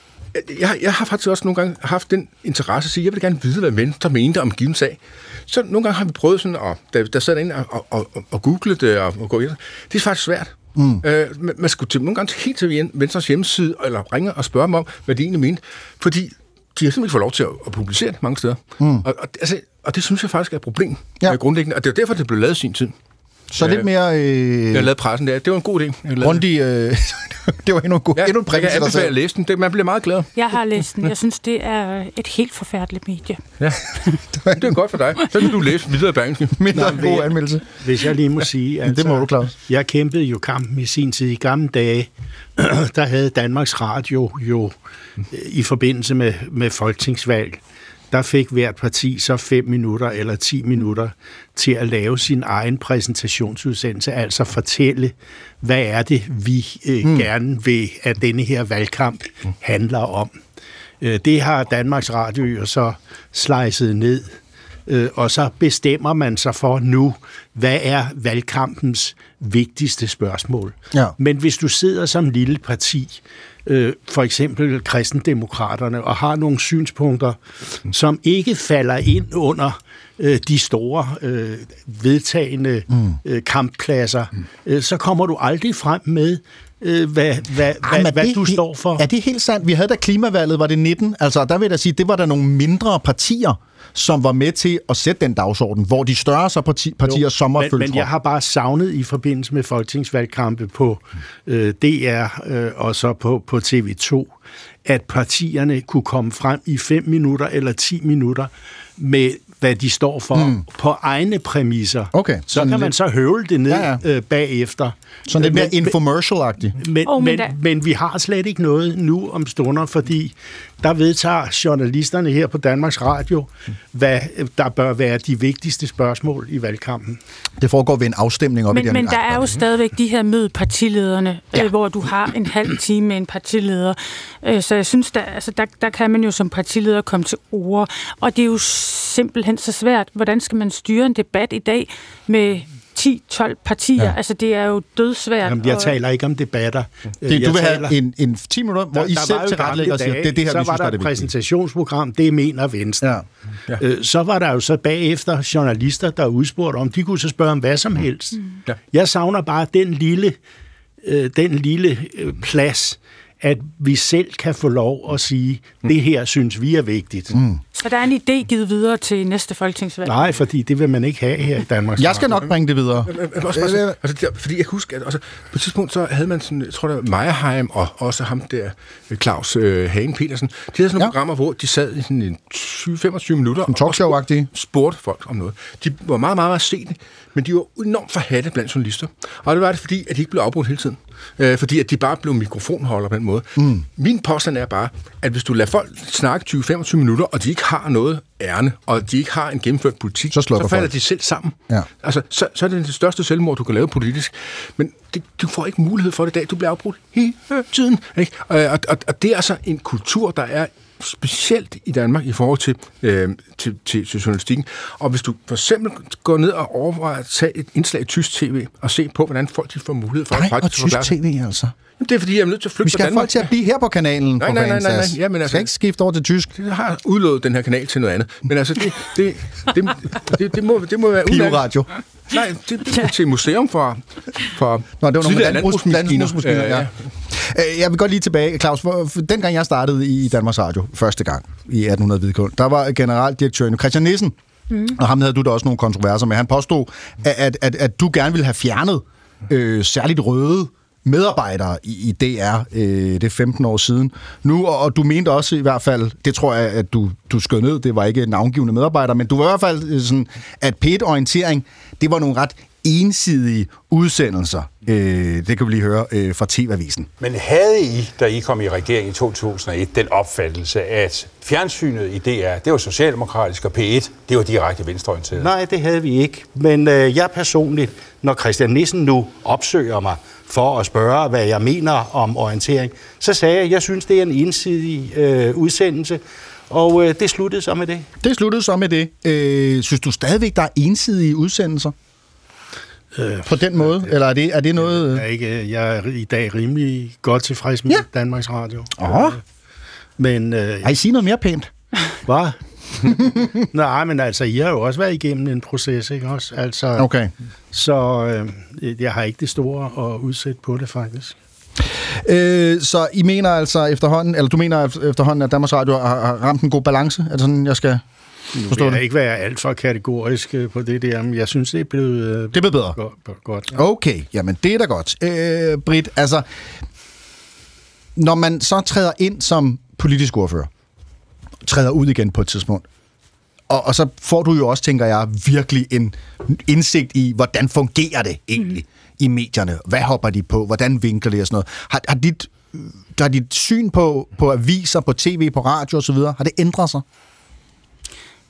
Jeg, jeg har faktisk også nogle gange haft den interesse at sige, jeg vil gerne vide, hvad Venstre mente om en given sag. Så nogle gange har vi prøvet sådan, og der, der sad ind og, og, og, og google det og, og gå ind. Det er faktisk svært. Mm. Øh, man skulle til, nogle gange helt til Venstres hjemmeside, eller ringe og spørge dem om, hvad de egentlig mente. Fordi de har simpelthen ikke fået lov til at, at publicere det mange steder. Mm. Og, og, altså, og det synes jeg faktisk er et problem. Ja. Grundlæggende. Og det er derfor, det blev lavet i sin tid. Så lidt mere... Øh... Jeg lavede pressen der. Det var en god idé. Grundig... Øh... det var endnu en god... Ja, endnu en jeg kan anbefale at læse den. Det, man bliver meget glad. Jeg har læst den. Jeg synes, det er et helt forfærdeligt medie. Ja, det er godt for dig. Så kan du læse videre af Berlingske. Mindre en god anmeldelse. Hvis jeg lige må sige... Altså, det må du, Claus. Jeg kæmpede jo kampen i sin tid. I gamle dage, der havde Danmarks Radio jo i forbindelse med, med folketingsvalg der fik hvert parti så fem minutter eller ti minutter til at lave sin egen præsentationsudsendelse, altså fortælle, hvad er det, vi øh, mm. gerne vil, at denne her valgkamp handler om. Øh, det har Danmarks Radio jo så slicet ned, øh, og så bestemmer man sig for nu, hvad er valgkampens vigtigste spørgsmål. Ja. Men hvis du sidder som lille parti, øh, for eksempel Kristendemokraterne, og har nogle synspunkter, som ikke falder ind under øh, de store øh, vedtagende mm. øh, kamppladser, mm. øh, så kommer du aldrig frem med, øh, hvad, hvad, Ej, hvad, hvad du he- står for. Er det helt sandt? Vi havde da klimavalget, var det nitten? Altså, der vil jeg sige, det var der nogle mindre partier, som var med til at sætte den dagsorden, hvor de større så parti, partier sommerfølte. Men, men jeg har bare savnet i forbindelse med folketingsvalgkampe på øh, D R øh, og så på, på T V to, at partierne kunne komme frem i fem minutter eller ti minutter med, hvad de står for, mm. på egne præmisser. Okay, så kan man lidt... så høvle det ned ja, ja. Øh, bagefter. Sådan lidt mere infomercial-agtigt. Men, oh, men, men, men vi har slet ikke noget nu om stunder, fordi der vedtager journalisterne her på Danmarks Radio, hvad der bør være de vigtigste spørgsmål i valgkampen. Det foregår ved en afstemning. Op men, i men der er jo stadigvæk de her mød partilederne, ja. øh, hvor du har en halv time med en partileder. Øh, så jeg synes, der, altså, der, der kan man jo som partileder komme til ord. Og det er jo simpelthen så svært. Hvordan skal man styre en debat i dag med ti tolv partier? Ja. Altså, det er jo dødsvært. Jamen, jeg og... taler ikke om debatter. Det, du vil taler... have en, en ti minutter, hvor der, I der selv tilrettelægger og siger, det er det her, så vi synes, var der er det et præsentationsprogram, det mener Venstre. Ja. Ja. Øh, så var der jo så bagefter journalister, der udspurgte om, de kunne så spørge om hvad som helst. Mm. Ja. Jeg savner bare den lille, øh, den lille øh, plads, at vi selv kan få lov at sige, mm. det her synes vi er vigtigt. Mm. Så der er en idé givet videre til næste folketingsvalg? Nej, fordi det vil man ikke have her i Danmark. Jeg skal nok bringe det videre. Altså, der, fordi jeg husker, at altså, på et tidspunkt så havde man sådan, jeg tror det var Meyerheim og også ham der, Claus øh, Hagen Petersen. De havde sådan nogle ja. programmer, hvor de sad i sådan en tyve til femogtyve minutter og talkshow-agtige. Spurgte folk om noget. De var meget, meget, meget sene, men de var enormt forhatte blandt journalister. Og det var det, fordi at de ikke blev afbrudt hele tiden. Øh, fordi at de bare blev mikrofonholder på den måde. Mm. Min påstand er bare, at hvis du lader folk snakke tyve til femogtyve minutter, og de ikke har noget ærne, og de ikke har en gennemført politik, så, så falder folk. de selv sammen. Ja. Altså, så, så er det det største selvmord, du kan lave politisk. Men det, du får ikke mulighed for det i dag. Du bliver afbrudt hele tiden. Ikke? Og, og, og, og det er altså en kultur, der er specielt i Danmark i forhold til, øh, til, til, til journalistikken. Og hvis du for eksempel går ned og overvejer at tage et indslag i tysk tv og se på, hvordan folk de får mulighed for nej, at faktisk... Nej, og tysk tv altså. Jamen, det er fordi, jeg er nødt til at flygte Vi skal have folk til at blive her på kanalen. Nej, nej, nej, nej, nej. Ja, men altså, skal ikke skifte over til tysk. Det har udlået den her kanal til noget andet. Men altså, det, det, det, det, det, må, det må være udmærket. Pivo-radio. Nej, det, det er til et museum for, for Nå, det var nogle landbrugsmaskiner. Ja, ja. Jeg vil godt lige tilbage, Claus. Dengang jeg startede i Danmarks Radio, første gang i atten hundrede Hvidkål, der var generaldirektøren Christian Nissen, mm. og ham havde du da også nogle kontroverser med. Han påstod, at, at, at, at du gerne ville have fjernet øh, særligt røde medarbejdere i, i D R, øh, det er femten år siden nu, og, og du mente også i hvert fald, det tror jeg, at du, du skød ned, det var ikke navngivende medarbejdere, men du var i hvert fald sådan, at P et-orientering, det var nogle ret ensidige udsendelser. Øh, det kan vi lige høre øh, fra T V-avisen. Men havde I, da I kom i regering i to tusind og et, den opfattelse, at fjernsynet i D R, det var socialdemokratisk, og P et, det var direkte venstreorienteret? Nej, det havde vi ikke. Men øh, jeg personligt, når Christian Nissen nu opsøger mig for at spørge, hvad jeg mener om orientering, så sagde jeg, at jeg synes, det er en ensidig øh, udsendelse, og øh, det sluttede så med det. Det sluttede så med det. Øh, synes du stadigvæk, der er ensidige udsendelser? Øh, på den måde? Eller er det, er det noget... Jeg er, ikke, jeg er i dag rimelig godt tilfreds med ja. Danmarks Radio. Åh. Øh, men... Øh, Ej, sige noget mere pænt. Hvad? Nej, men altså, I har jo også været igennem en proces, ikke også? Altså, okay. Så øh, jeg har ikke det store at udsætte på det, faktisk. Øh, så I mener altså efterhånden, eller du mener efterhånden, at Danmarks Radio har, har ramt en god balance? Er det sådan, jeg skal... Nu vil jeg ikke være alt for kategorisk på det der, men jeg synes, det er blevet... Det er blevet bedre? Godt, godt ja. Okay, jamen det er da godt. Øh, Britt, altså, når man så træder ind som politisk ordfører, træder ud igen på et tidspunkt, og, og så får du jo også, tænker jeg, virkelig en indsigt i, hvordan fungerer det egentlig mm. i medierne? Hvad hopper de på? Hvordan vinkler det og sådan noget? Har, har, dit, har dit syn på, på aviser, på tv, på radio osv., har det ændret sig?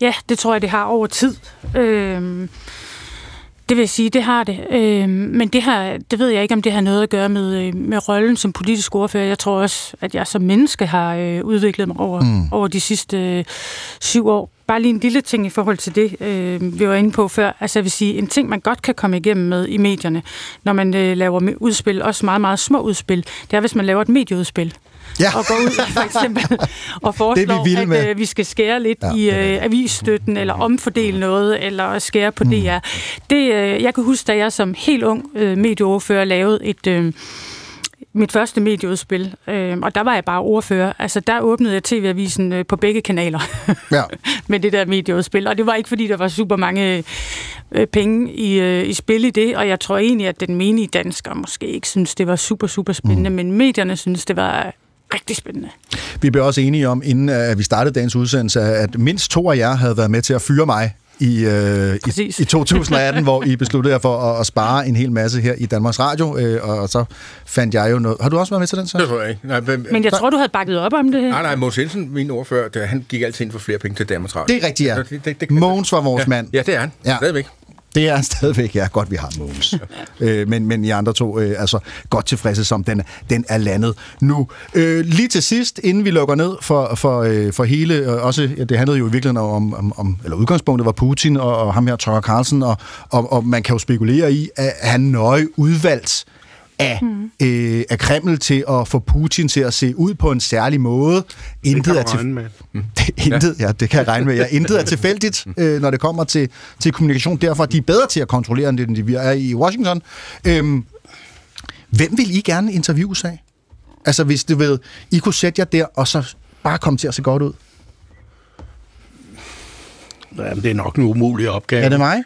Ja, det tror jeg, det har over tid. Øhm, det vil jeg sige, det har det. Øhm, men det, har, det ved jeg ikke, om det har noget at gøre med, med rollen som politisk ordfører. Jeg tror også, at jeg som menneske har øh, udviklet mig over, mm. over de sidste øh, syv år. Bare lige en lille ting i forhold til det, øh, vi var inde på før. Altså jeg vil sige, en ting, man godt kan komme igennem med i medierne, når man øh, laver udspil, også meget, meget små udspil, det er, hvis man laver et medieudspil. Ja. Og går ud for eksempel og foreslår, vi at øh, vi skal skære lidt ja, i øh, avisstøtten, eller omfordele noget, eller skære på mm. D R. Det, øh, jeg kan huske, da jeg som helt ung øh, medieordfører lavede et... Øh, mit første medieudspil, øh, og der var jeg bare ordfører. Altså, der åbnede jeg T V-avisen øh, på begge kanaler ja. med det der medieudspil, og det var ikke, fordi der var super mange øh, penge i, øh, i spil i det, og jeg tror egentlig, at den menige dansker måske ikke synes, det var super, super spændende, mm. men medierne synes, det var rigtig spændende. Vi blev også enige om, inden at vi startede dagens udsendelse, at mindst to af jer havde været med til at fyre mig I, øh, i, i to tusind atten, hvor I besluttede jer for at, at spare en hel masse her i Danmarks Radio, øh, og så fandt jeg jo noget. Har du også været med til den så? Det tror jeg ikke. Nej, men, men jeg tror, du havde bakket op om det her. Nej, nej, Mogens Jensen, min ordfører, der, han gik altid ind for flere penge til Danmarks Radio. Det er rigtigt, ja. Det, det, det, Mogens var vores ja, mand. Ja, det er han. Ja. Stadigvæk. Det er stadigvæk, ja, godt vi har Mogens. øh, men, men I andre to, øh, altså godt tilfredse som den, den er landet nu. Øh, lige til sidst, inden vi lukker ned for, for, øh, for hele, øh, også, ja, det handlede jo i virkeligheden om, om, om eller udgangspunktet var Putin og, og ham her, Tucker Carlson, og, og, og man kan jo spekulere i, at han nøje udvalgt af, mm. øh, af Kreml til at få Putin til at se ud på en særlig måde. Intet det kan er til... med. Mm. Det, intet, ja, det kan jeg regne med. Ja, intet er tilfældigt, øh, når det kommer til, til kommunikation. Derfor er de bedre til at kontrollere, end det, vi er i Washington. Øhm, hvem vil I gerne interviews af? Altså, hvis du ved, I kunne sætte jer der, og så bare komme til at se godt ud. Jamen, det er nok en umulig opgave. Er det mig?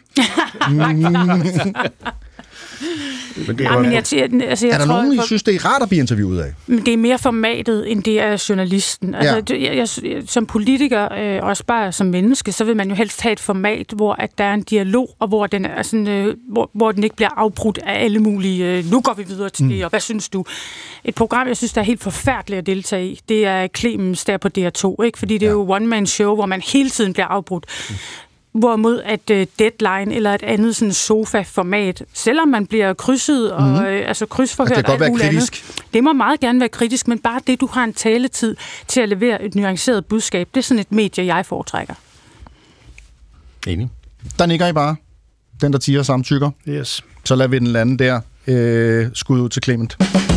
Men det Nej, men jeg, altså, jeg er der tror, nogen, I for, synes, det er rart at blive interviewet af? Det er mere formatet, end det er journalisten. Altså, ja. jeg, jeg, som politiker, øh, også bare som menneske, så vil man jo helst have et format, hvor at der er en dialog, og hvor den, er sådan, øh, hvor, hvor den ikke bliver afbrudt af alle mulige, øh, nu går vi videre til mm. det, og hvad synes du? Et program, jeg synes, der er helt forfærdeligt at deltage i, det er Clemens der på D R to, ikke? Fordi det er ja. jo one-man-show, hvor man hele tiden bliver afbrudt. Mm. Hvorimod at uh, Deadline eller et andet sådan sofa-format, selvom man bliver krydset og mm-hmm. øh, altså krydsforhørt altså, det, og alt kritisk. Andet, det må meget gerne være kritisk, men bare det, du har en taletid til at levere et nuanceret budskab, det er sådan et medie, jeg foretrækker. Enig. Der nikker I bare. Den, der tiger samtykker. Yes. Så lader vi den lande der. Øh, skud ud til Clement.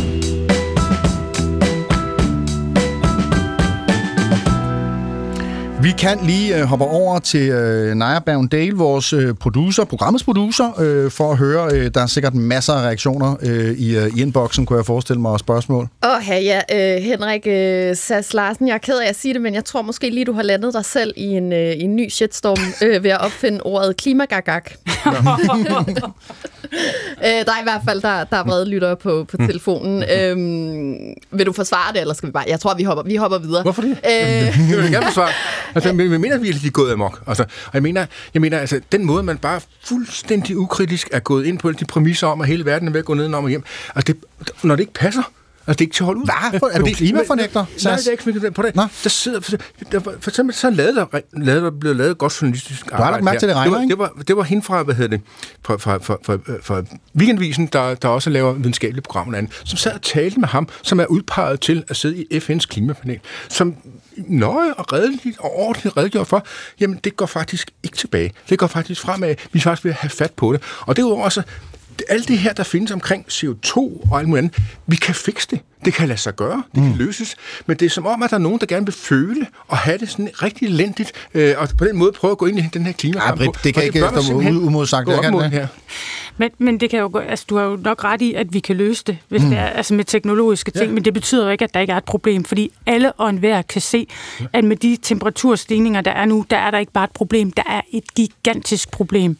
Vi kan lige øh, hoppe over til øh, Naja Bergendale, vores øh, producer, programmets producer, øh, for at høre, øh, der er sikkert masser af reaktioner øh, i, øh, i inboxen, kunne jeg forestille mig, og spørgsmål. Åh, oh, ja, øh, Henrik øh, Sass Larsen, jeg er ked af at sige det, men jeg tror måske lige, du har landet dig selv i en, øh, i en ny shitstorm øh, ved at opfinde ordet klimagagag. øh, der er i hvert fald, der, der er vrede lyttere på, på telefonen. Øh, vil du forsvare det, eller skal vi bare... Jeg tror, vi hopper, vi hopper videre. Hvorfor det? Øh, det vil jeg gerne forsvare. Altså, jeg mener virkelig, de er gået amok. Altså, og jeg mener, jeg mener altså, den måde, man bare fuldstændig ukritisk er gået ind på de præmisser om, at hele verden er ved at gå ned og hjem. Altså, det, når det ikke passer, altså, det er ikke til at holde ud. Hvad? Er du klimafornægter? Nej, det er ikke på det. Nå. Der sidder, for, der, for eksempel, så lavede der, lavede der blevet lavet godt journalistisk arbejde. Du har lagt mærke til det, regner, det, det, var, det var hende fra, hvad hedder det, fra, fra, fra, fra, fra Weekendavisen, der, der også laver videnskabelige programmer andet, som sad og talte med ham, som er udpeget til at sidde i F N's klimapanel, som nøje og redeligt og ordentligt redegjort for, jamen det går faktisk ikke tilbage. Det går faktisk fremad. Vi er faktisk ved at have fat på det. Og det er jo også alt det her, der findes omkring C O to og alt muligt andet, vi kan fikse det. Det kan lade sig gøre, det kan mm. løses, men det er som om, at der er nogen, der gerne vil føle og have det sådan rigtig elendigt, øh, og på den måde prøve at gå ind i den her klimakamp. Ja, det kan ikke stå umodsagt. Men, men det kan jo gå, altså, du har jo nok ret i, at vi kan løse det, hvis mm. det er altså med teknologiske ting, ja. Men det betyder jo ikke, at der ikke er et problem, fordi alle og enhver kan se, at med de temperaturstigninger, der er nu, der er der ikke bare et problem, der er et gigantisk problem.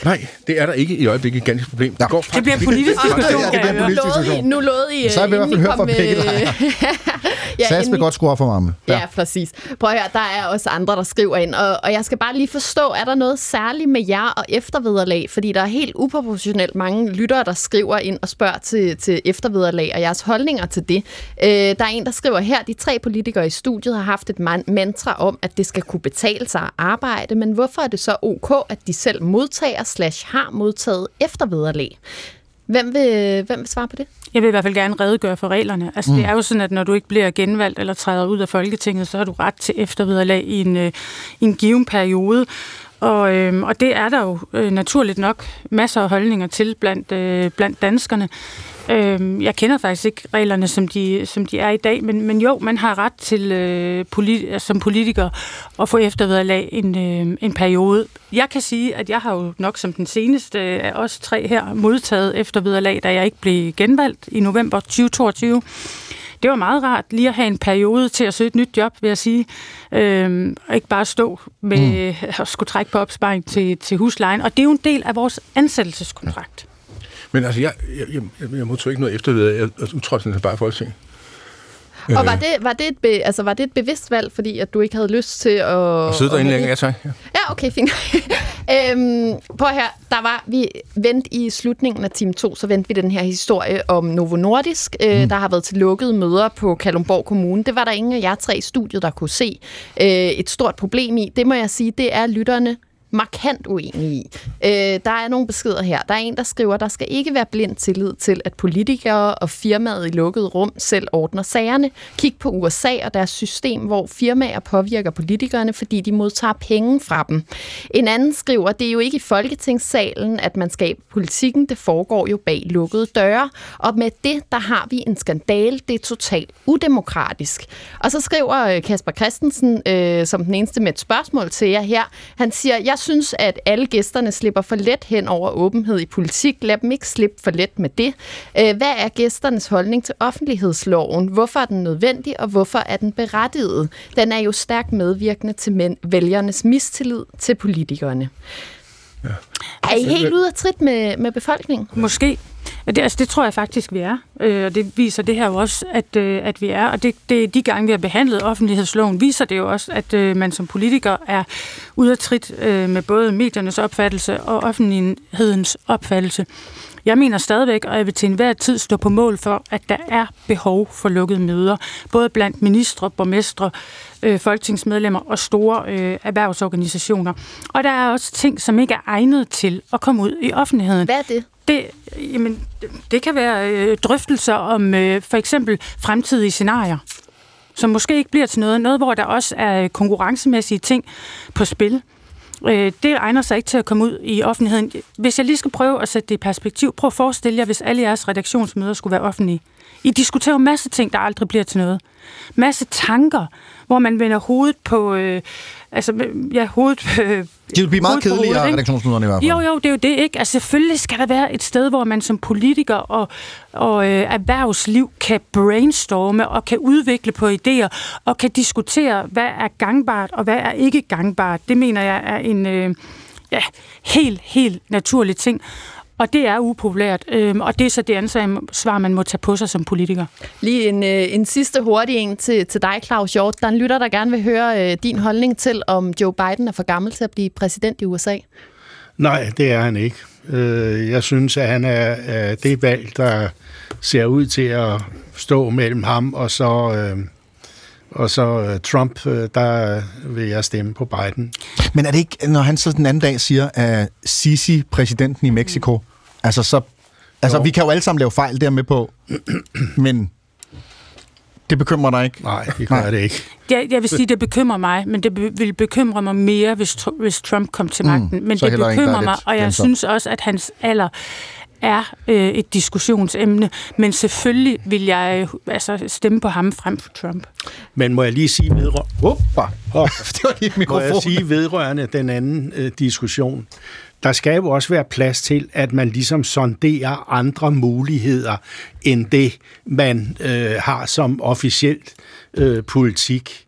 Nej, det er der ikke i øjeblikket et ganske problem. Det, går det bliver en politisk diskussion. Ja, det bliver en politisk diskussion. Nu lovede I... Så har vi i hvert fald hørt fra begge lejre. Ja, S A S vil godt score for varme. Ja. ja, præcis. Prøv at høre, der er også andre, der skriver ind, og, og jeg skal bare lige forstå, er der noget særligt med jer og eftervederlag? Fordi der er helt uproportionelt mange lyttere, der skriver ind og spørger til, til eftervederlag og jeres holdninger til det. Øh, der er en, der skriver her, de tre politikere i studiet har haft et man- mantra om, at det skal kunne betale sig at arbejde, men hvorfor er det så ok, at de selv modtager slash har modtaget eftervederlag? Hvem vil, hvem vil svare på det? Jeg vil i hvert fald gerne redegøre for reglerne. Altså, mm. det er jo sådan, at når du ikke bliver genvalgt eller træder ud af Folketinget, så har du ret til eftervederlag i en, øh, i en given periode. Og, øh, og det er der jo øh, naturligt nok masser af holdninger til blandt, øh, blandt danskerne. Øh, jeg kender faktisk ikke reglerne, som de, som de er i dag, men, men jo, man har ret til øh, politi- som politiker at få eftervederlag en, øh, en periode. Jeg kan sige, at jeg har jo nok som den seneste af os tre her modtaget eftervederlag, da jeg ikke blev genvalgt i november tyve toogtyve. Det var meget rart lige at have en periode til at søge et nyt job, vil jeg sige. Øhm, og ikke bare stå med mm. at skulle trække på opsparing til, til huslejen. Og det er jo en del af vores ansættelseskontrakt. Men altså, jeg, jeg, jeg, jeg modtog ikke noget eftervederlag. Jeg, jeg udtrådte sådan bare i Folketinget. Og var det, var, det et be, altså, var det et bevidst valg, fordi at du ikke havde lyst til at... Og sidde derinde længere, ja tak. Ja. ja, okay, fint. øhm, prøv her, der var, vi vendte i slutningen af time to, så vendte vi den her historie om Novo Nordisk, øh, mm. der har været til lukkede møder på Kalundborg Kommune. Det var der ingen af jer tre i studiet, der kunne se øh, et stort problem i. Det må jeg sige, det er lytterne markant uenige i. Øh, der er nogle beskeder her. Der er en, der skriver, der skal ikke være blind tillid til, at politikere og firmaet i lukkede rum selv ordner sagerne. Kig på U S A og deres system, hvor firmaer påvirker politikerne, fordi de modtager penge fra dem. En anden skriver, det er jo ikke i Folketingssalen, at man skaber politikken. Det foregår jo bag lukkede døre. Og med det, der har vi en skandale. Det er totalt udemokratisk. Og så skriver Kasper Christensen, øh, som den eneste med et spørgsmål til jer her. Han siger, jeg synes, at alle gæsterne slipper for let hen over åbenhed i politik. Lad dem ikke slippe for let med det. Hvad er gæsternes holdning til offentlighedsloven? Hvorfor er den nødvendig, og hvorfor er den berettiget? Den er jo stærkt medvirkende til mænd, vælgernes mistillid til politikerne. Ja. Er I helt ude af trit med, med befolkningen? Måske. Det, altså, det tror jeg faktisk, vi er. Øh, og det viser det her jo også, at, øh, at vi er. Og det, det, de gange, vi har behandlet offentlighedsloven, viser det jo også, at øh, man som politiker er ude af trit øh, med både mediernes opfattelse og offentlighedens opfattelse. Jeg mener stadigvæk, og jeg vil til enhver tid stå på mål for, at der er behov for lukkede møder, både blandt ministre, borgmestre, øh, folketingsmedlemmer og store øh, erhvervsorganisationer. Og der er også ting, som ikke er egnet til at komme ud i offentligheden. Hvad er det? Det, jamen, det kan være øh, drøftelser om øh, for eksempel fremtidige scenarier, som måske ikke bliver til noget. Noget, hvor der også er konkurrencemæssige ting på spil. Øh, det egner sig ikke til at komme ud i offentligheden. Hvis jeg lige skal prøve at sætte det i perspektiv, prøv at forestille jer, hvis alle jeres redaktionsmøder skulle være offentlige. I diskuterer en masse ting, der aldrig bliver til noget. Masse tanker, hvor man vender hovedet på... Øh, altså, ja, hovedet... Øh, det vil blive meget kedeligere redaktionsmøderne i hvert fald. Jo, jo, det er jo det, ikke? Altså, selvfølgelig skal der være et sted, hvor man som politiker og, og øh, erhvervsliv kan brainstorme og kan udvikle på idéer og kan diskutere, hvad er gangbart og hvad er ikke gangbart. Det mener jeg er en øh, ja, helt, helt naturlig ting. Og det er upopulært, øh, og det er så det ansvar, man må tage på sig som politiker. Lige en, øh, en sidste hurtig en til, til dig, Claus Hjort. Der er en lytter, der gerne vil høre øh, din holdning til, om Joe Biden er for gammel til at blive præsident i U S A. Nej, det er han ikke. Jeg synes, at han er det valg, der ser ud til at stå mellem ham og så... Øh, Og så Trump, der vil jeg stemme på Biden. Men er det ikke, når han så den anden dag siger, at Sisi, præsidenten i Mexico, mm. altså så... Altså, jo. Vi kan jo alle sammen lave fejl dermed på, men det bekymrer dig ikke? Nej, det gør Nej. det ikke. Jeg, jeg vil sige, det bekymrer mig, men det be, vil bekymre mig mere, hvis, hvis Trump kom til magten. Mm, men det bekymrer mig, og jeg gensom. synes også, at hans alder er øh, et diskussionsemne, men selvfølgelig vil jeg øh, altså, stemme på ham frem for Trump. Men må jeg lige sige vedrørende, Opa. Oh, det var lige mikrofon. Må jeg sige vedrørende den anden øh, diskussion. Der skal jo også være plads til, at man ligesom sonderer andre muligheder, end det, man øh, har som officielt øh, politik.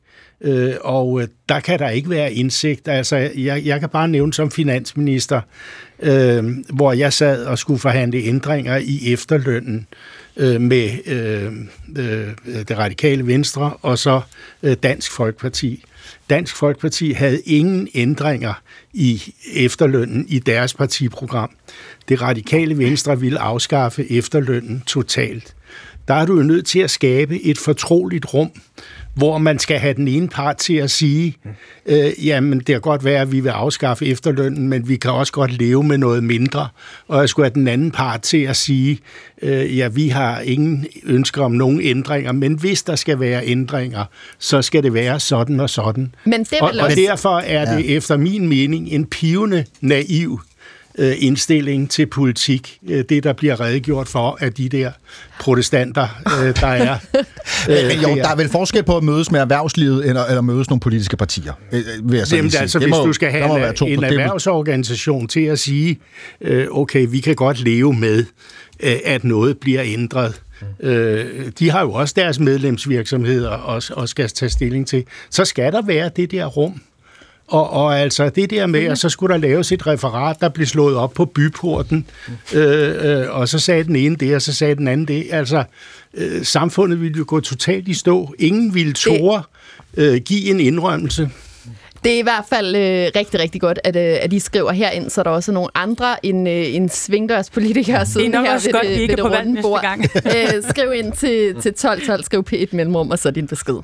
Øh, og øh, der kan der ikke være indsigt. Altså, jeg, jeg kan bare nævne som finansminister, øh, hvor jeg sad og skulle forhandle ændringer i efterlønnen øh, med øh, øh, det radikale Venstre og så øh, Dansk Folkeparti. Dansk Folkeparti havde ingen ændringer i efterlønnen i deres partiprogram. Det radikale Venstre ville afskaffe efterlønnen totalt. Der er du jo nødt til at skabe et fortroligt rum, hvor man skal have den ene part til at sige, øh, jamen det kan godt være, at vi vil afskaffe efterlønnen, men vi kan også godt leve med noget mindre. Og jeg skulle have den anden part til at sige, øh, ja, vi har ingen ønsker om nogen ændringer, men hvis der skal være ændringer, så skal det være sådan og sådan. Men det og, også... og derfor er det efter min mening en pivende naiv indstilling til politik, det der bliver redegjort for af de der protestanter, der er. Men jo, der er vel forskel på at mødes med erhvervslivet eller, eller mødes nogle politiske partier, vil jeg så Jamen, sige. altså, det hvis må, du skal have en, en erhvervsorganisation til at sige, okay, vi kan godt leve med, at noget bliver ændret. De har jo også deres medlemsvirksomheder og, og skal tage stilling til. Så skal der være det der rum. Og, og altså det der med, at så skulle der laves et referat, der blev slået op på byporten, øh, øh, og så sagde den ene det, og så sagde den anden det. Altså, øh, samfundet ville jo gå totalt i stå. Ingen ville tåre øh, give en indrømmelse. Det er i hvert fald øh, rigtig, rigtig godt, at, øh, at I skriver herind, så der er også nogle andre end, øh, end svingdørspolitikere siden det er nok her også ved, godt, det, ikke ved det på runde bord. gang. øh, skriv ind til, til tolv tolv, skriv P et mellemrum, og så din besked.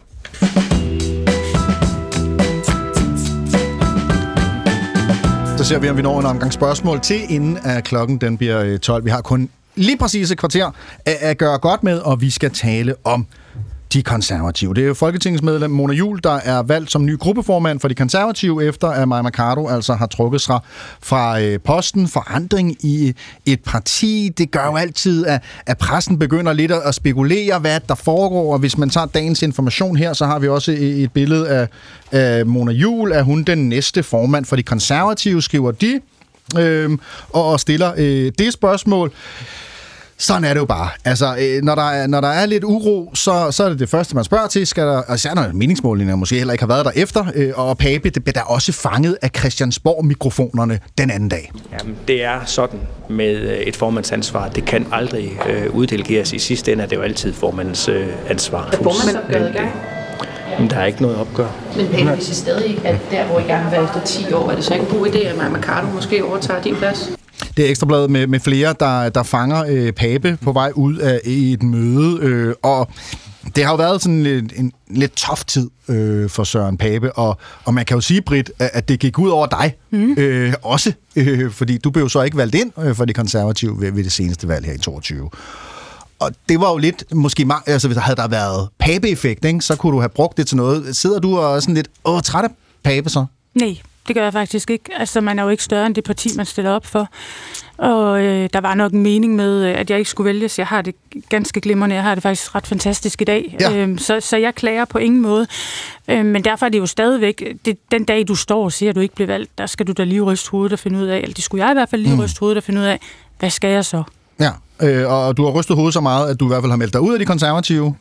Så ser vi, om vi når en omgang spørgsmål til, inden at klokken den bliver tolv. Vi har kun lige præcis et kvarter at gøre godt med, og vi skal tale om de konservative. Det er jo folketingsmedlem Mona Juul, der er valgt som ny gruppeformand for de konservative, efter at Mai Mercado altså har trukket sig fra øh, posten. Forandring i et parti, det gør jo altid, at, at pressen begynder lidt at spekulere, hvad der foregår, og hvis man tager dagens information her, så har vi også et billede af, af Mona Juul. Er hun den næste formand for de konservative, skriver de, øh, og stiller øh, det spørgsmål. Sådan er det jo bare. Altså, øh, når, der er, når der er lidt uro, så, så er det det første, man spørger til. Skal der, og så er der meningsmålinger, måske heller ikke har været der efter. Øh, og Pape, det bliver der også fanget af Christiansborg-mikrofonerne den anden dag. Jamen, det er sådan med et formandsansvar. Det kan aldrig øh, uddelegeres. I sidste ende er det jo altid formandens øh, ansvar. Er formandsopgøret i gang? Men der er ikke noget opgør. Men Pape, hvis I stadig er der, hvor I gerne vil være efter ti år, er det så ikke en god idé, at Mai Mercado måske overtager din plads? Det er Ekstrabladet med, med flere, der, der fanger øh, Pape på vej ud af et møde, øh, og det har jo været sådan en, en lidt tough tid øh, for Søren Pape, og, og man kan jo sige, Britt, at, at det gik ud over dig mm. øh, også, øh, fordi du blev så ikke valgt ind øh, for de konservative ved, ved det seneste valg her i toogtyve. Og det var jo lidt, måske, altså hvis der havde der været Pape-effekt, ikke, så kunne du have brugt det til noget. Sidder du og sådan lidt, åh, træt af Pape så? Nej. Det gør jeg faktisk ikke. Altså, man er jo ikke større end det parti, man stiller op for. Og øh, der var nok en mening med, at jeg ikke skulle vælges. Jeg har det ganske glimrende. Jeg har det faktisk ret fantastisk i dag. Ja. Øhm, så, så jeg klager på ingen måde. Øhm, men derfor er det jo stadigvæk, det, den dag du står og siger, at du ikke bliver valgt, der skal du da lige ryste hovedet og finde ud af, eller det skulle jeg i hvert fald lige mm. ryste hovedet og finde ud af, hvad skal jeg så? Ja, øh, og du har rystet hovedet så meget, at du i hvert fald har meldt dig ud af de konservative.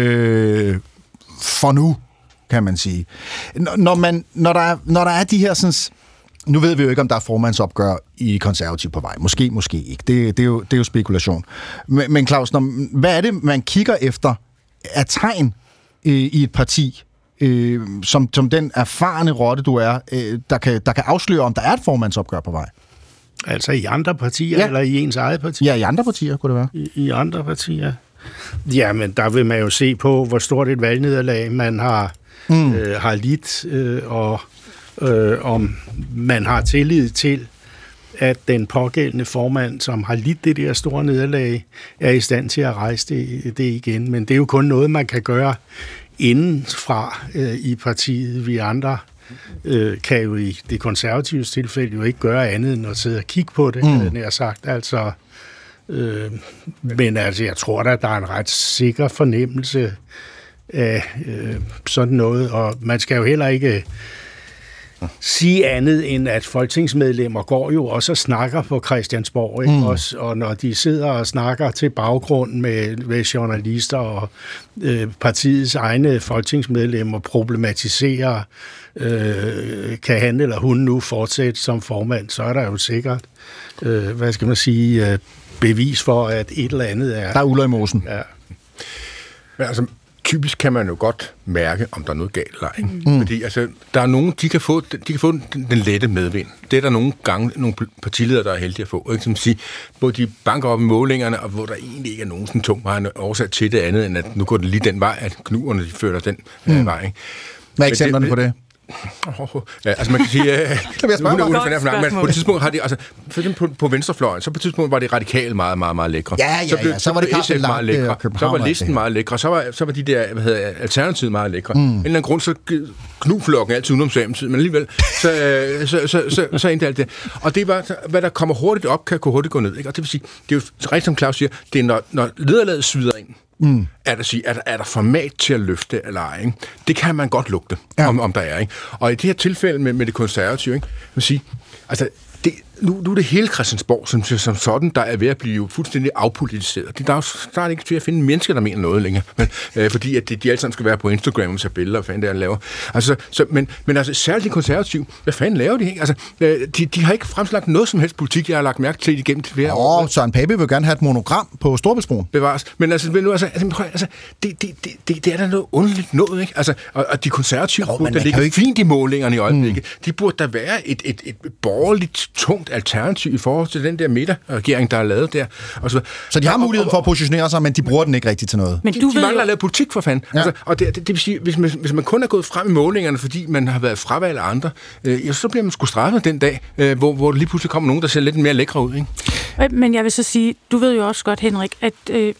Øh, for nu, kan man sige. Når, man, når, der, er, når der er de her sådan... Nu ved vi jo ikke, om der er formandsopgør i konservativ på vej. Måske, måske ikke. Det, det, er, jo, det er jo spekulation. Men, men Claus, når, hvad er det, man kigger efter af tegn øh, i et parti, øh, som, som den erfarne rotte, du er, øh, der, kan, der kan afsløre, om der er et formandsopgør på vej? Altså i andre partier, ja. Eller i ens eget parti? Ja, i andre partier, kunne det være. I, i andre partier. Ja, men der vil man jo se på, hvor stort et valgnederlag man har, mm. øh, har lidt, øh, og øh, om man har tillid til, at den pågældende formand, som har lidt det der store nederlag, er i stand til at rejse det, det igen. Men det er jo kun noget, man kan gøre indenfra øh, i partiet. Vi andre øh, kan jo i det konservative tilfælde jo ikke gøre andet end at sidde og kigge på det, mm. nær sagt. Altså, øh, men altså, jeg tror da, at der er en ret sikker fornemmelse af øh, sådan noget, og man skal jo heller ikke sige andet, end at folketingsmedlemmer går jo også og snakker på Christiansborg, ikke? Mm. Også, og når de sidder og snakker til baggrund med, med journalister og øh, partiets egne folketingsmedlemmer problematiserer, øh, kan han eller hun nu fortsætte som formand, så er der jo sikkert, øh, hvad skal man sige, øh, bevis for, at et eller andet er... Der er uler i mosen. Ja. Men altså, typisk kan man jo godt mærke, om der er noget galt eller ej. Mm. Fordi altså, der er nogen, de kan få, de kan få den, den lette medvind. Det er der nogle gange, nogle partiledere, der er heldige at få. Ikke? Som siger, hvor de banker op i målingerne, og hvor der egentlig ikke er nogen sådan tungvejende årsag til det andet, end at nu går det lige den vej, at knuerne de følger den mm. øh, vej. Ikke? Hvad er eksemplerne på det? Ja, altså man kan sige, uh, på et tidspunkt har de, altså for eksempel på, på venstrefløjen, så på et tidspunkt var det radikalt meget, meget, meget lækre. Ja, ja, så, blev, ja. så, så var det S F meget lækre, så var listen meget lækre, så var, så var de der, hvad hedder, alternativet meget lækre. Mm. En eller anden grund, så knuflokken altid udenom Socialdemokratiet, men alligevel, så, så, så, så, så, så endte alt det. Og det var, hvad der kommer hurtigt op, kan gå hurtigt gå ned. Ikke? Og det vil sige, det er jo rigtigt, som Claus siger, det er når, når lederlaget svider ind, Mm. Er, der, er, der, er der format til at løfte eller ej? Ikke? Det kan man godt lugte, ja. om, om der er. Ikke? Og i det her tilfælde med, med det konservative, ikke? Man sige, altså, det, nu, nu er det hele Christiansborg som, som sådan, der er ved at blive fuldstændig afpolitiseret. Det, der er jo snart ikke til at finde mennesker, der mener noget længere, men, øh, fordi at de, de alle sammen skal være på Instagram og tage billeder, hvad fanden det er, laver. Altså, så, men, men altså, særligt de konservative, hvad fanden laver de? Ikke? Altså, øh, de, de har ikke fremslagt noget som helst politik, jeg har lagt mærke til igennem til flere år. Åh, Søren Pape vil gerne have et monogram på Storebæltsbroen. Bevares. Men altså, nu, altså, altså det, det, det, det, det er da noget underligt noget, ikke? Altså, og, og de konservative oh, burde, der ligger ikke fint i målingerne i øjeblikket, mm. de burde der være et, et, et borgerligt, tungt alternativ i forhold til den der midterregering, der er lavet der. Og så, så de har muligheden for at positionere sig, men de bruger den ikke rigtigt til noget. Men du de, de mangler at lave politik for fanden. Ja. Altså, og det, det, det vil sige, hvis man, hvis man kun er gået frem i målingerne, fordi man har været fravalgt af andre, øh, ja, så bliver man sgu straffet den dag, øh, hvor, hvor lige pludselig kommer nogen, der ser lidt mere lækre ud. Ikke? Men jeg vil så sige, du ved jo også godt, Henrik, at øh,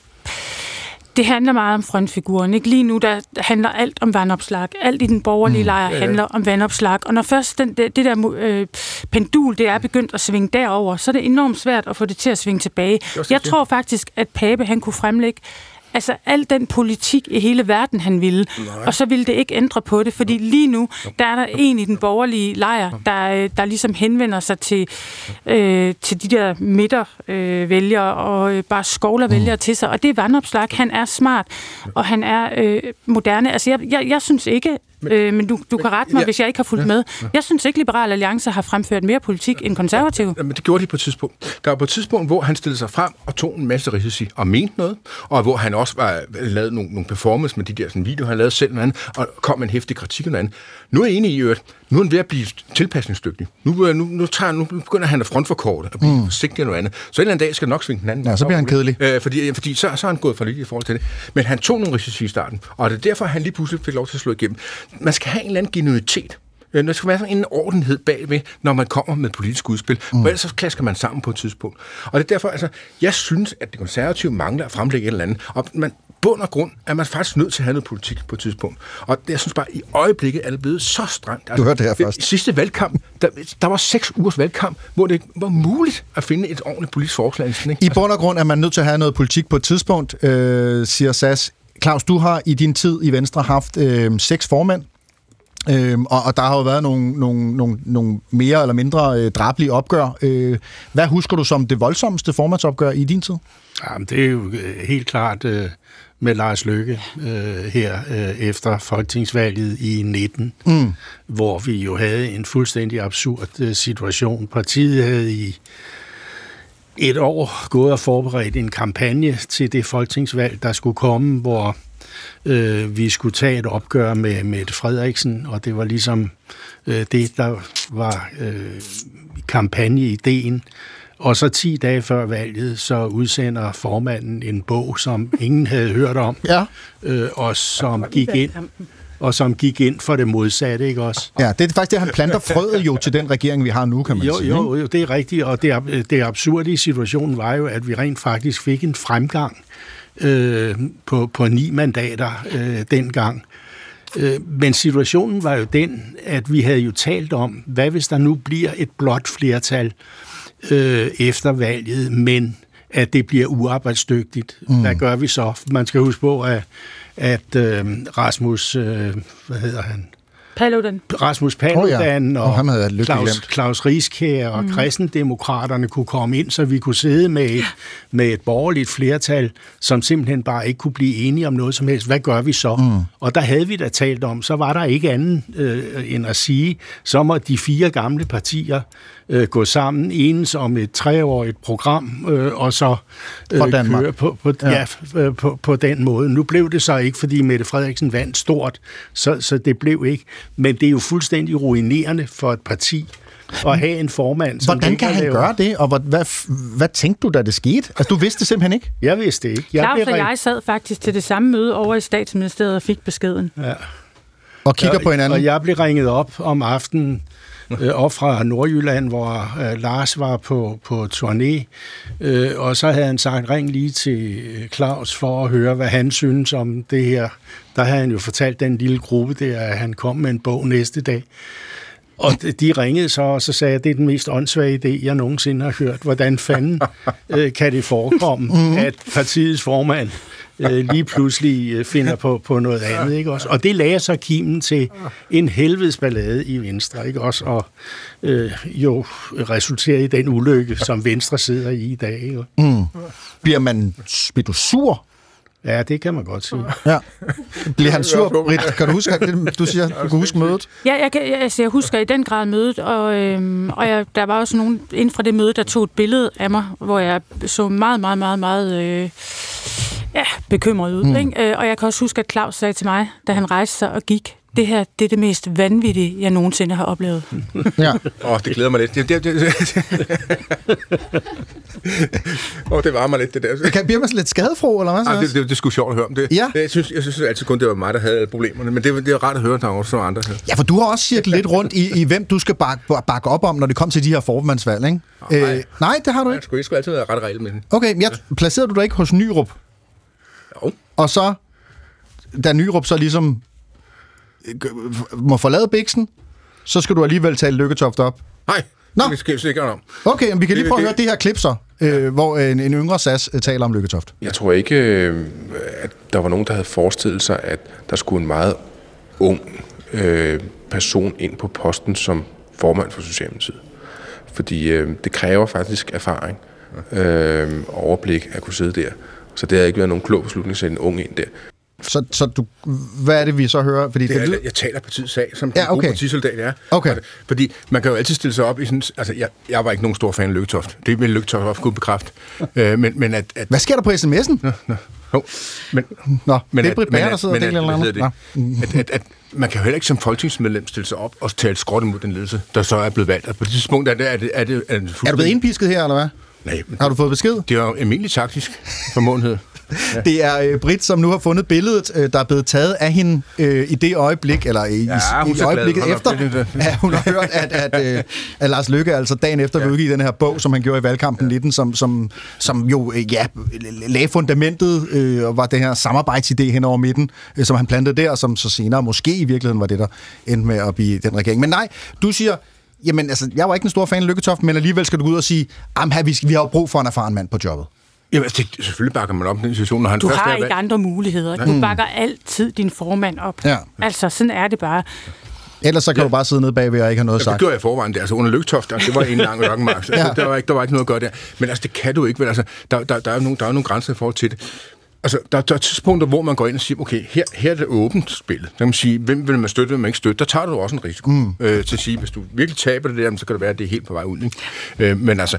det handler meget om frontfiguren. Ikke? Lige nu der handler alt om vandopslag. Alt i den borgerlige mm, lejr ja, ja. handler om vandopslag. Og når først den, det, det der øh, pendul det er begyndt at svinge derover, så er det enormt svært at få det til at svinge tilbage. Jeg tror faktisk, at Pape han kunne fremlægge altså al den politik i hele verden, han ville. Nej. Og så ville det ikke ændre på det, fordi lige nu, der er der en i den borgerlige lejr, der, der ligesom henvender sig til, øh, til de der midtervælgere øh, og øh, bare skovler vælgere mm. til sig. Og det er Vandopslag. Han er smart, og han er øh, moderne. Altså, jeg, jeg, jeg synes ikke, Men, øh, men du, du kan rette mig, ja, hvis jeg ikke har fulgt ja, med. Jeg synes ikke, Liberal Alliance har fremført mere politik end konservative. Ja, men det gjorde de på et tidspunkt. Der var på et tidspunkt, hvor han stillede sig frem og tog en masse risici og mente noget, og hvor han også var lavet nogle, nogle performance med de der sådan, videoer, han lavede selv noget andet, og kom med en heftig kritik og noget andet. Nu er jeg enig i, at nu er han ved at blive tilpasningsdygtig. Nu, nu, nu, tager, nu begynder han at frontforkorte og blive mm. forsigtig og noget andet. Så en eller anden dag skal nok svinge den anden. Ja, så bliver han kedelig. Øh, fordi fordi så, så er han gået for lidt i forhold til det. Men han tog nogle risici i starten, og det er derfor, han lige pludselig fik lov til at slå igennem. Man skal have en eller anden genuitet. Der skal være sådan en ordenhed bagved, når man kommer med politisk udspil. Mm. Og ellers så klasker man sammen på et tidspunkt. Og det er derfor, altså, jeg synes, at det konservative mangler at fremlægge et eller andet. Og man bund og grund er man faktisk nødt til at have noget politik på et tidspunkt. Og jeg synes bare, i øjeblikket er det blevet så strengt. Altså, du hørte det her først. I sidste valgkamp, der, der var seks ugers valgkamp, hvor det var muligt at finde et ordentligt politisk forslag. Ikke? I bund og grund er man nødt til at have noget politik på et tidspunkt, øh, siger Sass. Claus, du har i din tid i Venstre haft øh, seks formænd. Øhm, og, og der har jo været nogle, nogle, nogle, nogle mere eller mindre øh, drabelige opgør. Øh, hvad husker du som det voldsomste formandsopgør i din tid? Jamen, det er jo helt klart øh, med Lars Løkke øh, her øh, efter folketingsvalget i nitten, mm. hvor vi jo havde en fuldstændig absurd øh, situation. Partiet havde i et år gået og forberedt en kampagne til det folketingsvalg, der skulle komme, hvor Øh, vi skulle tage et opgør med Mette Frederiksen, og det var ligesom øh, det, der var øh, kampagneideen. Og så ti dage før valget, så udsender formanden en bog, som ingen havde hørt om, ja. øh, og som gik ind og som gik ind for det modsatte, ikke også? Ja, det er faktisk det, han planter frøet jo til den regering, vi har nu, kan man jo, sige. Jo, jo, det er rigtigt, og det, det absurde i situationen var jo, at vi rent faktisk fik en fremgang Øh, på, på ni mandater øh, dengang. Øh, men situationen var jo den, at vi havde jo talt om, hvad hvis der nu bliver et blåt flertal øh, efter valget, men at det bliver uarbejdsdygtigt. Mm. Hvad gør vi så? Man skal huske på, at, at øh, Rasmus, øh, hvad hedder han? Paludan. Rasmus Paludan oh, ja. og, og Claus, Claus Rieskær og mm. kristendemokraterne kunne komme ind, så vi kunne sidde med et, med et borgerligt flertal, som simpelthen bare ikke kunne blive enige om noget som helst. Hvad gør vi så? Mm. Og der havde vi da talt om, så var der ikke andet øh, end at sige, så må de fire gamle partier øh, gå sammen, enes om et treårigt program, øh, og så øh, køre på, på, ja. Ja, på, på den måde. Nu blev det så ikke, fordi Mette Frederiksen vandt stort, så, så det blev ikke. Men det er jo fuldstændig ruinerende for et parti at have en formand. Som Hvordan kan han lave... gøre det, og hvad, hvad, hvad tænkte du, da det skete? Altså, du vidste det simpelthen ikke? Jeg vidste det ikke. Jeg Claus og jeg sad faktisk til det samme møde over i Statsministeriet og fik beskeden. Ja. Og kigger ja, på hinanden? Og jeg blev ringet op om aftenen, øh, op fra Nordjylland, hvor øh, Lars var på, på turné, øh, og så havde han sagt, ring lige til Claus for at høre, hvad han synes om det her. Der havde han jo fortalt den lille gruppe der, at han kom med en bog næste dag. Og de ringede så, og så sagde jeg, at det er den mest åndssvage idé, jeg nogensinde har hørt. Hvordan fanden øh, kan det forekomme, mm-hmm. at partiets formand øh, lige pludselig øh, finder på, på noget andet, ikke også? Og det lagde så kimen til en helvedes ballade i Venstre, ikke også? Og øh, jo resulterer i den ulykke, som Venstre sidder i i dag, ikke? Mm. Bliver man, bliver du sur? Ja, det kan man godt sige. Ja. Bliver han sur, Britt? Kan du huske, det, du siger, du kan huske mødet? Ja, jeg, jeg, altså, jeg husker i den grad mødet, og, øhm, og jeg, der var også nogen inden fra det møde, der tog et billede af mig, hvor jeg så meget, meget, meget, meget øh, ja, bekymret ud. Mm. Ikke? Og jeg kan også huske, at Claus sagde til mig, da han rejste sig og gik, det her, det er det mest vanvittige, jeg nogensinde har oplevet. Ja. Åh, oh, det glæder mig lidt. Det, det, det, det. oh, det varmer lidt, det der. Kan bliver man sådan lidt skadefro, eller hvad? Ah, det, det, det er sgu sjovt at høre om det. Ja. Jeg synes, jeg synes altid kun, det var mig, der havde alle problemerne, men det, det er rart at høre, at der er også andre her. Ja, for du har også cirklet lidt rundt i, i, hvem du skal bakke, bakke op om, når det kommer til de her formandsvalg, ikke? Oh, nej. Øh, nej, det har du ikke. Jeg skulle, jeg skulle altid være ret regel med den. Okay, men jeg, placerede du dig ikke hos Nyrup? Jo. Og så, da Nyrup så ligesom må forlade Biksen, så skal du alligevel tale Lykketoft op. Nej, Nå. det skal jeg ikke om. Okay, men vi kan lige prøve at høre det her klip så, øh, hvor en, en yngre S A S taler om Lykketoft. Jeg tror ikke, at der var nogen, der havde forestillet sig, at der skulle en meget ung øh, person ind på posten som formand for Socialdemokratiet. Fordi øh, det kræver faktisk erfaring, øh, overblik at kunne sidde der. Så det har ikke været nogen klog beslutning at sætte en ung ind der. Så, så du, hvad er det, vi så hører? Fordi det er, det, jeg taler partiets sag, som ja, den gode okay. partisoldat er. Okay. Fordi man kan jo altid stille sig op i sådan... Altså, jeg, jeg var ikke nogen stor fan af Lykketoft. Det vil Lykketoft også kunne bekræfte. øh, men, men at, at... Hvad sker der på sms'en? Nå, nå. Jo, men... Nå, men det er Britt Bager, der sidder og deler eller andet. At, at, at man kan jo heller ikke som folketingsmedlem stille sig op og tale skråt imod den ledelse, der så er blevet valgt. Og på det tidspunkt er det... Er, det, er, det, er, det er du blevet indpisket her, eller hvad? Nej. Har du fået besked? Det er jo almindelig taktisk formåenhed. Ja. Det er øh, Britt, som nu har fundet billedet, øh, der er blevet taget af hende øh, i det øjeblik, eller i, ja, i, i øjeblikket glad. efter, at hun har hørt, at, at, øh, at Lars Løkke, altså dagen efter, ja. udgivet den her bog, som han gjorde i valgkampen ja. nitten, som, som, som jo øh, ja, lagde fundamentet øh, og var den her samarbejdsidé hen over midten, øh, som han plantede der, og som så senere måske i virkeligheden var det, der endte med at blive den regering. Men nej, du siger... Jamen, altså, jeg var ikke en stor fan af Lykketoft, men alligevel skal du gå ud og sige, at vi, vi har jo brug for en erfaren mand på jobbet. Jamen, det, selvfølgelig bakker man op den situation, når han du først har er ikke valgt. andre muligheder. Du bakker altid din formand op. Ja. Altså, sådan er det bare. Ellers så kan ja. du bare sidde nede bagved og ikke have noget ja, sagt. Det gjorde jeg i forvejen. Det, altså, under Lykketoft, altså, det var en lang ørkenmark. ja. der, var ikke, der var ikke noget at gøre der. Men altså, det kan du ikke. Vel? Altså, der, der, der, er nogle, der er nogle grænser i forhold til det. Altså, der, der er tidspunkter, hvor man går ind og siger, okay, her, her er det åbent spillet. Der kan man sige, hvem vil man støtte, hvem man ikke støtte. Der tager du også en risiko mm. øh, til at sige, hvis du virkelig taber det der, så kan det være, at det er helt på vej ud. Ikke? Øh, men altså,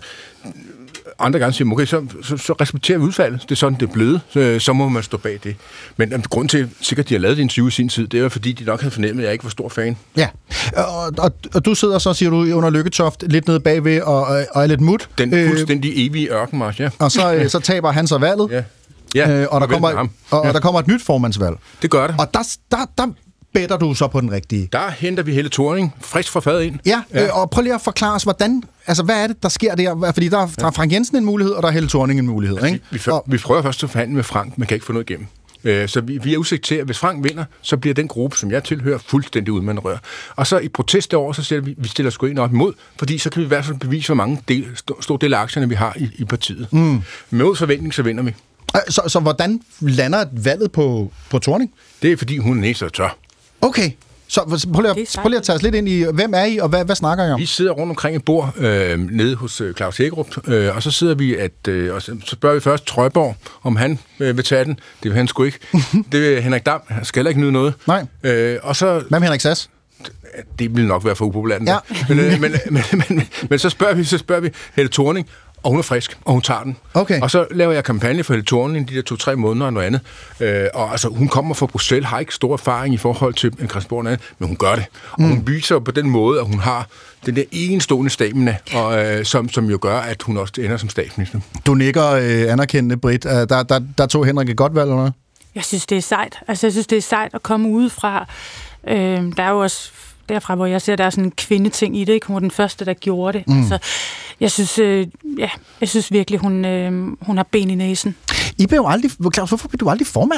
andre gange siger man, okay, så, så, så respekterer vi udfaldet. Det er sådan, det er blevet. Så, så må man stå bag det. Men um, grund til, sikkert de har lavet det interview i sin tid, det er fordi, de nok havde fornemmet, at jeg ikke var stor fan. Ja, og, og, og du sidder så, siger du, under Lykketoft, lidt nede bagved og, og er lidt mut. Den fuldstændig evige ørkenmarch, ja. Og så, så taber han så valget. Ja. Ja, øh, og, der kommer, og, ja. og der kommer et nyt formandsvalg. Det gør det. Og der, der, der bætter du så på den rigtige. Der henter vi Helle Thorning frisk fra fadet ind. Ja, ja. Øh, og prøv lige at forklare os, hvordan, altså hvad er det, der sker der? Fordi der, der er Frank Jensen en mulighed, og der er Helle Thorning en mulighed. Altså, ikke? Vi, vi, og, vi prøver først at forhandle med Frank, men kan ikke få noget igennem. Øh, så vi, vi er udsigt til, at hvis Frank vinder, så bliver den gruppe, som jeg tilhører, fuldstændig udmandsrør. Og så i protest derover, så siger vi, vi stiller sgu en op imod, fordi så kan vi i hvert fald bevise, hvor mange del, st- stor del af aktierne vi har i, i partiet. Mm. Med forventning, så vinder vi. Så, så hvordan lander valget på, på Thorning? Det er, fordi hun er næste og tør. Okay, Så prøv lige, at, prøv lige at tage os lidt ind i, hvem er I, og hvad, hvad snakker I om? Vi sidder rundt omkring et bord øh, nede hos øh, Claus Hækkerup, øh, og så sidder vi, at, øh, og så spørger vi først Trøjborg, om han øh, vil tage den. Det vil han sgu ikke. Det vil Henrik Dam. Han skal heller ikke nyde noget. Nej. Øh, og så... Hvad med Henrik Sass? Det vil nok være for upopulært. Ja. men, øh, men, men, men, men så spørger vi, så spørger vi Helle Thorning, og hun er frisk, og hun tager den. Okay. Og så laver jeg kampagne for Helle Thorning de der to-tre måneder og noget andet. Øh, og altså, hun kommer fra Bruxelles, har ikke stor erfaring i forhold til en Christiansborg og andet, men hun gør det. Og mm. hun viser på den måde, at hun har den der enestående stamina, og, øh, som, som jo gør, at hun også ender som statsminister. Du nikker øh, anerkendende, Britt. Uh, der, der, der tog Henrik et godt valg, eller noget? Jeg synes, det er sejt. Altså, jeg synes, det er sejt at komme udefra. Øh, der er jo også derfra, hvor jeg ser, der er sådan en kvindeting i det, ikke? Hun var den første, der gjorde det. Mm. Altså, jeg synes, øh, ja, jeg synes virkelig, hun, øh, hun har ben i næsen. I blev jo aldrig, Claus, hvorfor blev du aldrig formand?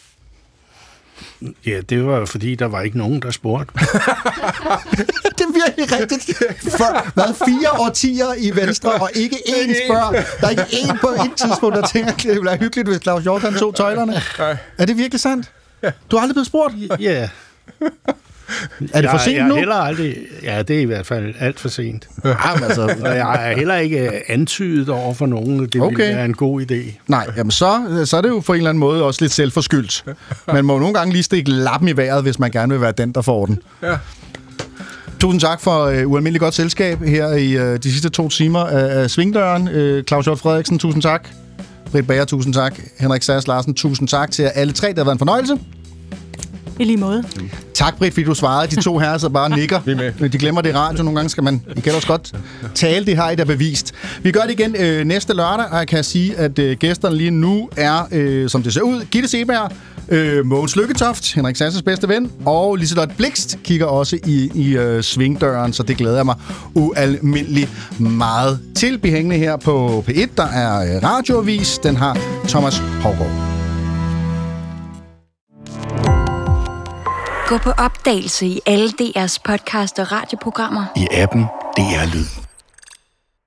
Ja, det var fordi, der var ikke nogen, der spurgte. Det er virkelig rigtigt. For hvad, fire årtier i Venstre, og ikke én spørger. Der er ikke én på et tidspunkt, der tænker, at det ville være hyggeligt, hvis Claus Hjort han tog tøjlerne. Er det virkelig sandt? Du har aldrig blevet spurgt? Ja. Er det for sent jeg, jeg nu? Heller aldrig, ja, det er i hvert fald alt for sent. Ja, altså, og jeg er heller ikke antydet over for nogen, det okay. ville være en god idé. Nej, jamen så, så er det jo på en eller anden måde også lidt selvforskyldt. Man må nogle gange lige stikke lappen i vejret, hvis man gerne vil være den, der får den. Ja. Tusind tak for uh, ualmindeligt godt selskab her i uh, de sidste to timer af uh, Svingdøren. Uh, Claus Hjort Frederiksen, tusind tak. Britt Bager, tusind tak. Henrik Sass Larsen, tusind tak til alle tre. Det har været en fornøjelse. I lige måde. Tak, Britt, fordi du svarede. De to herrer så bare nikker. De glemmer det i radio. Nogle gange skal man, I kan også godt tale. Det har I da bevist. Vi gør det igen øh, næste lørdag, og jeg kan sige, at øh, gæsterne lige nu er, øh, som det ser ud, Gitte Seberg, øh, Mogens Lykketoft, Henrik Sasses bedste ven, og Liselott Blixt kigger også i, i øh, Svingdøren, så det glæder jeg mig ualmindeligt meget til. Bliv hængende her på P et, der er øh, radioavis. Den har Thomas Haugaard. Gå på opdagelse i alle D R's podcast og radioprogrammer. I appen D R Lyd.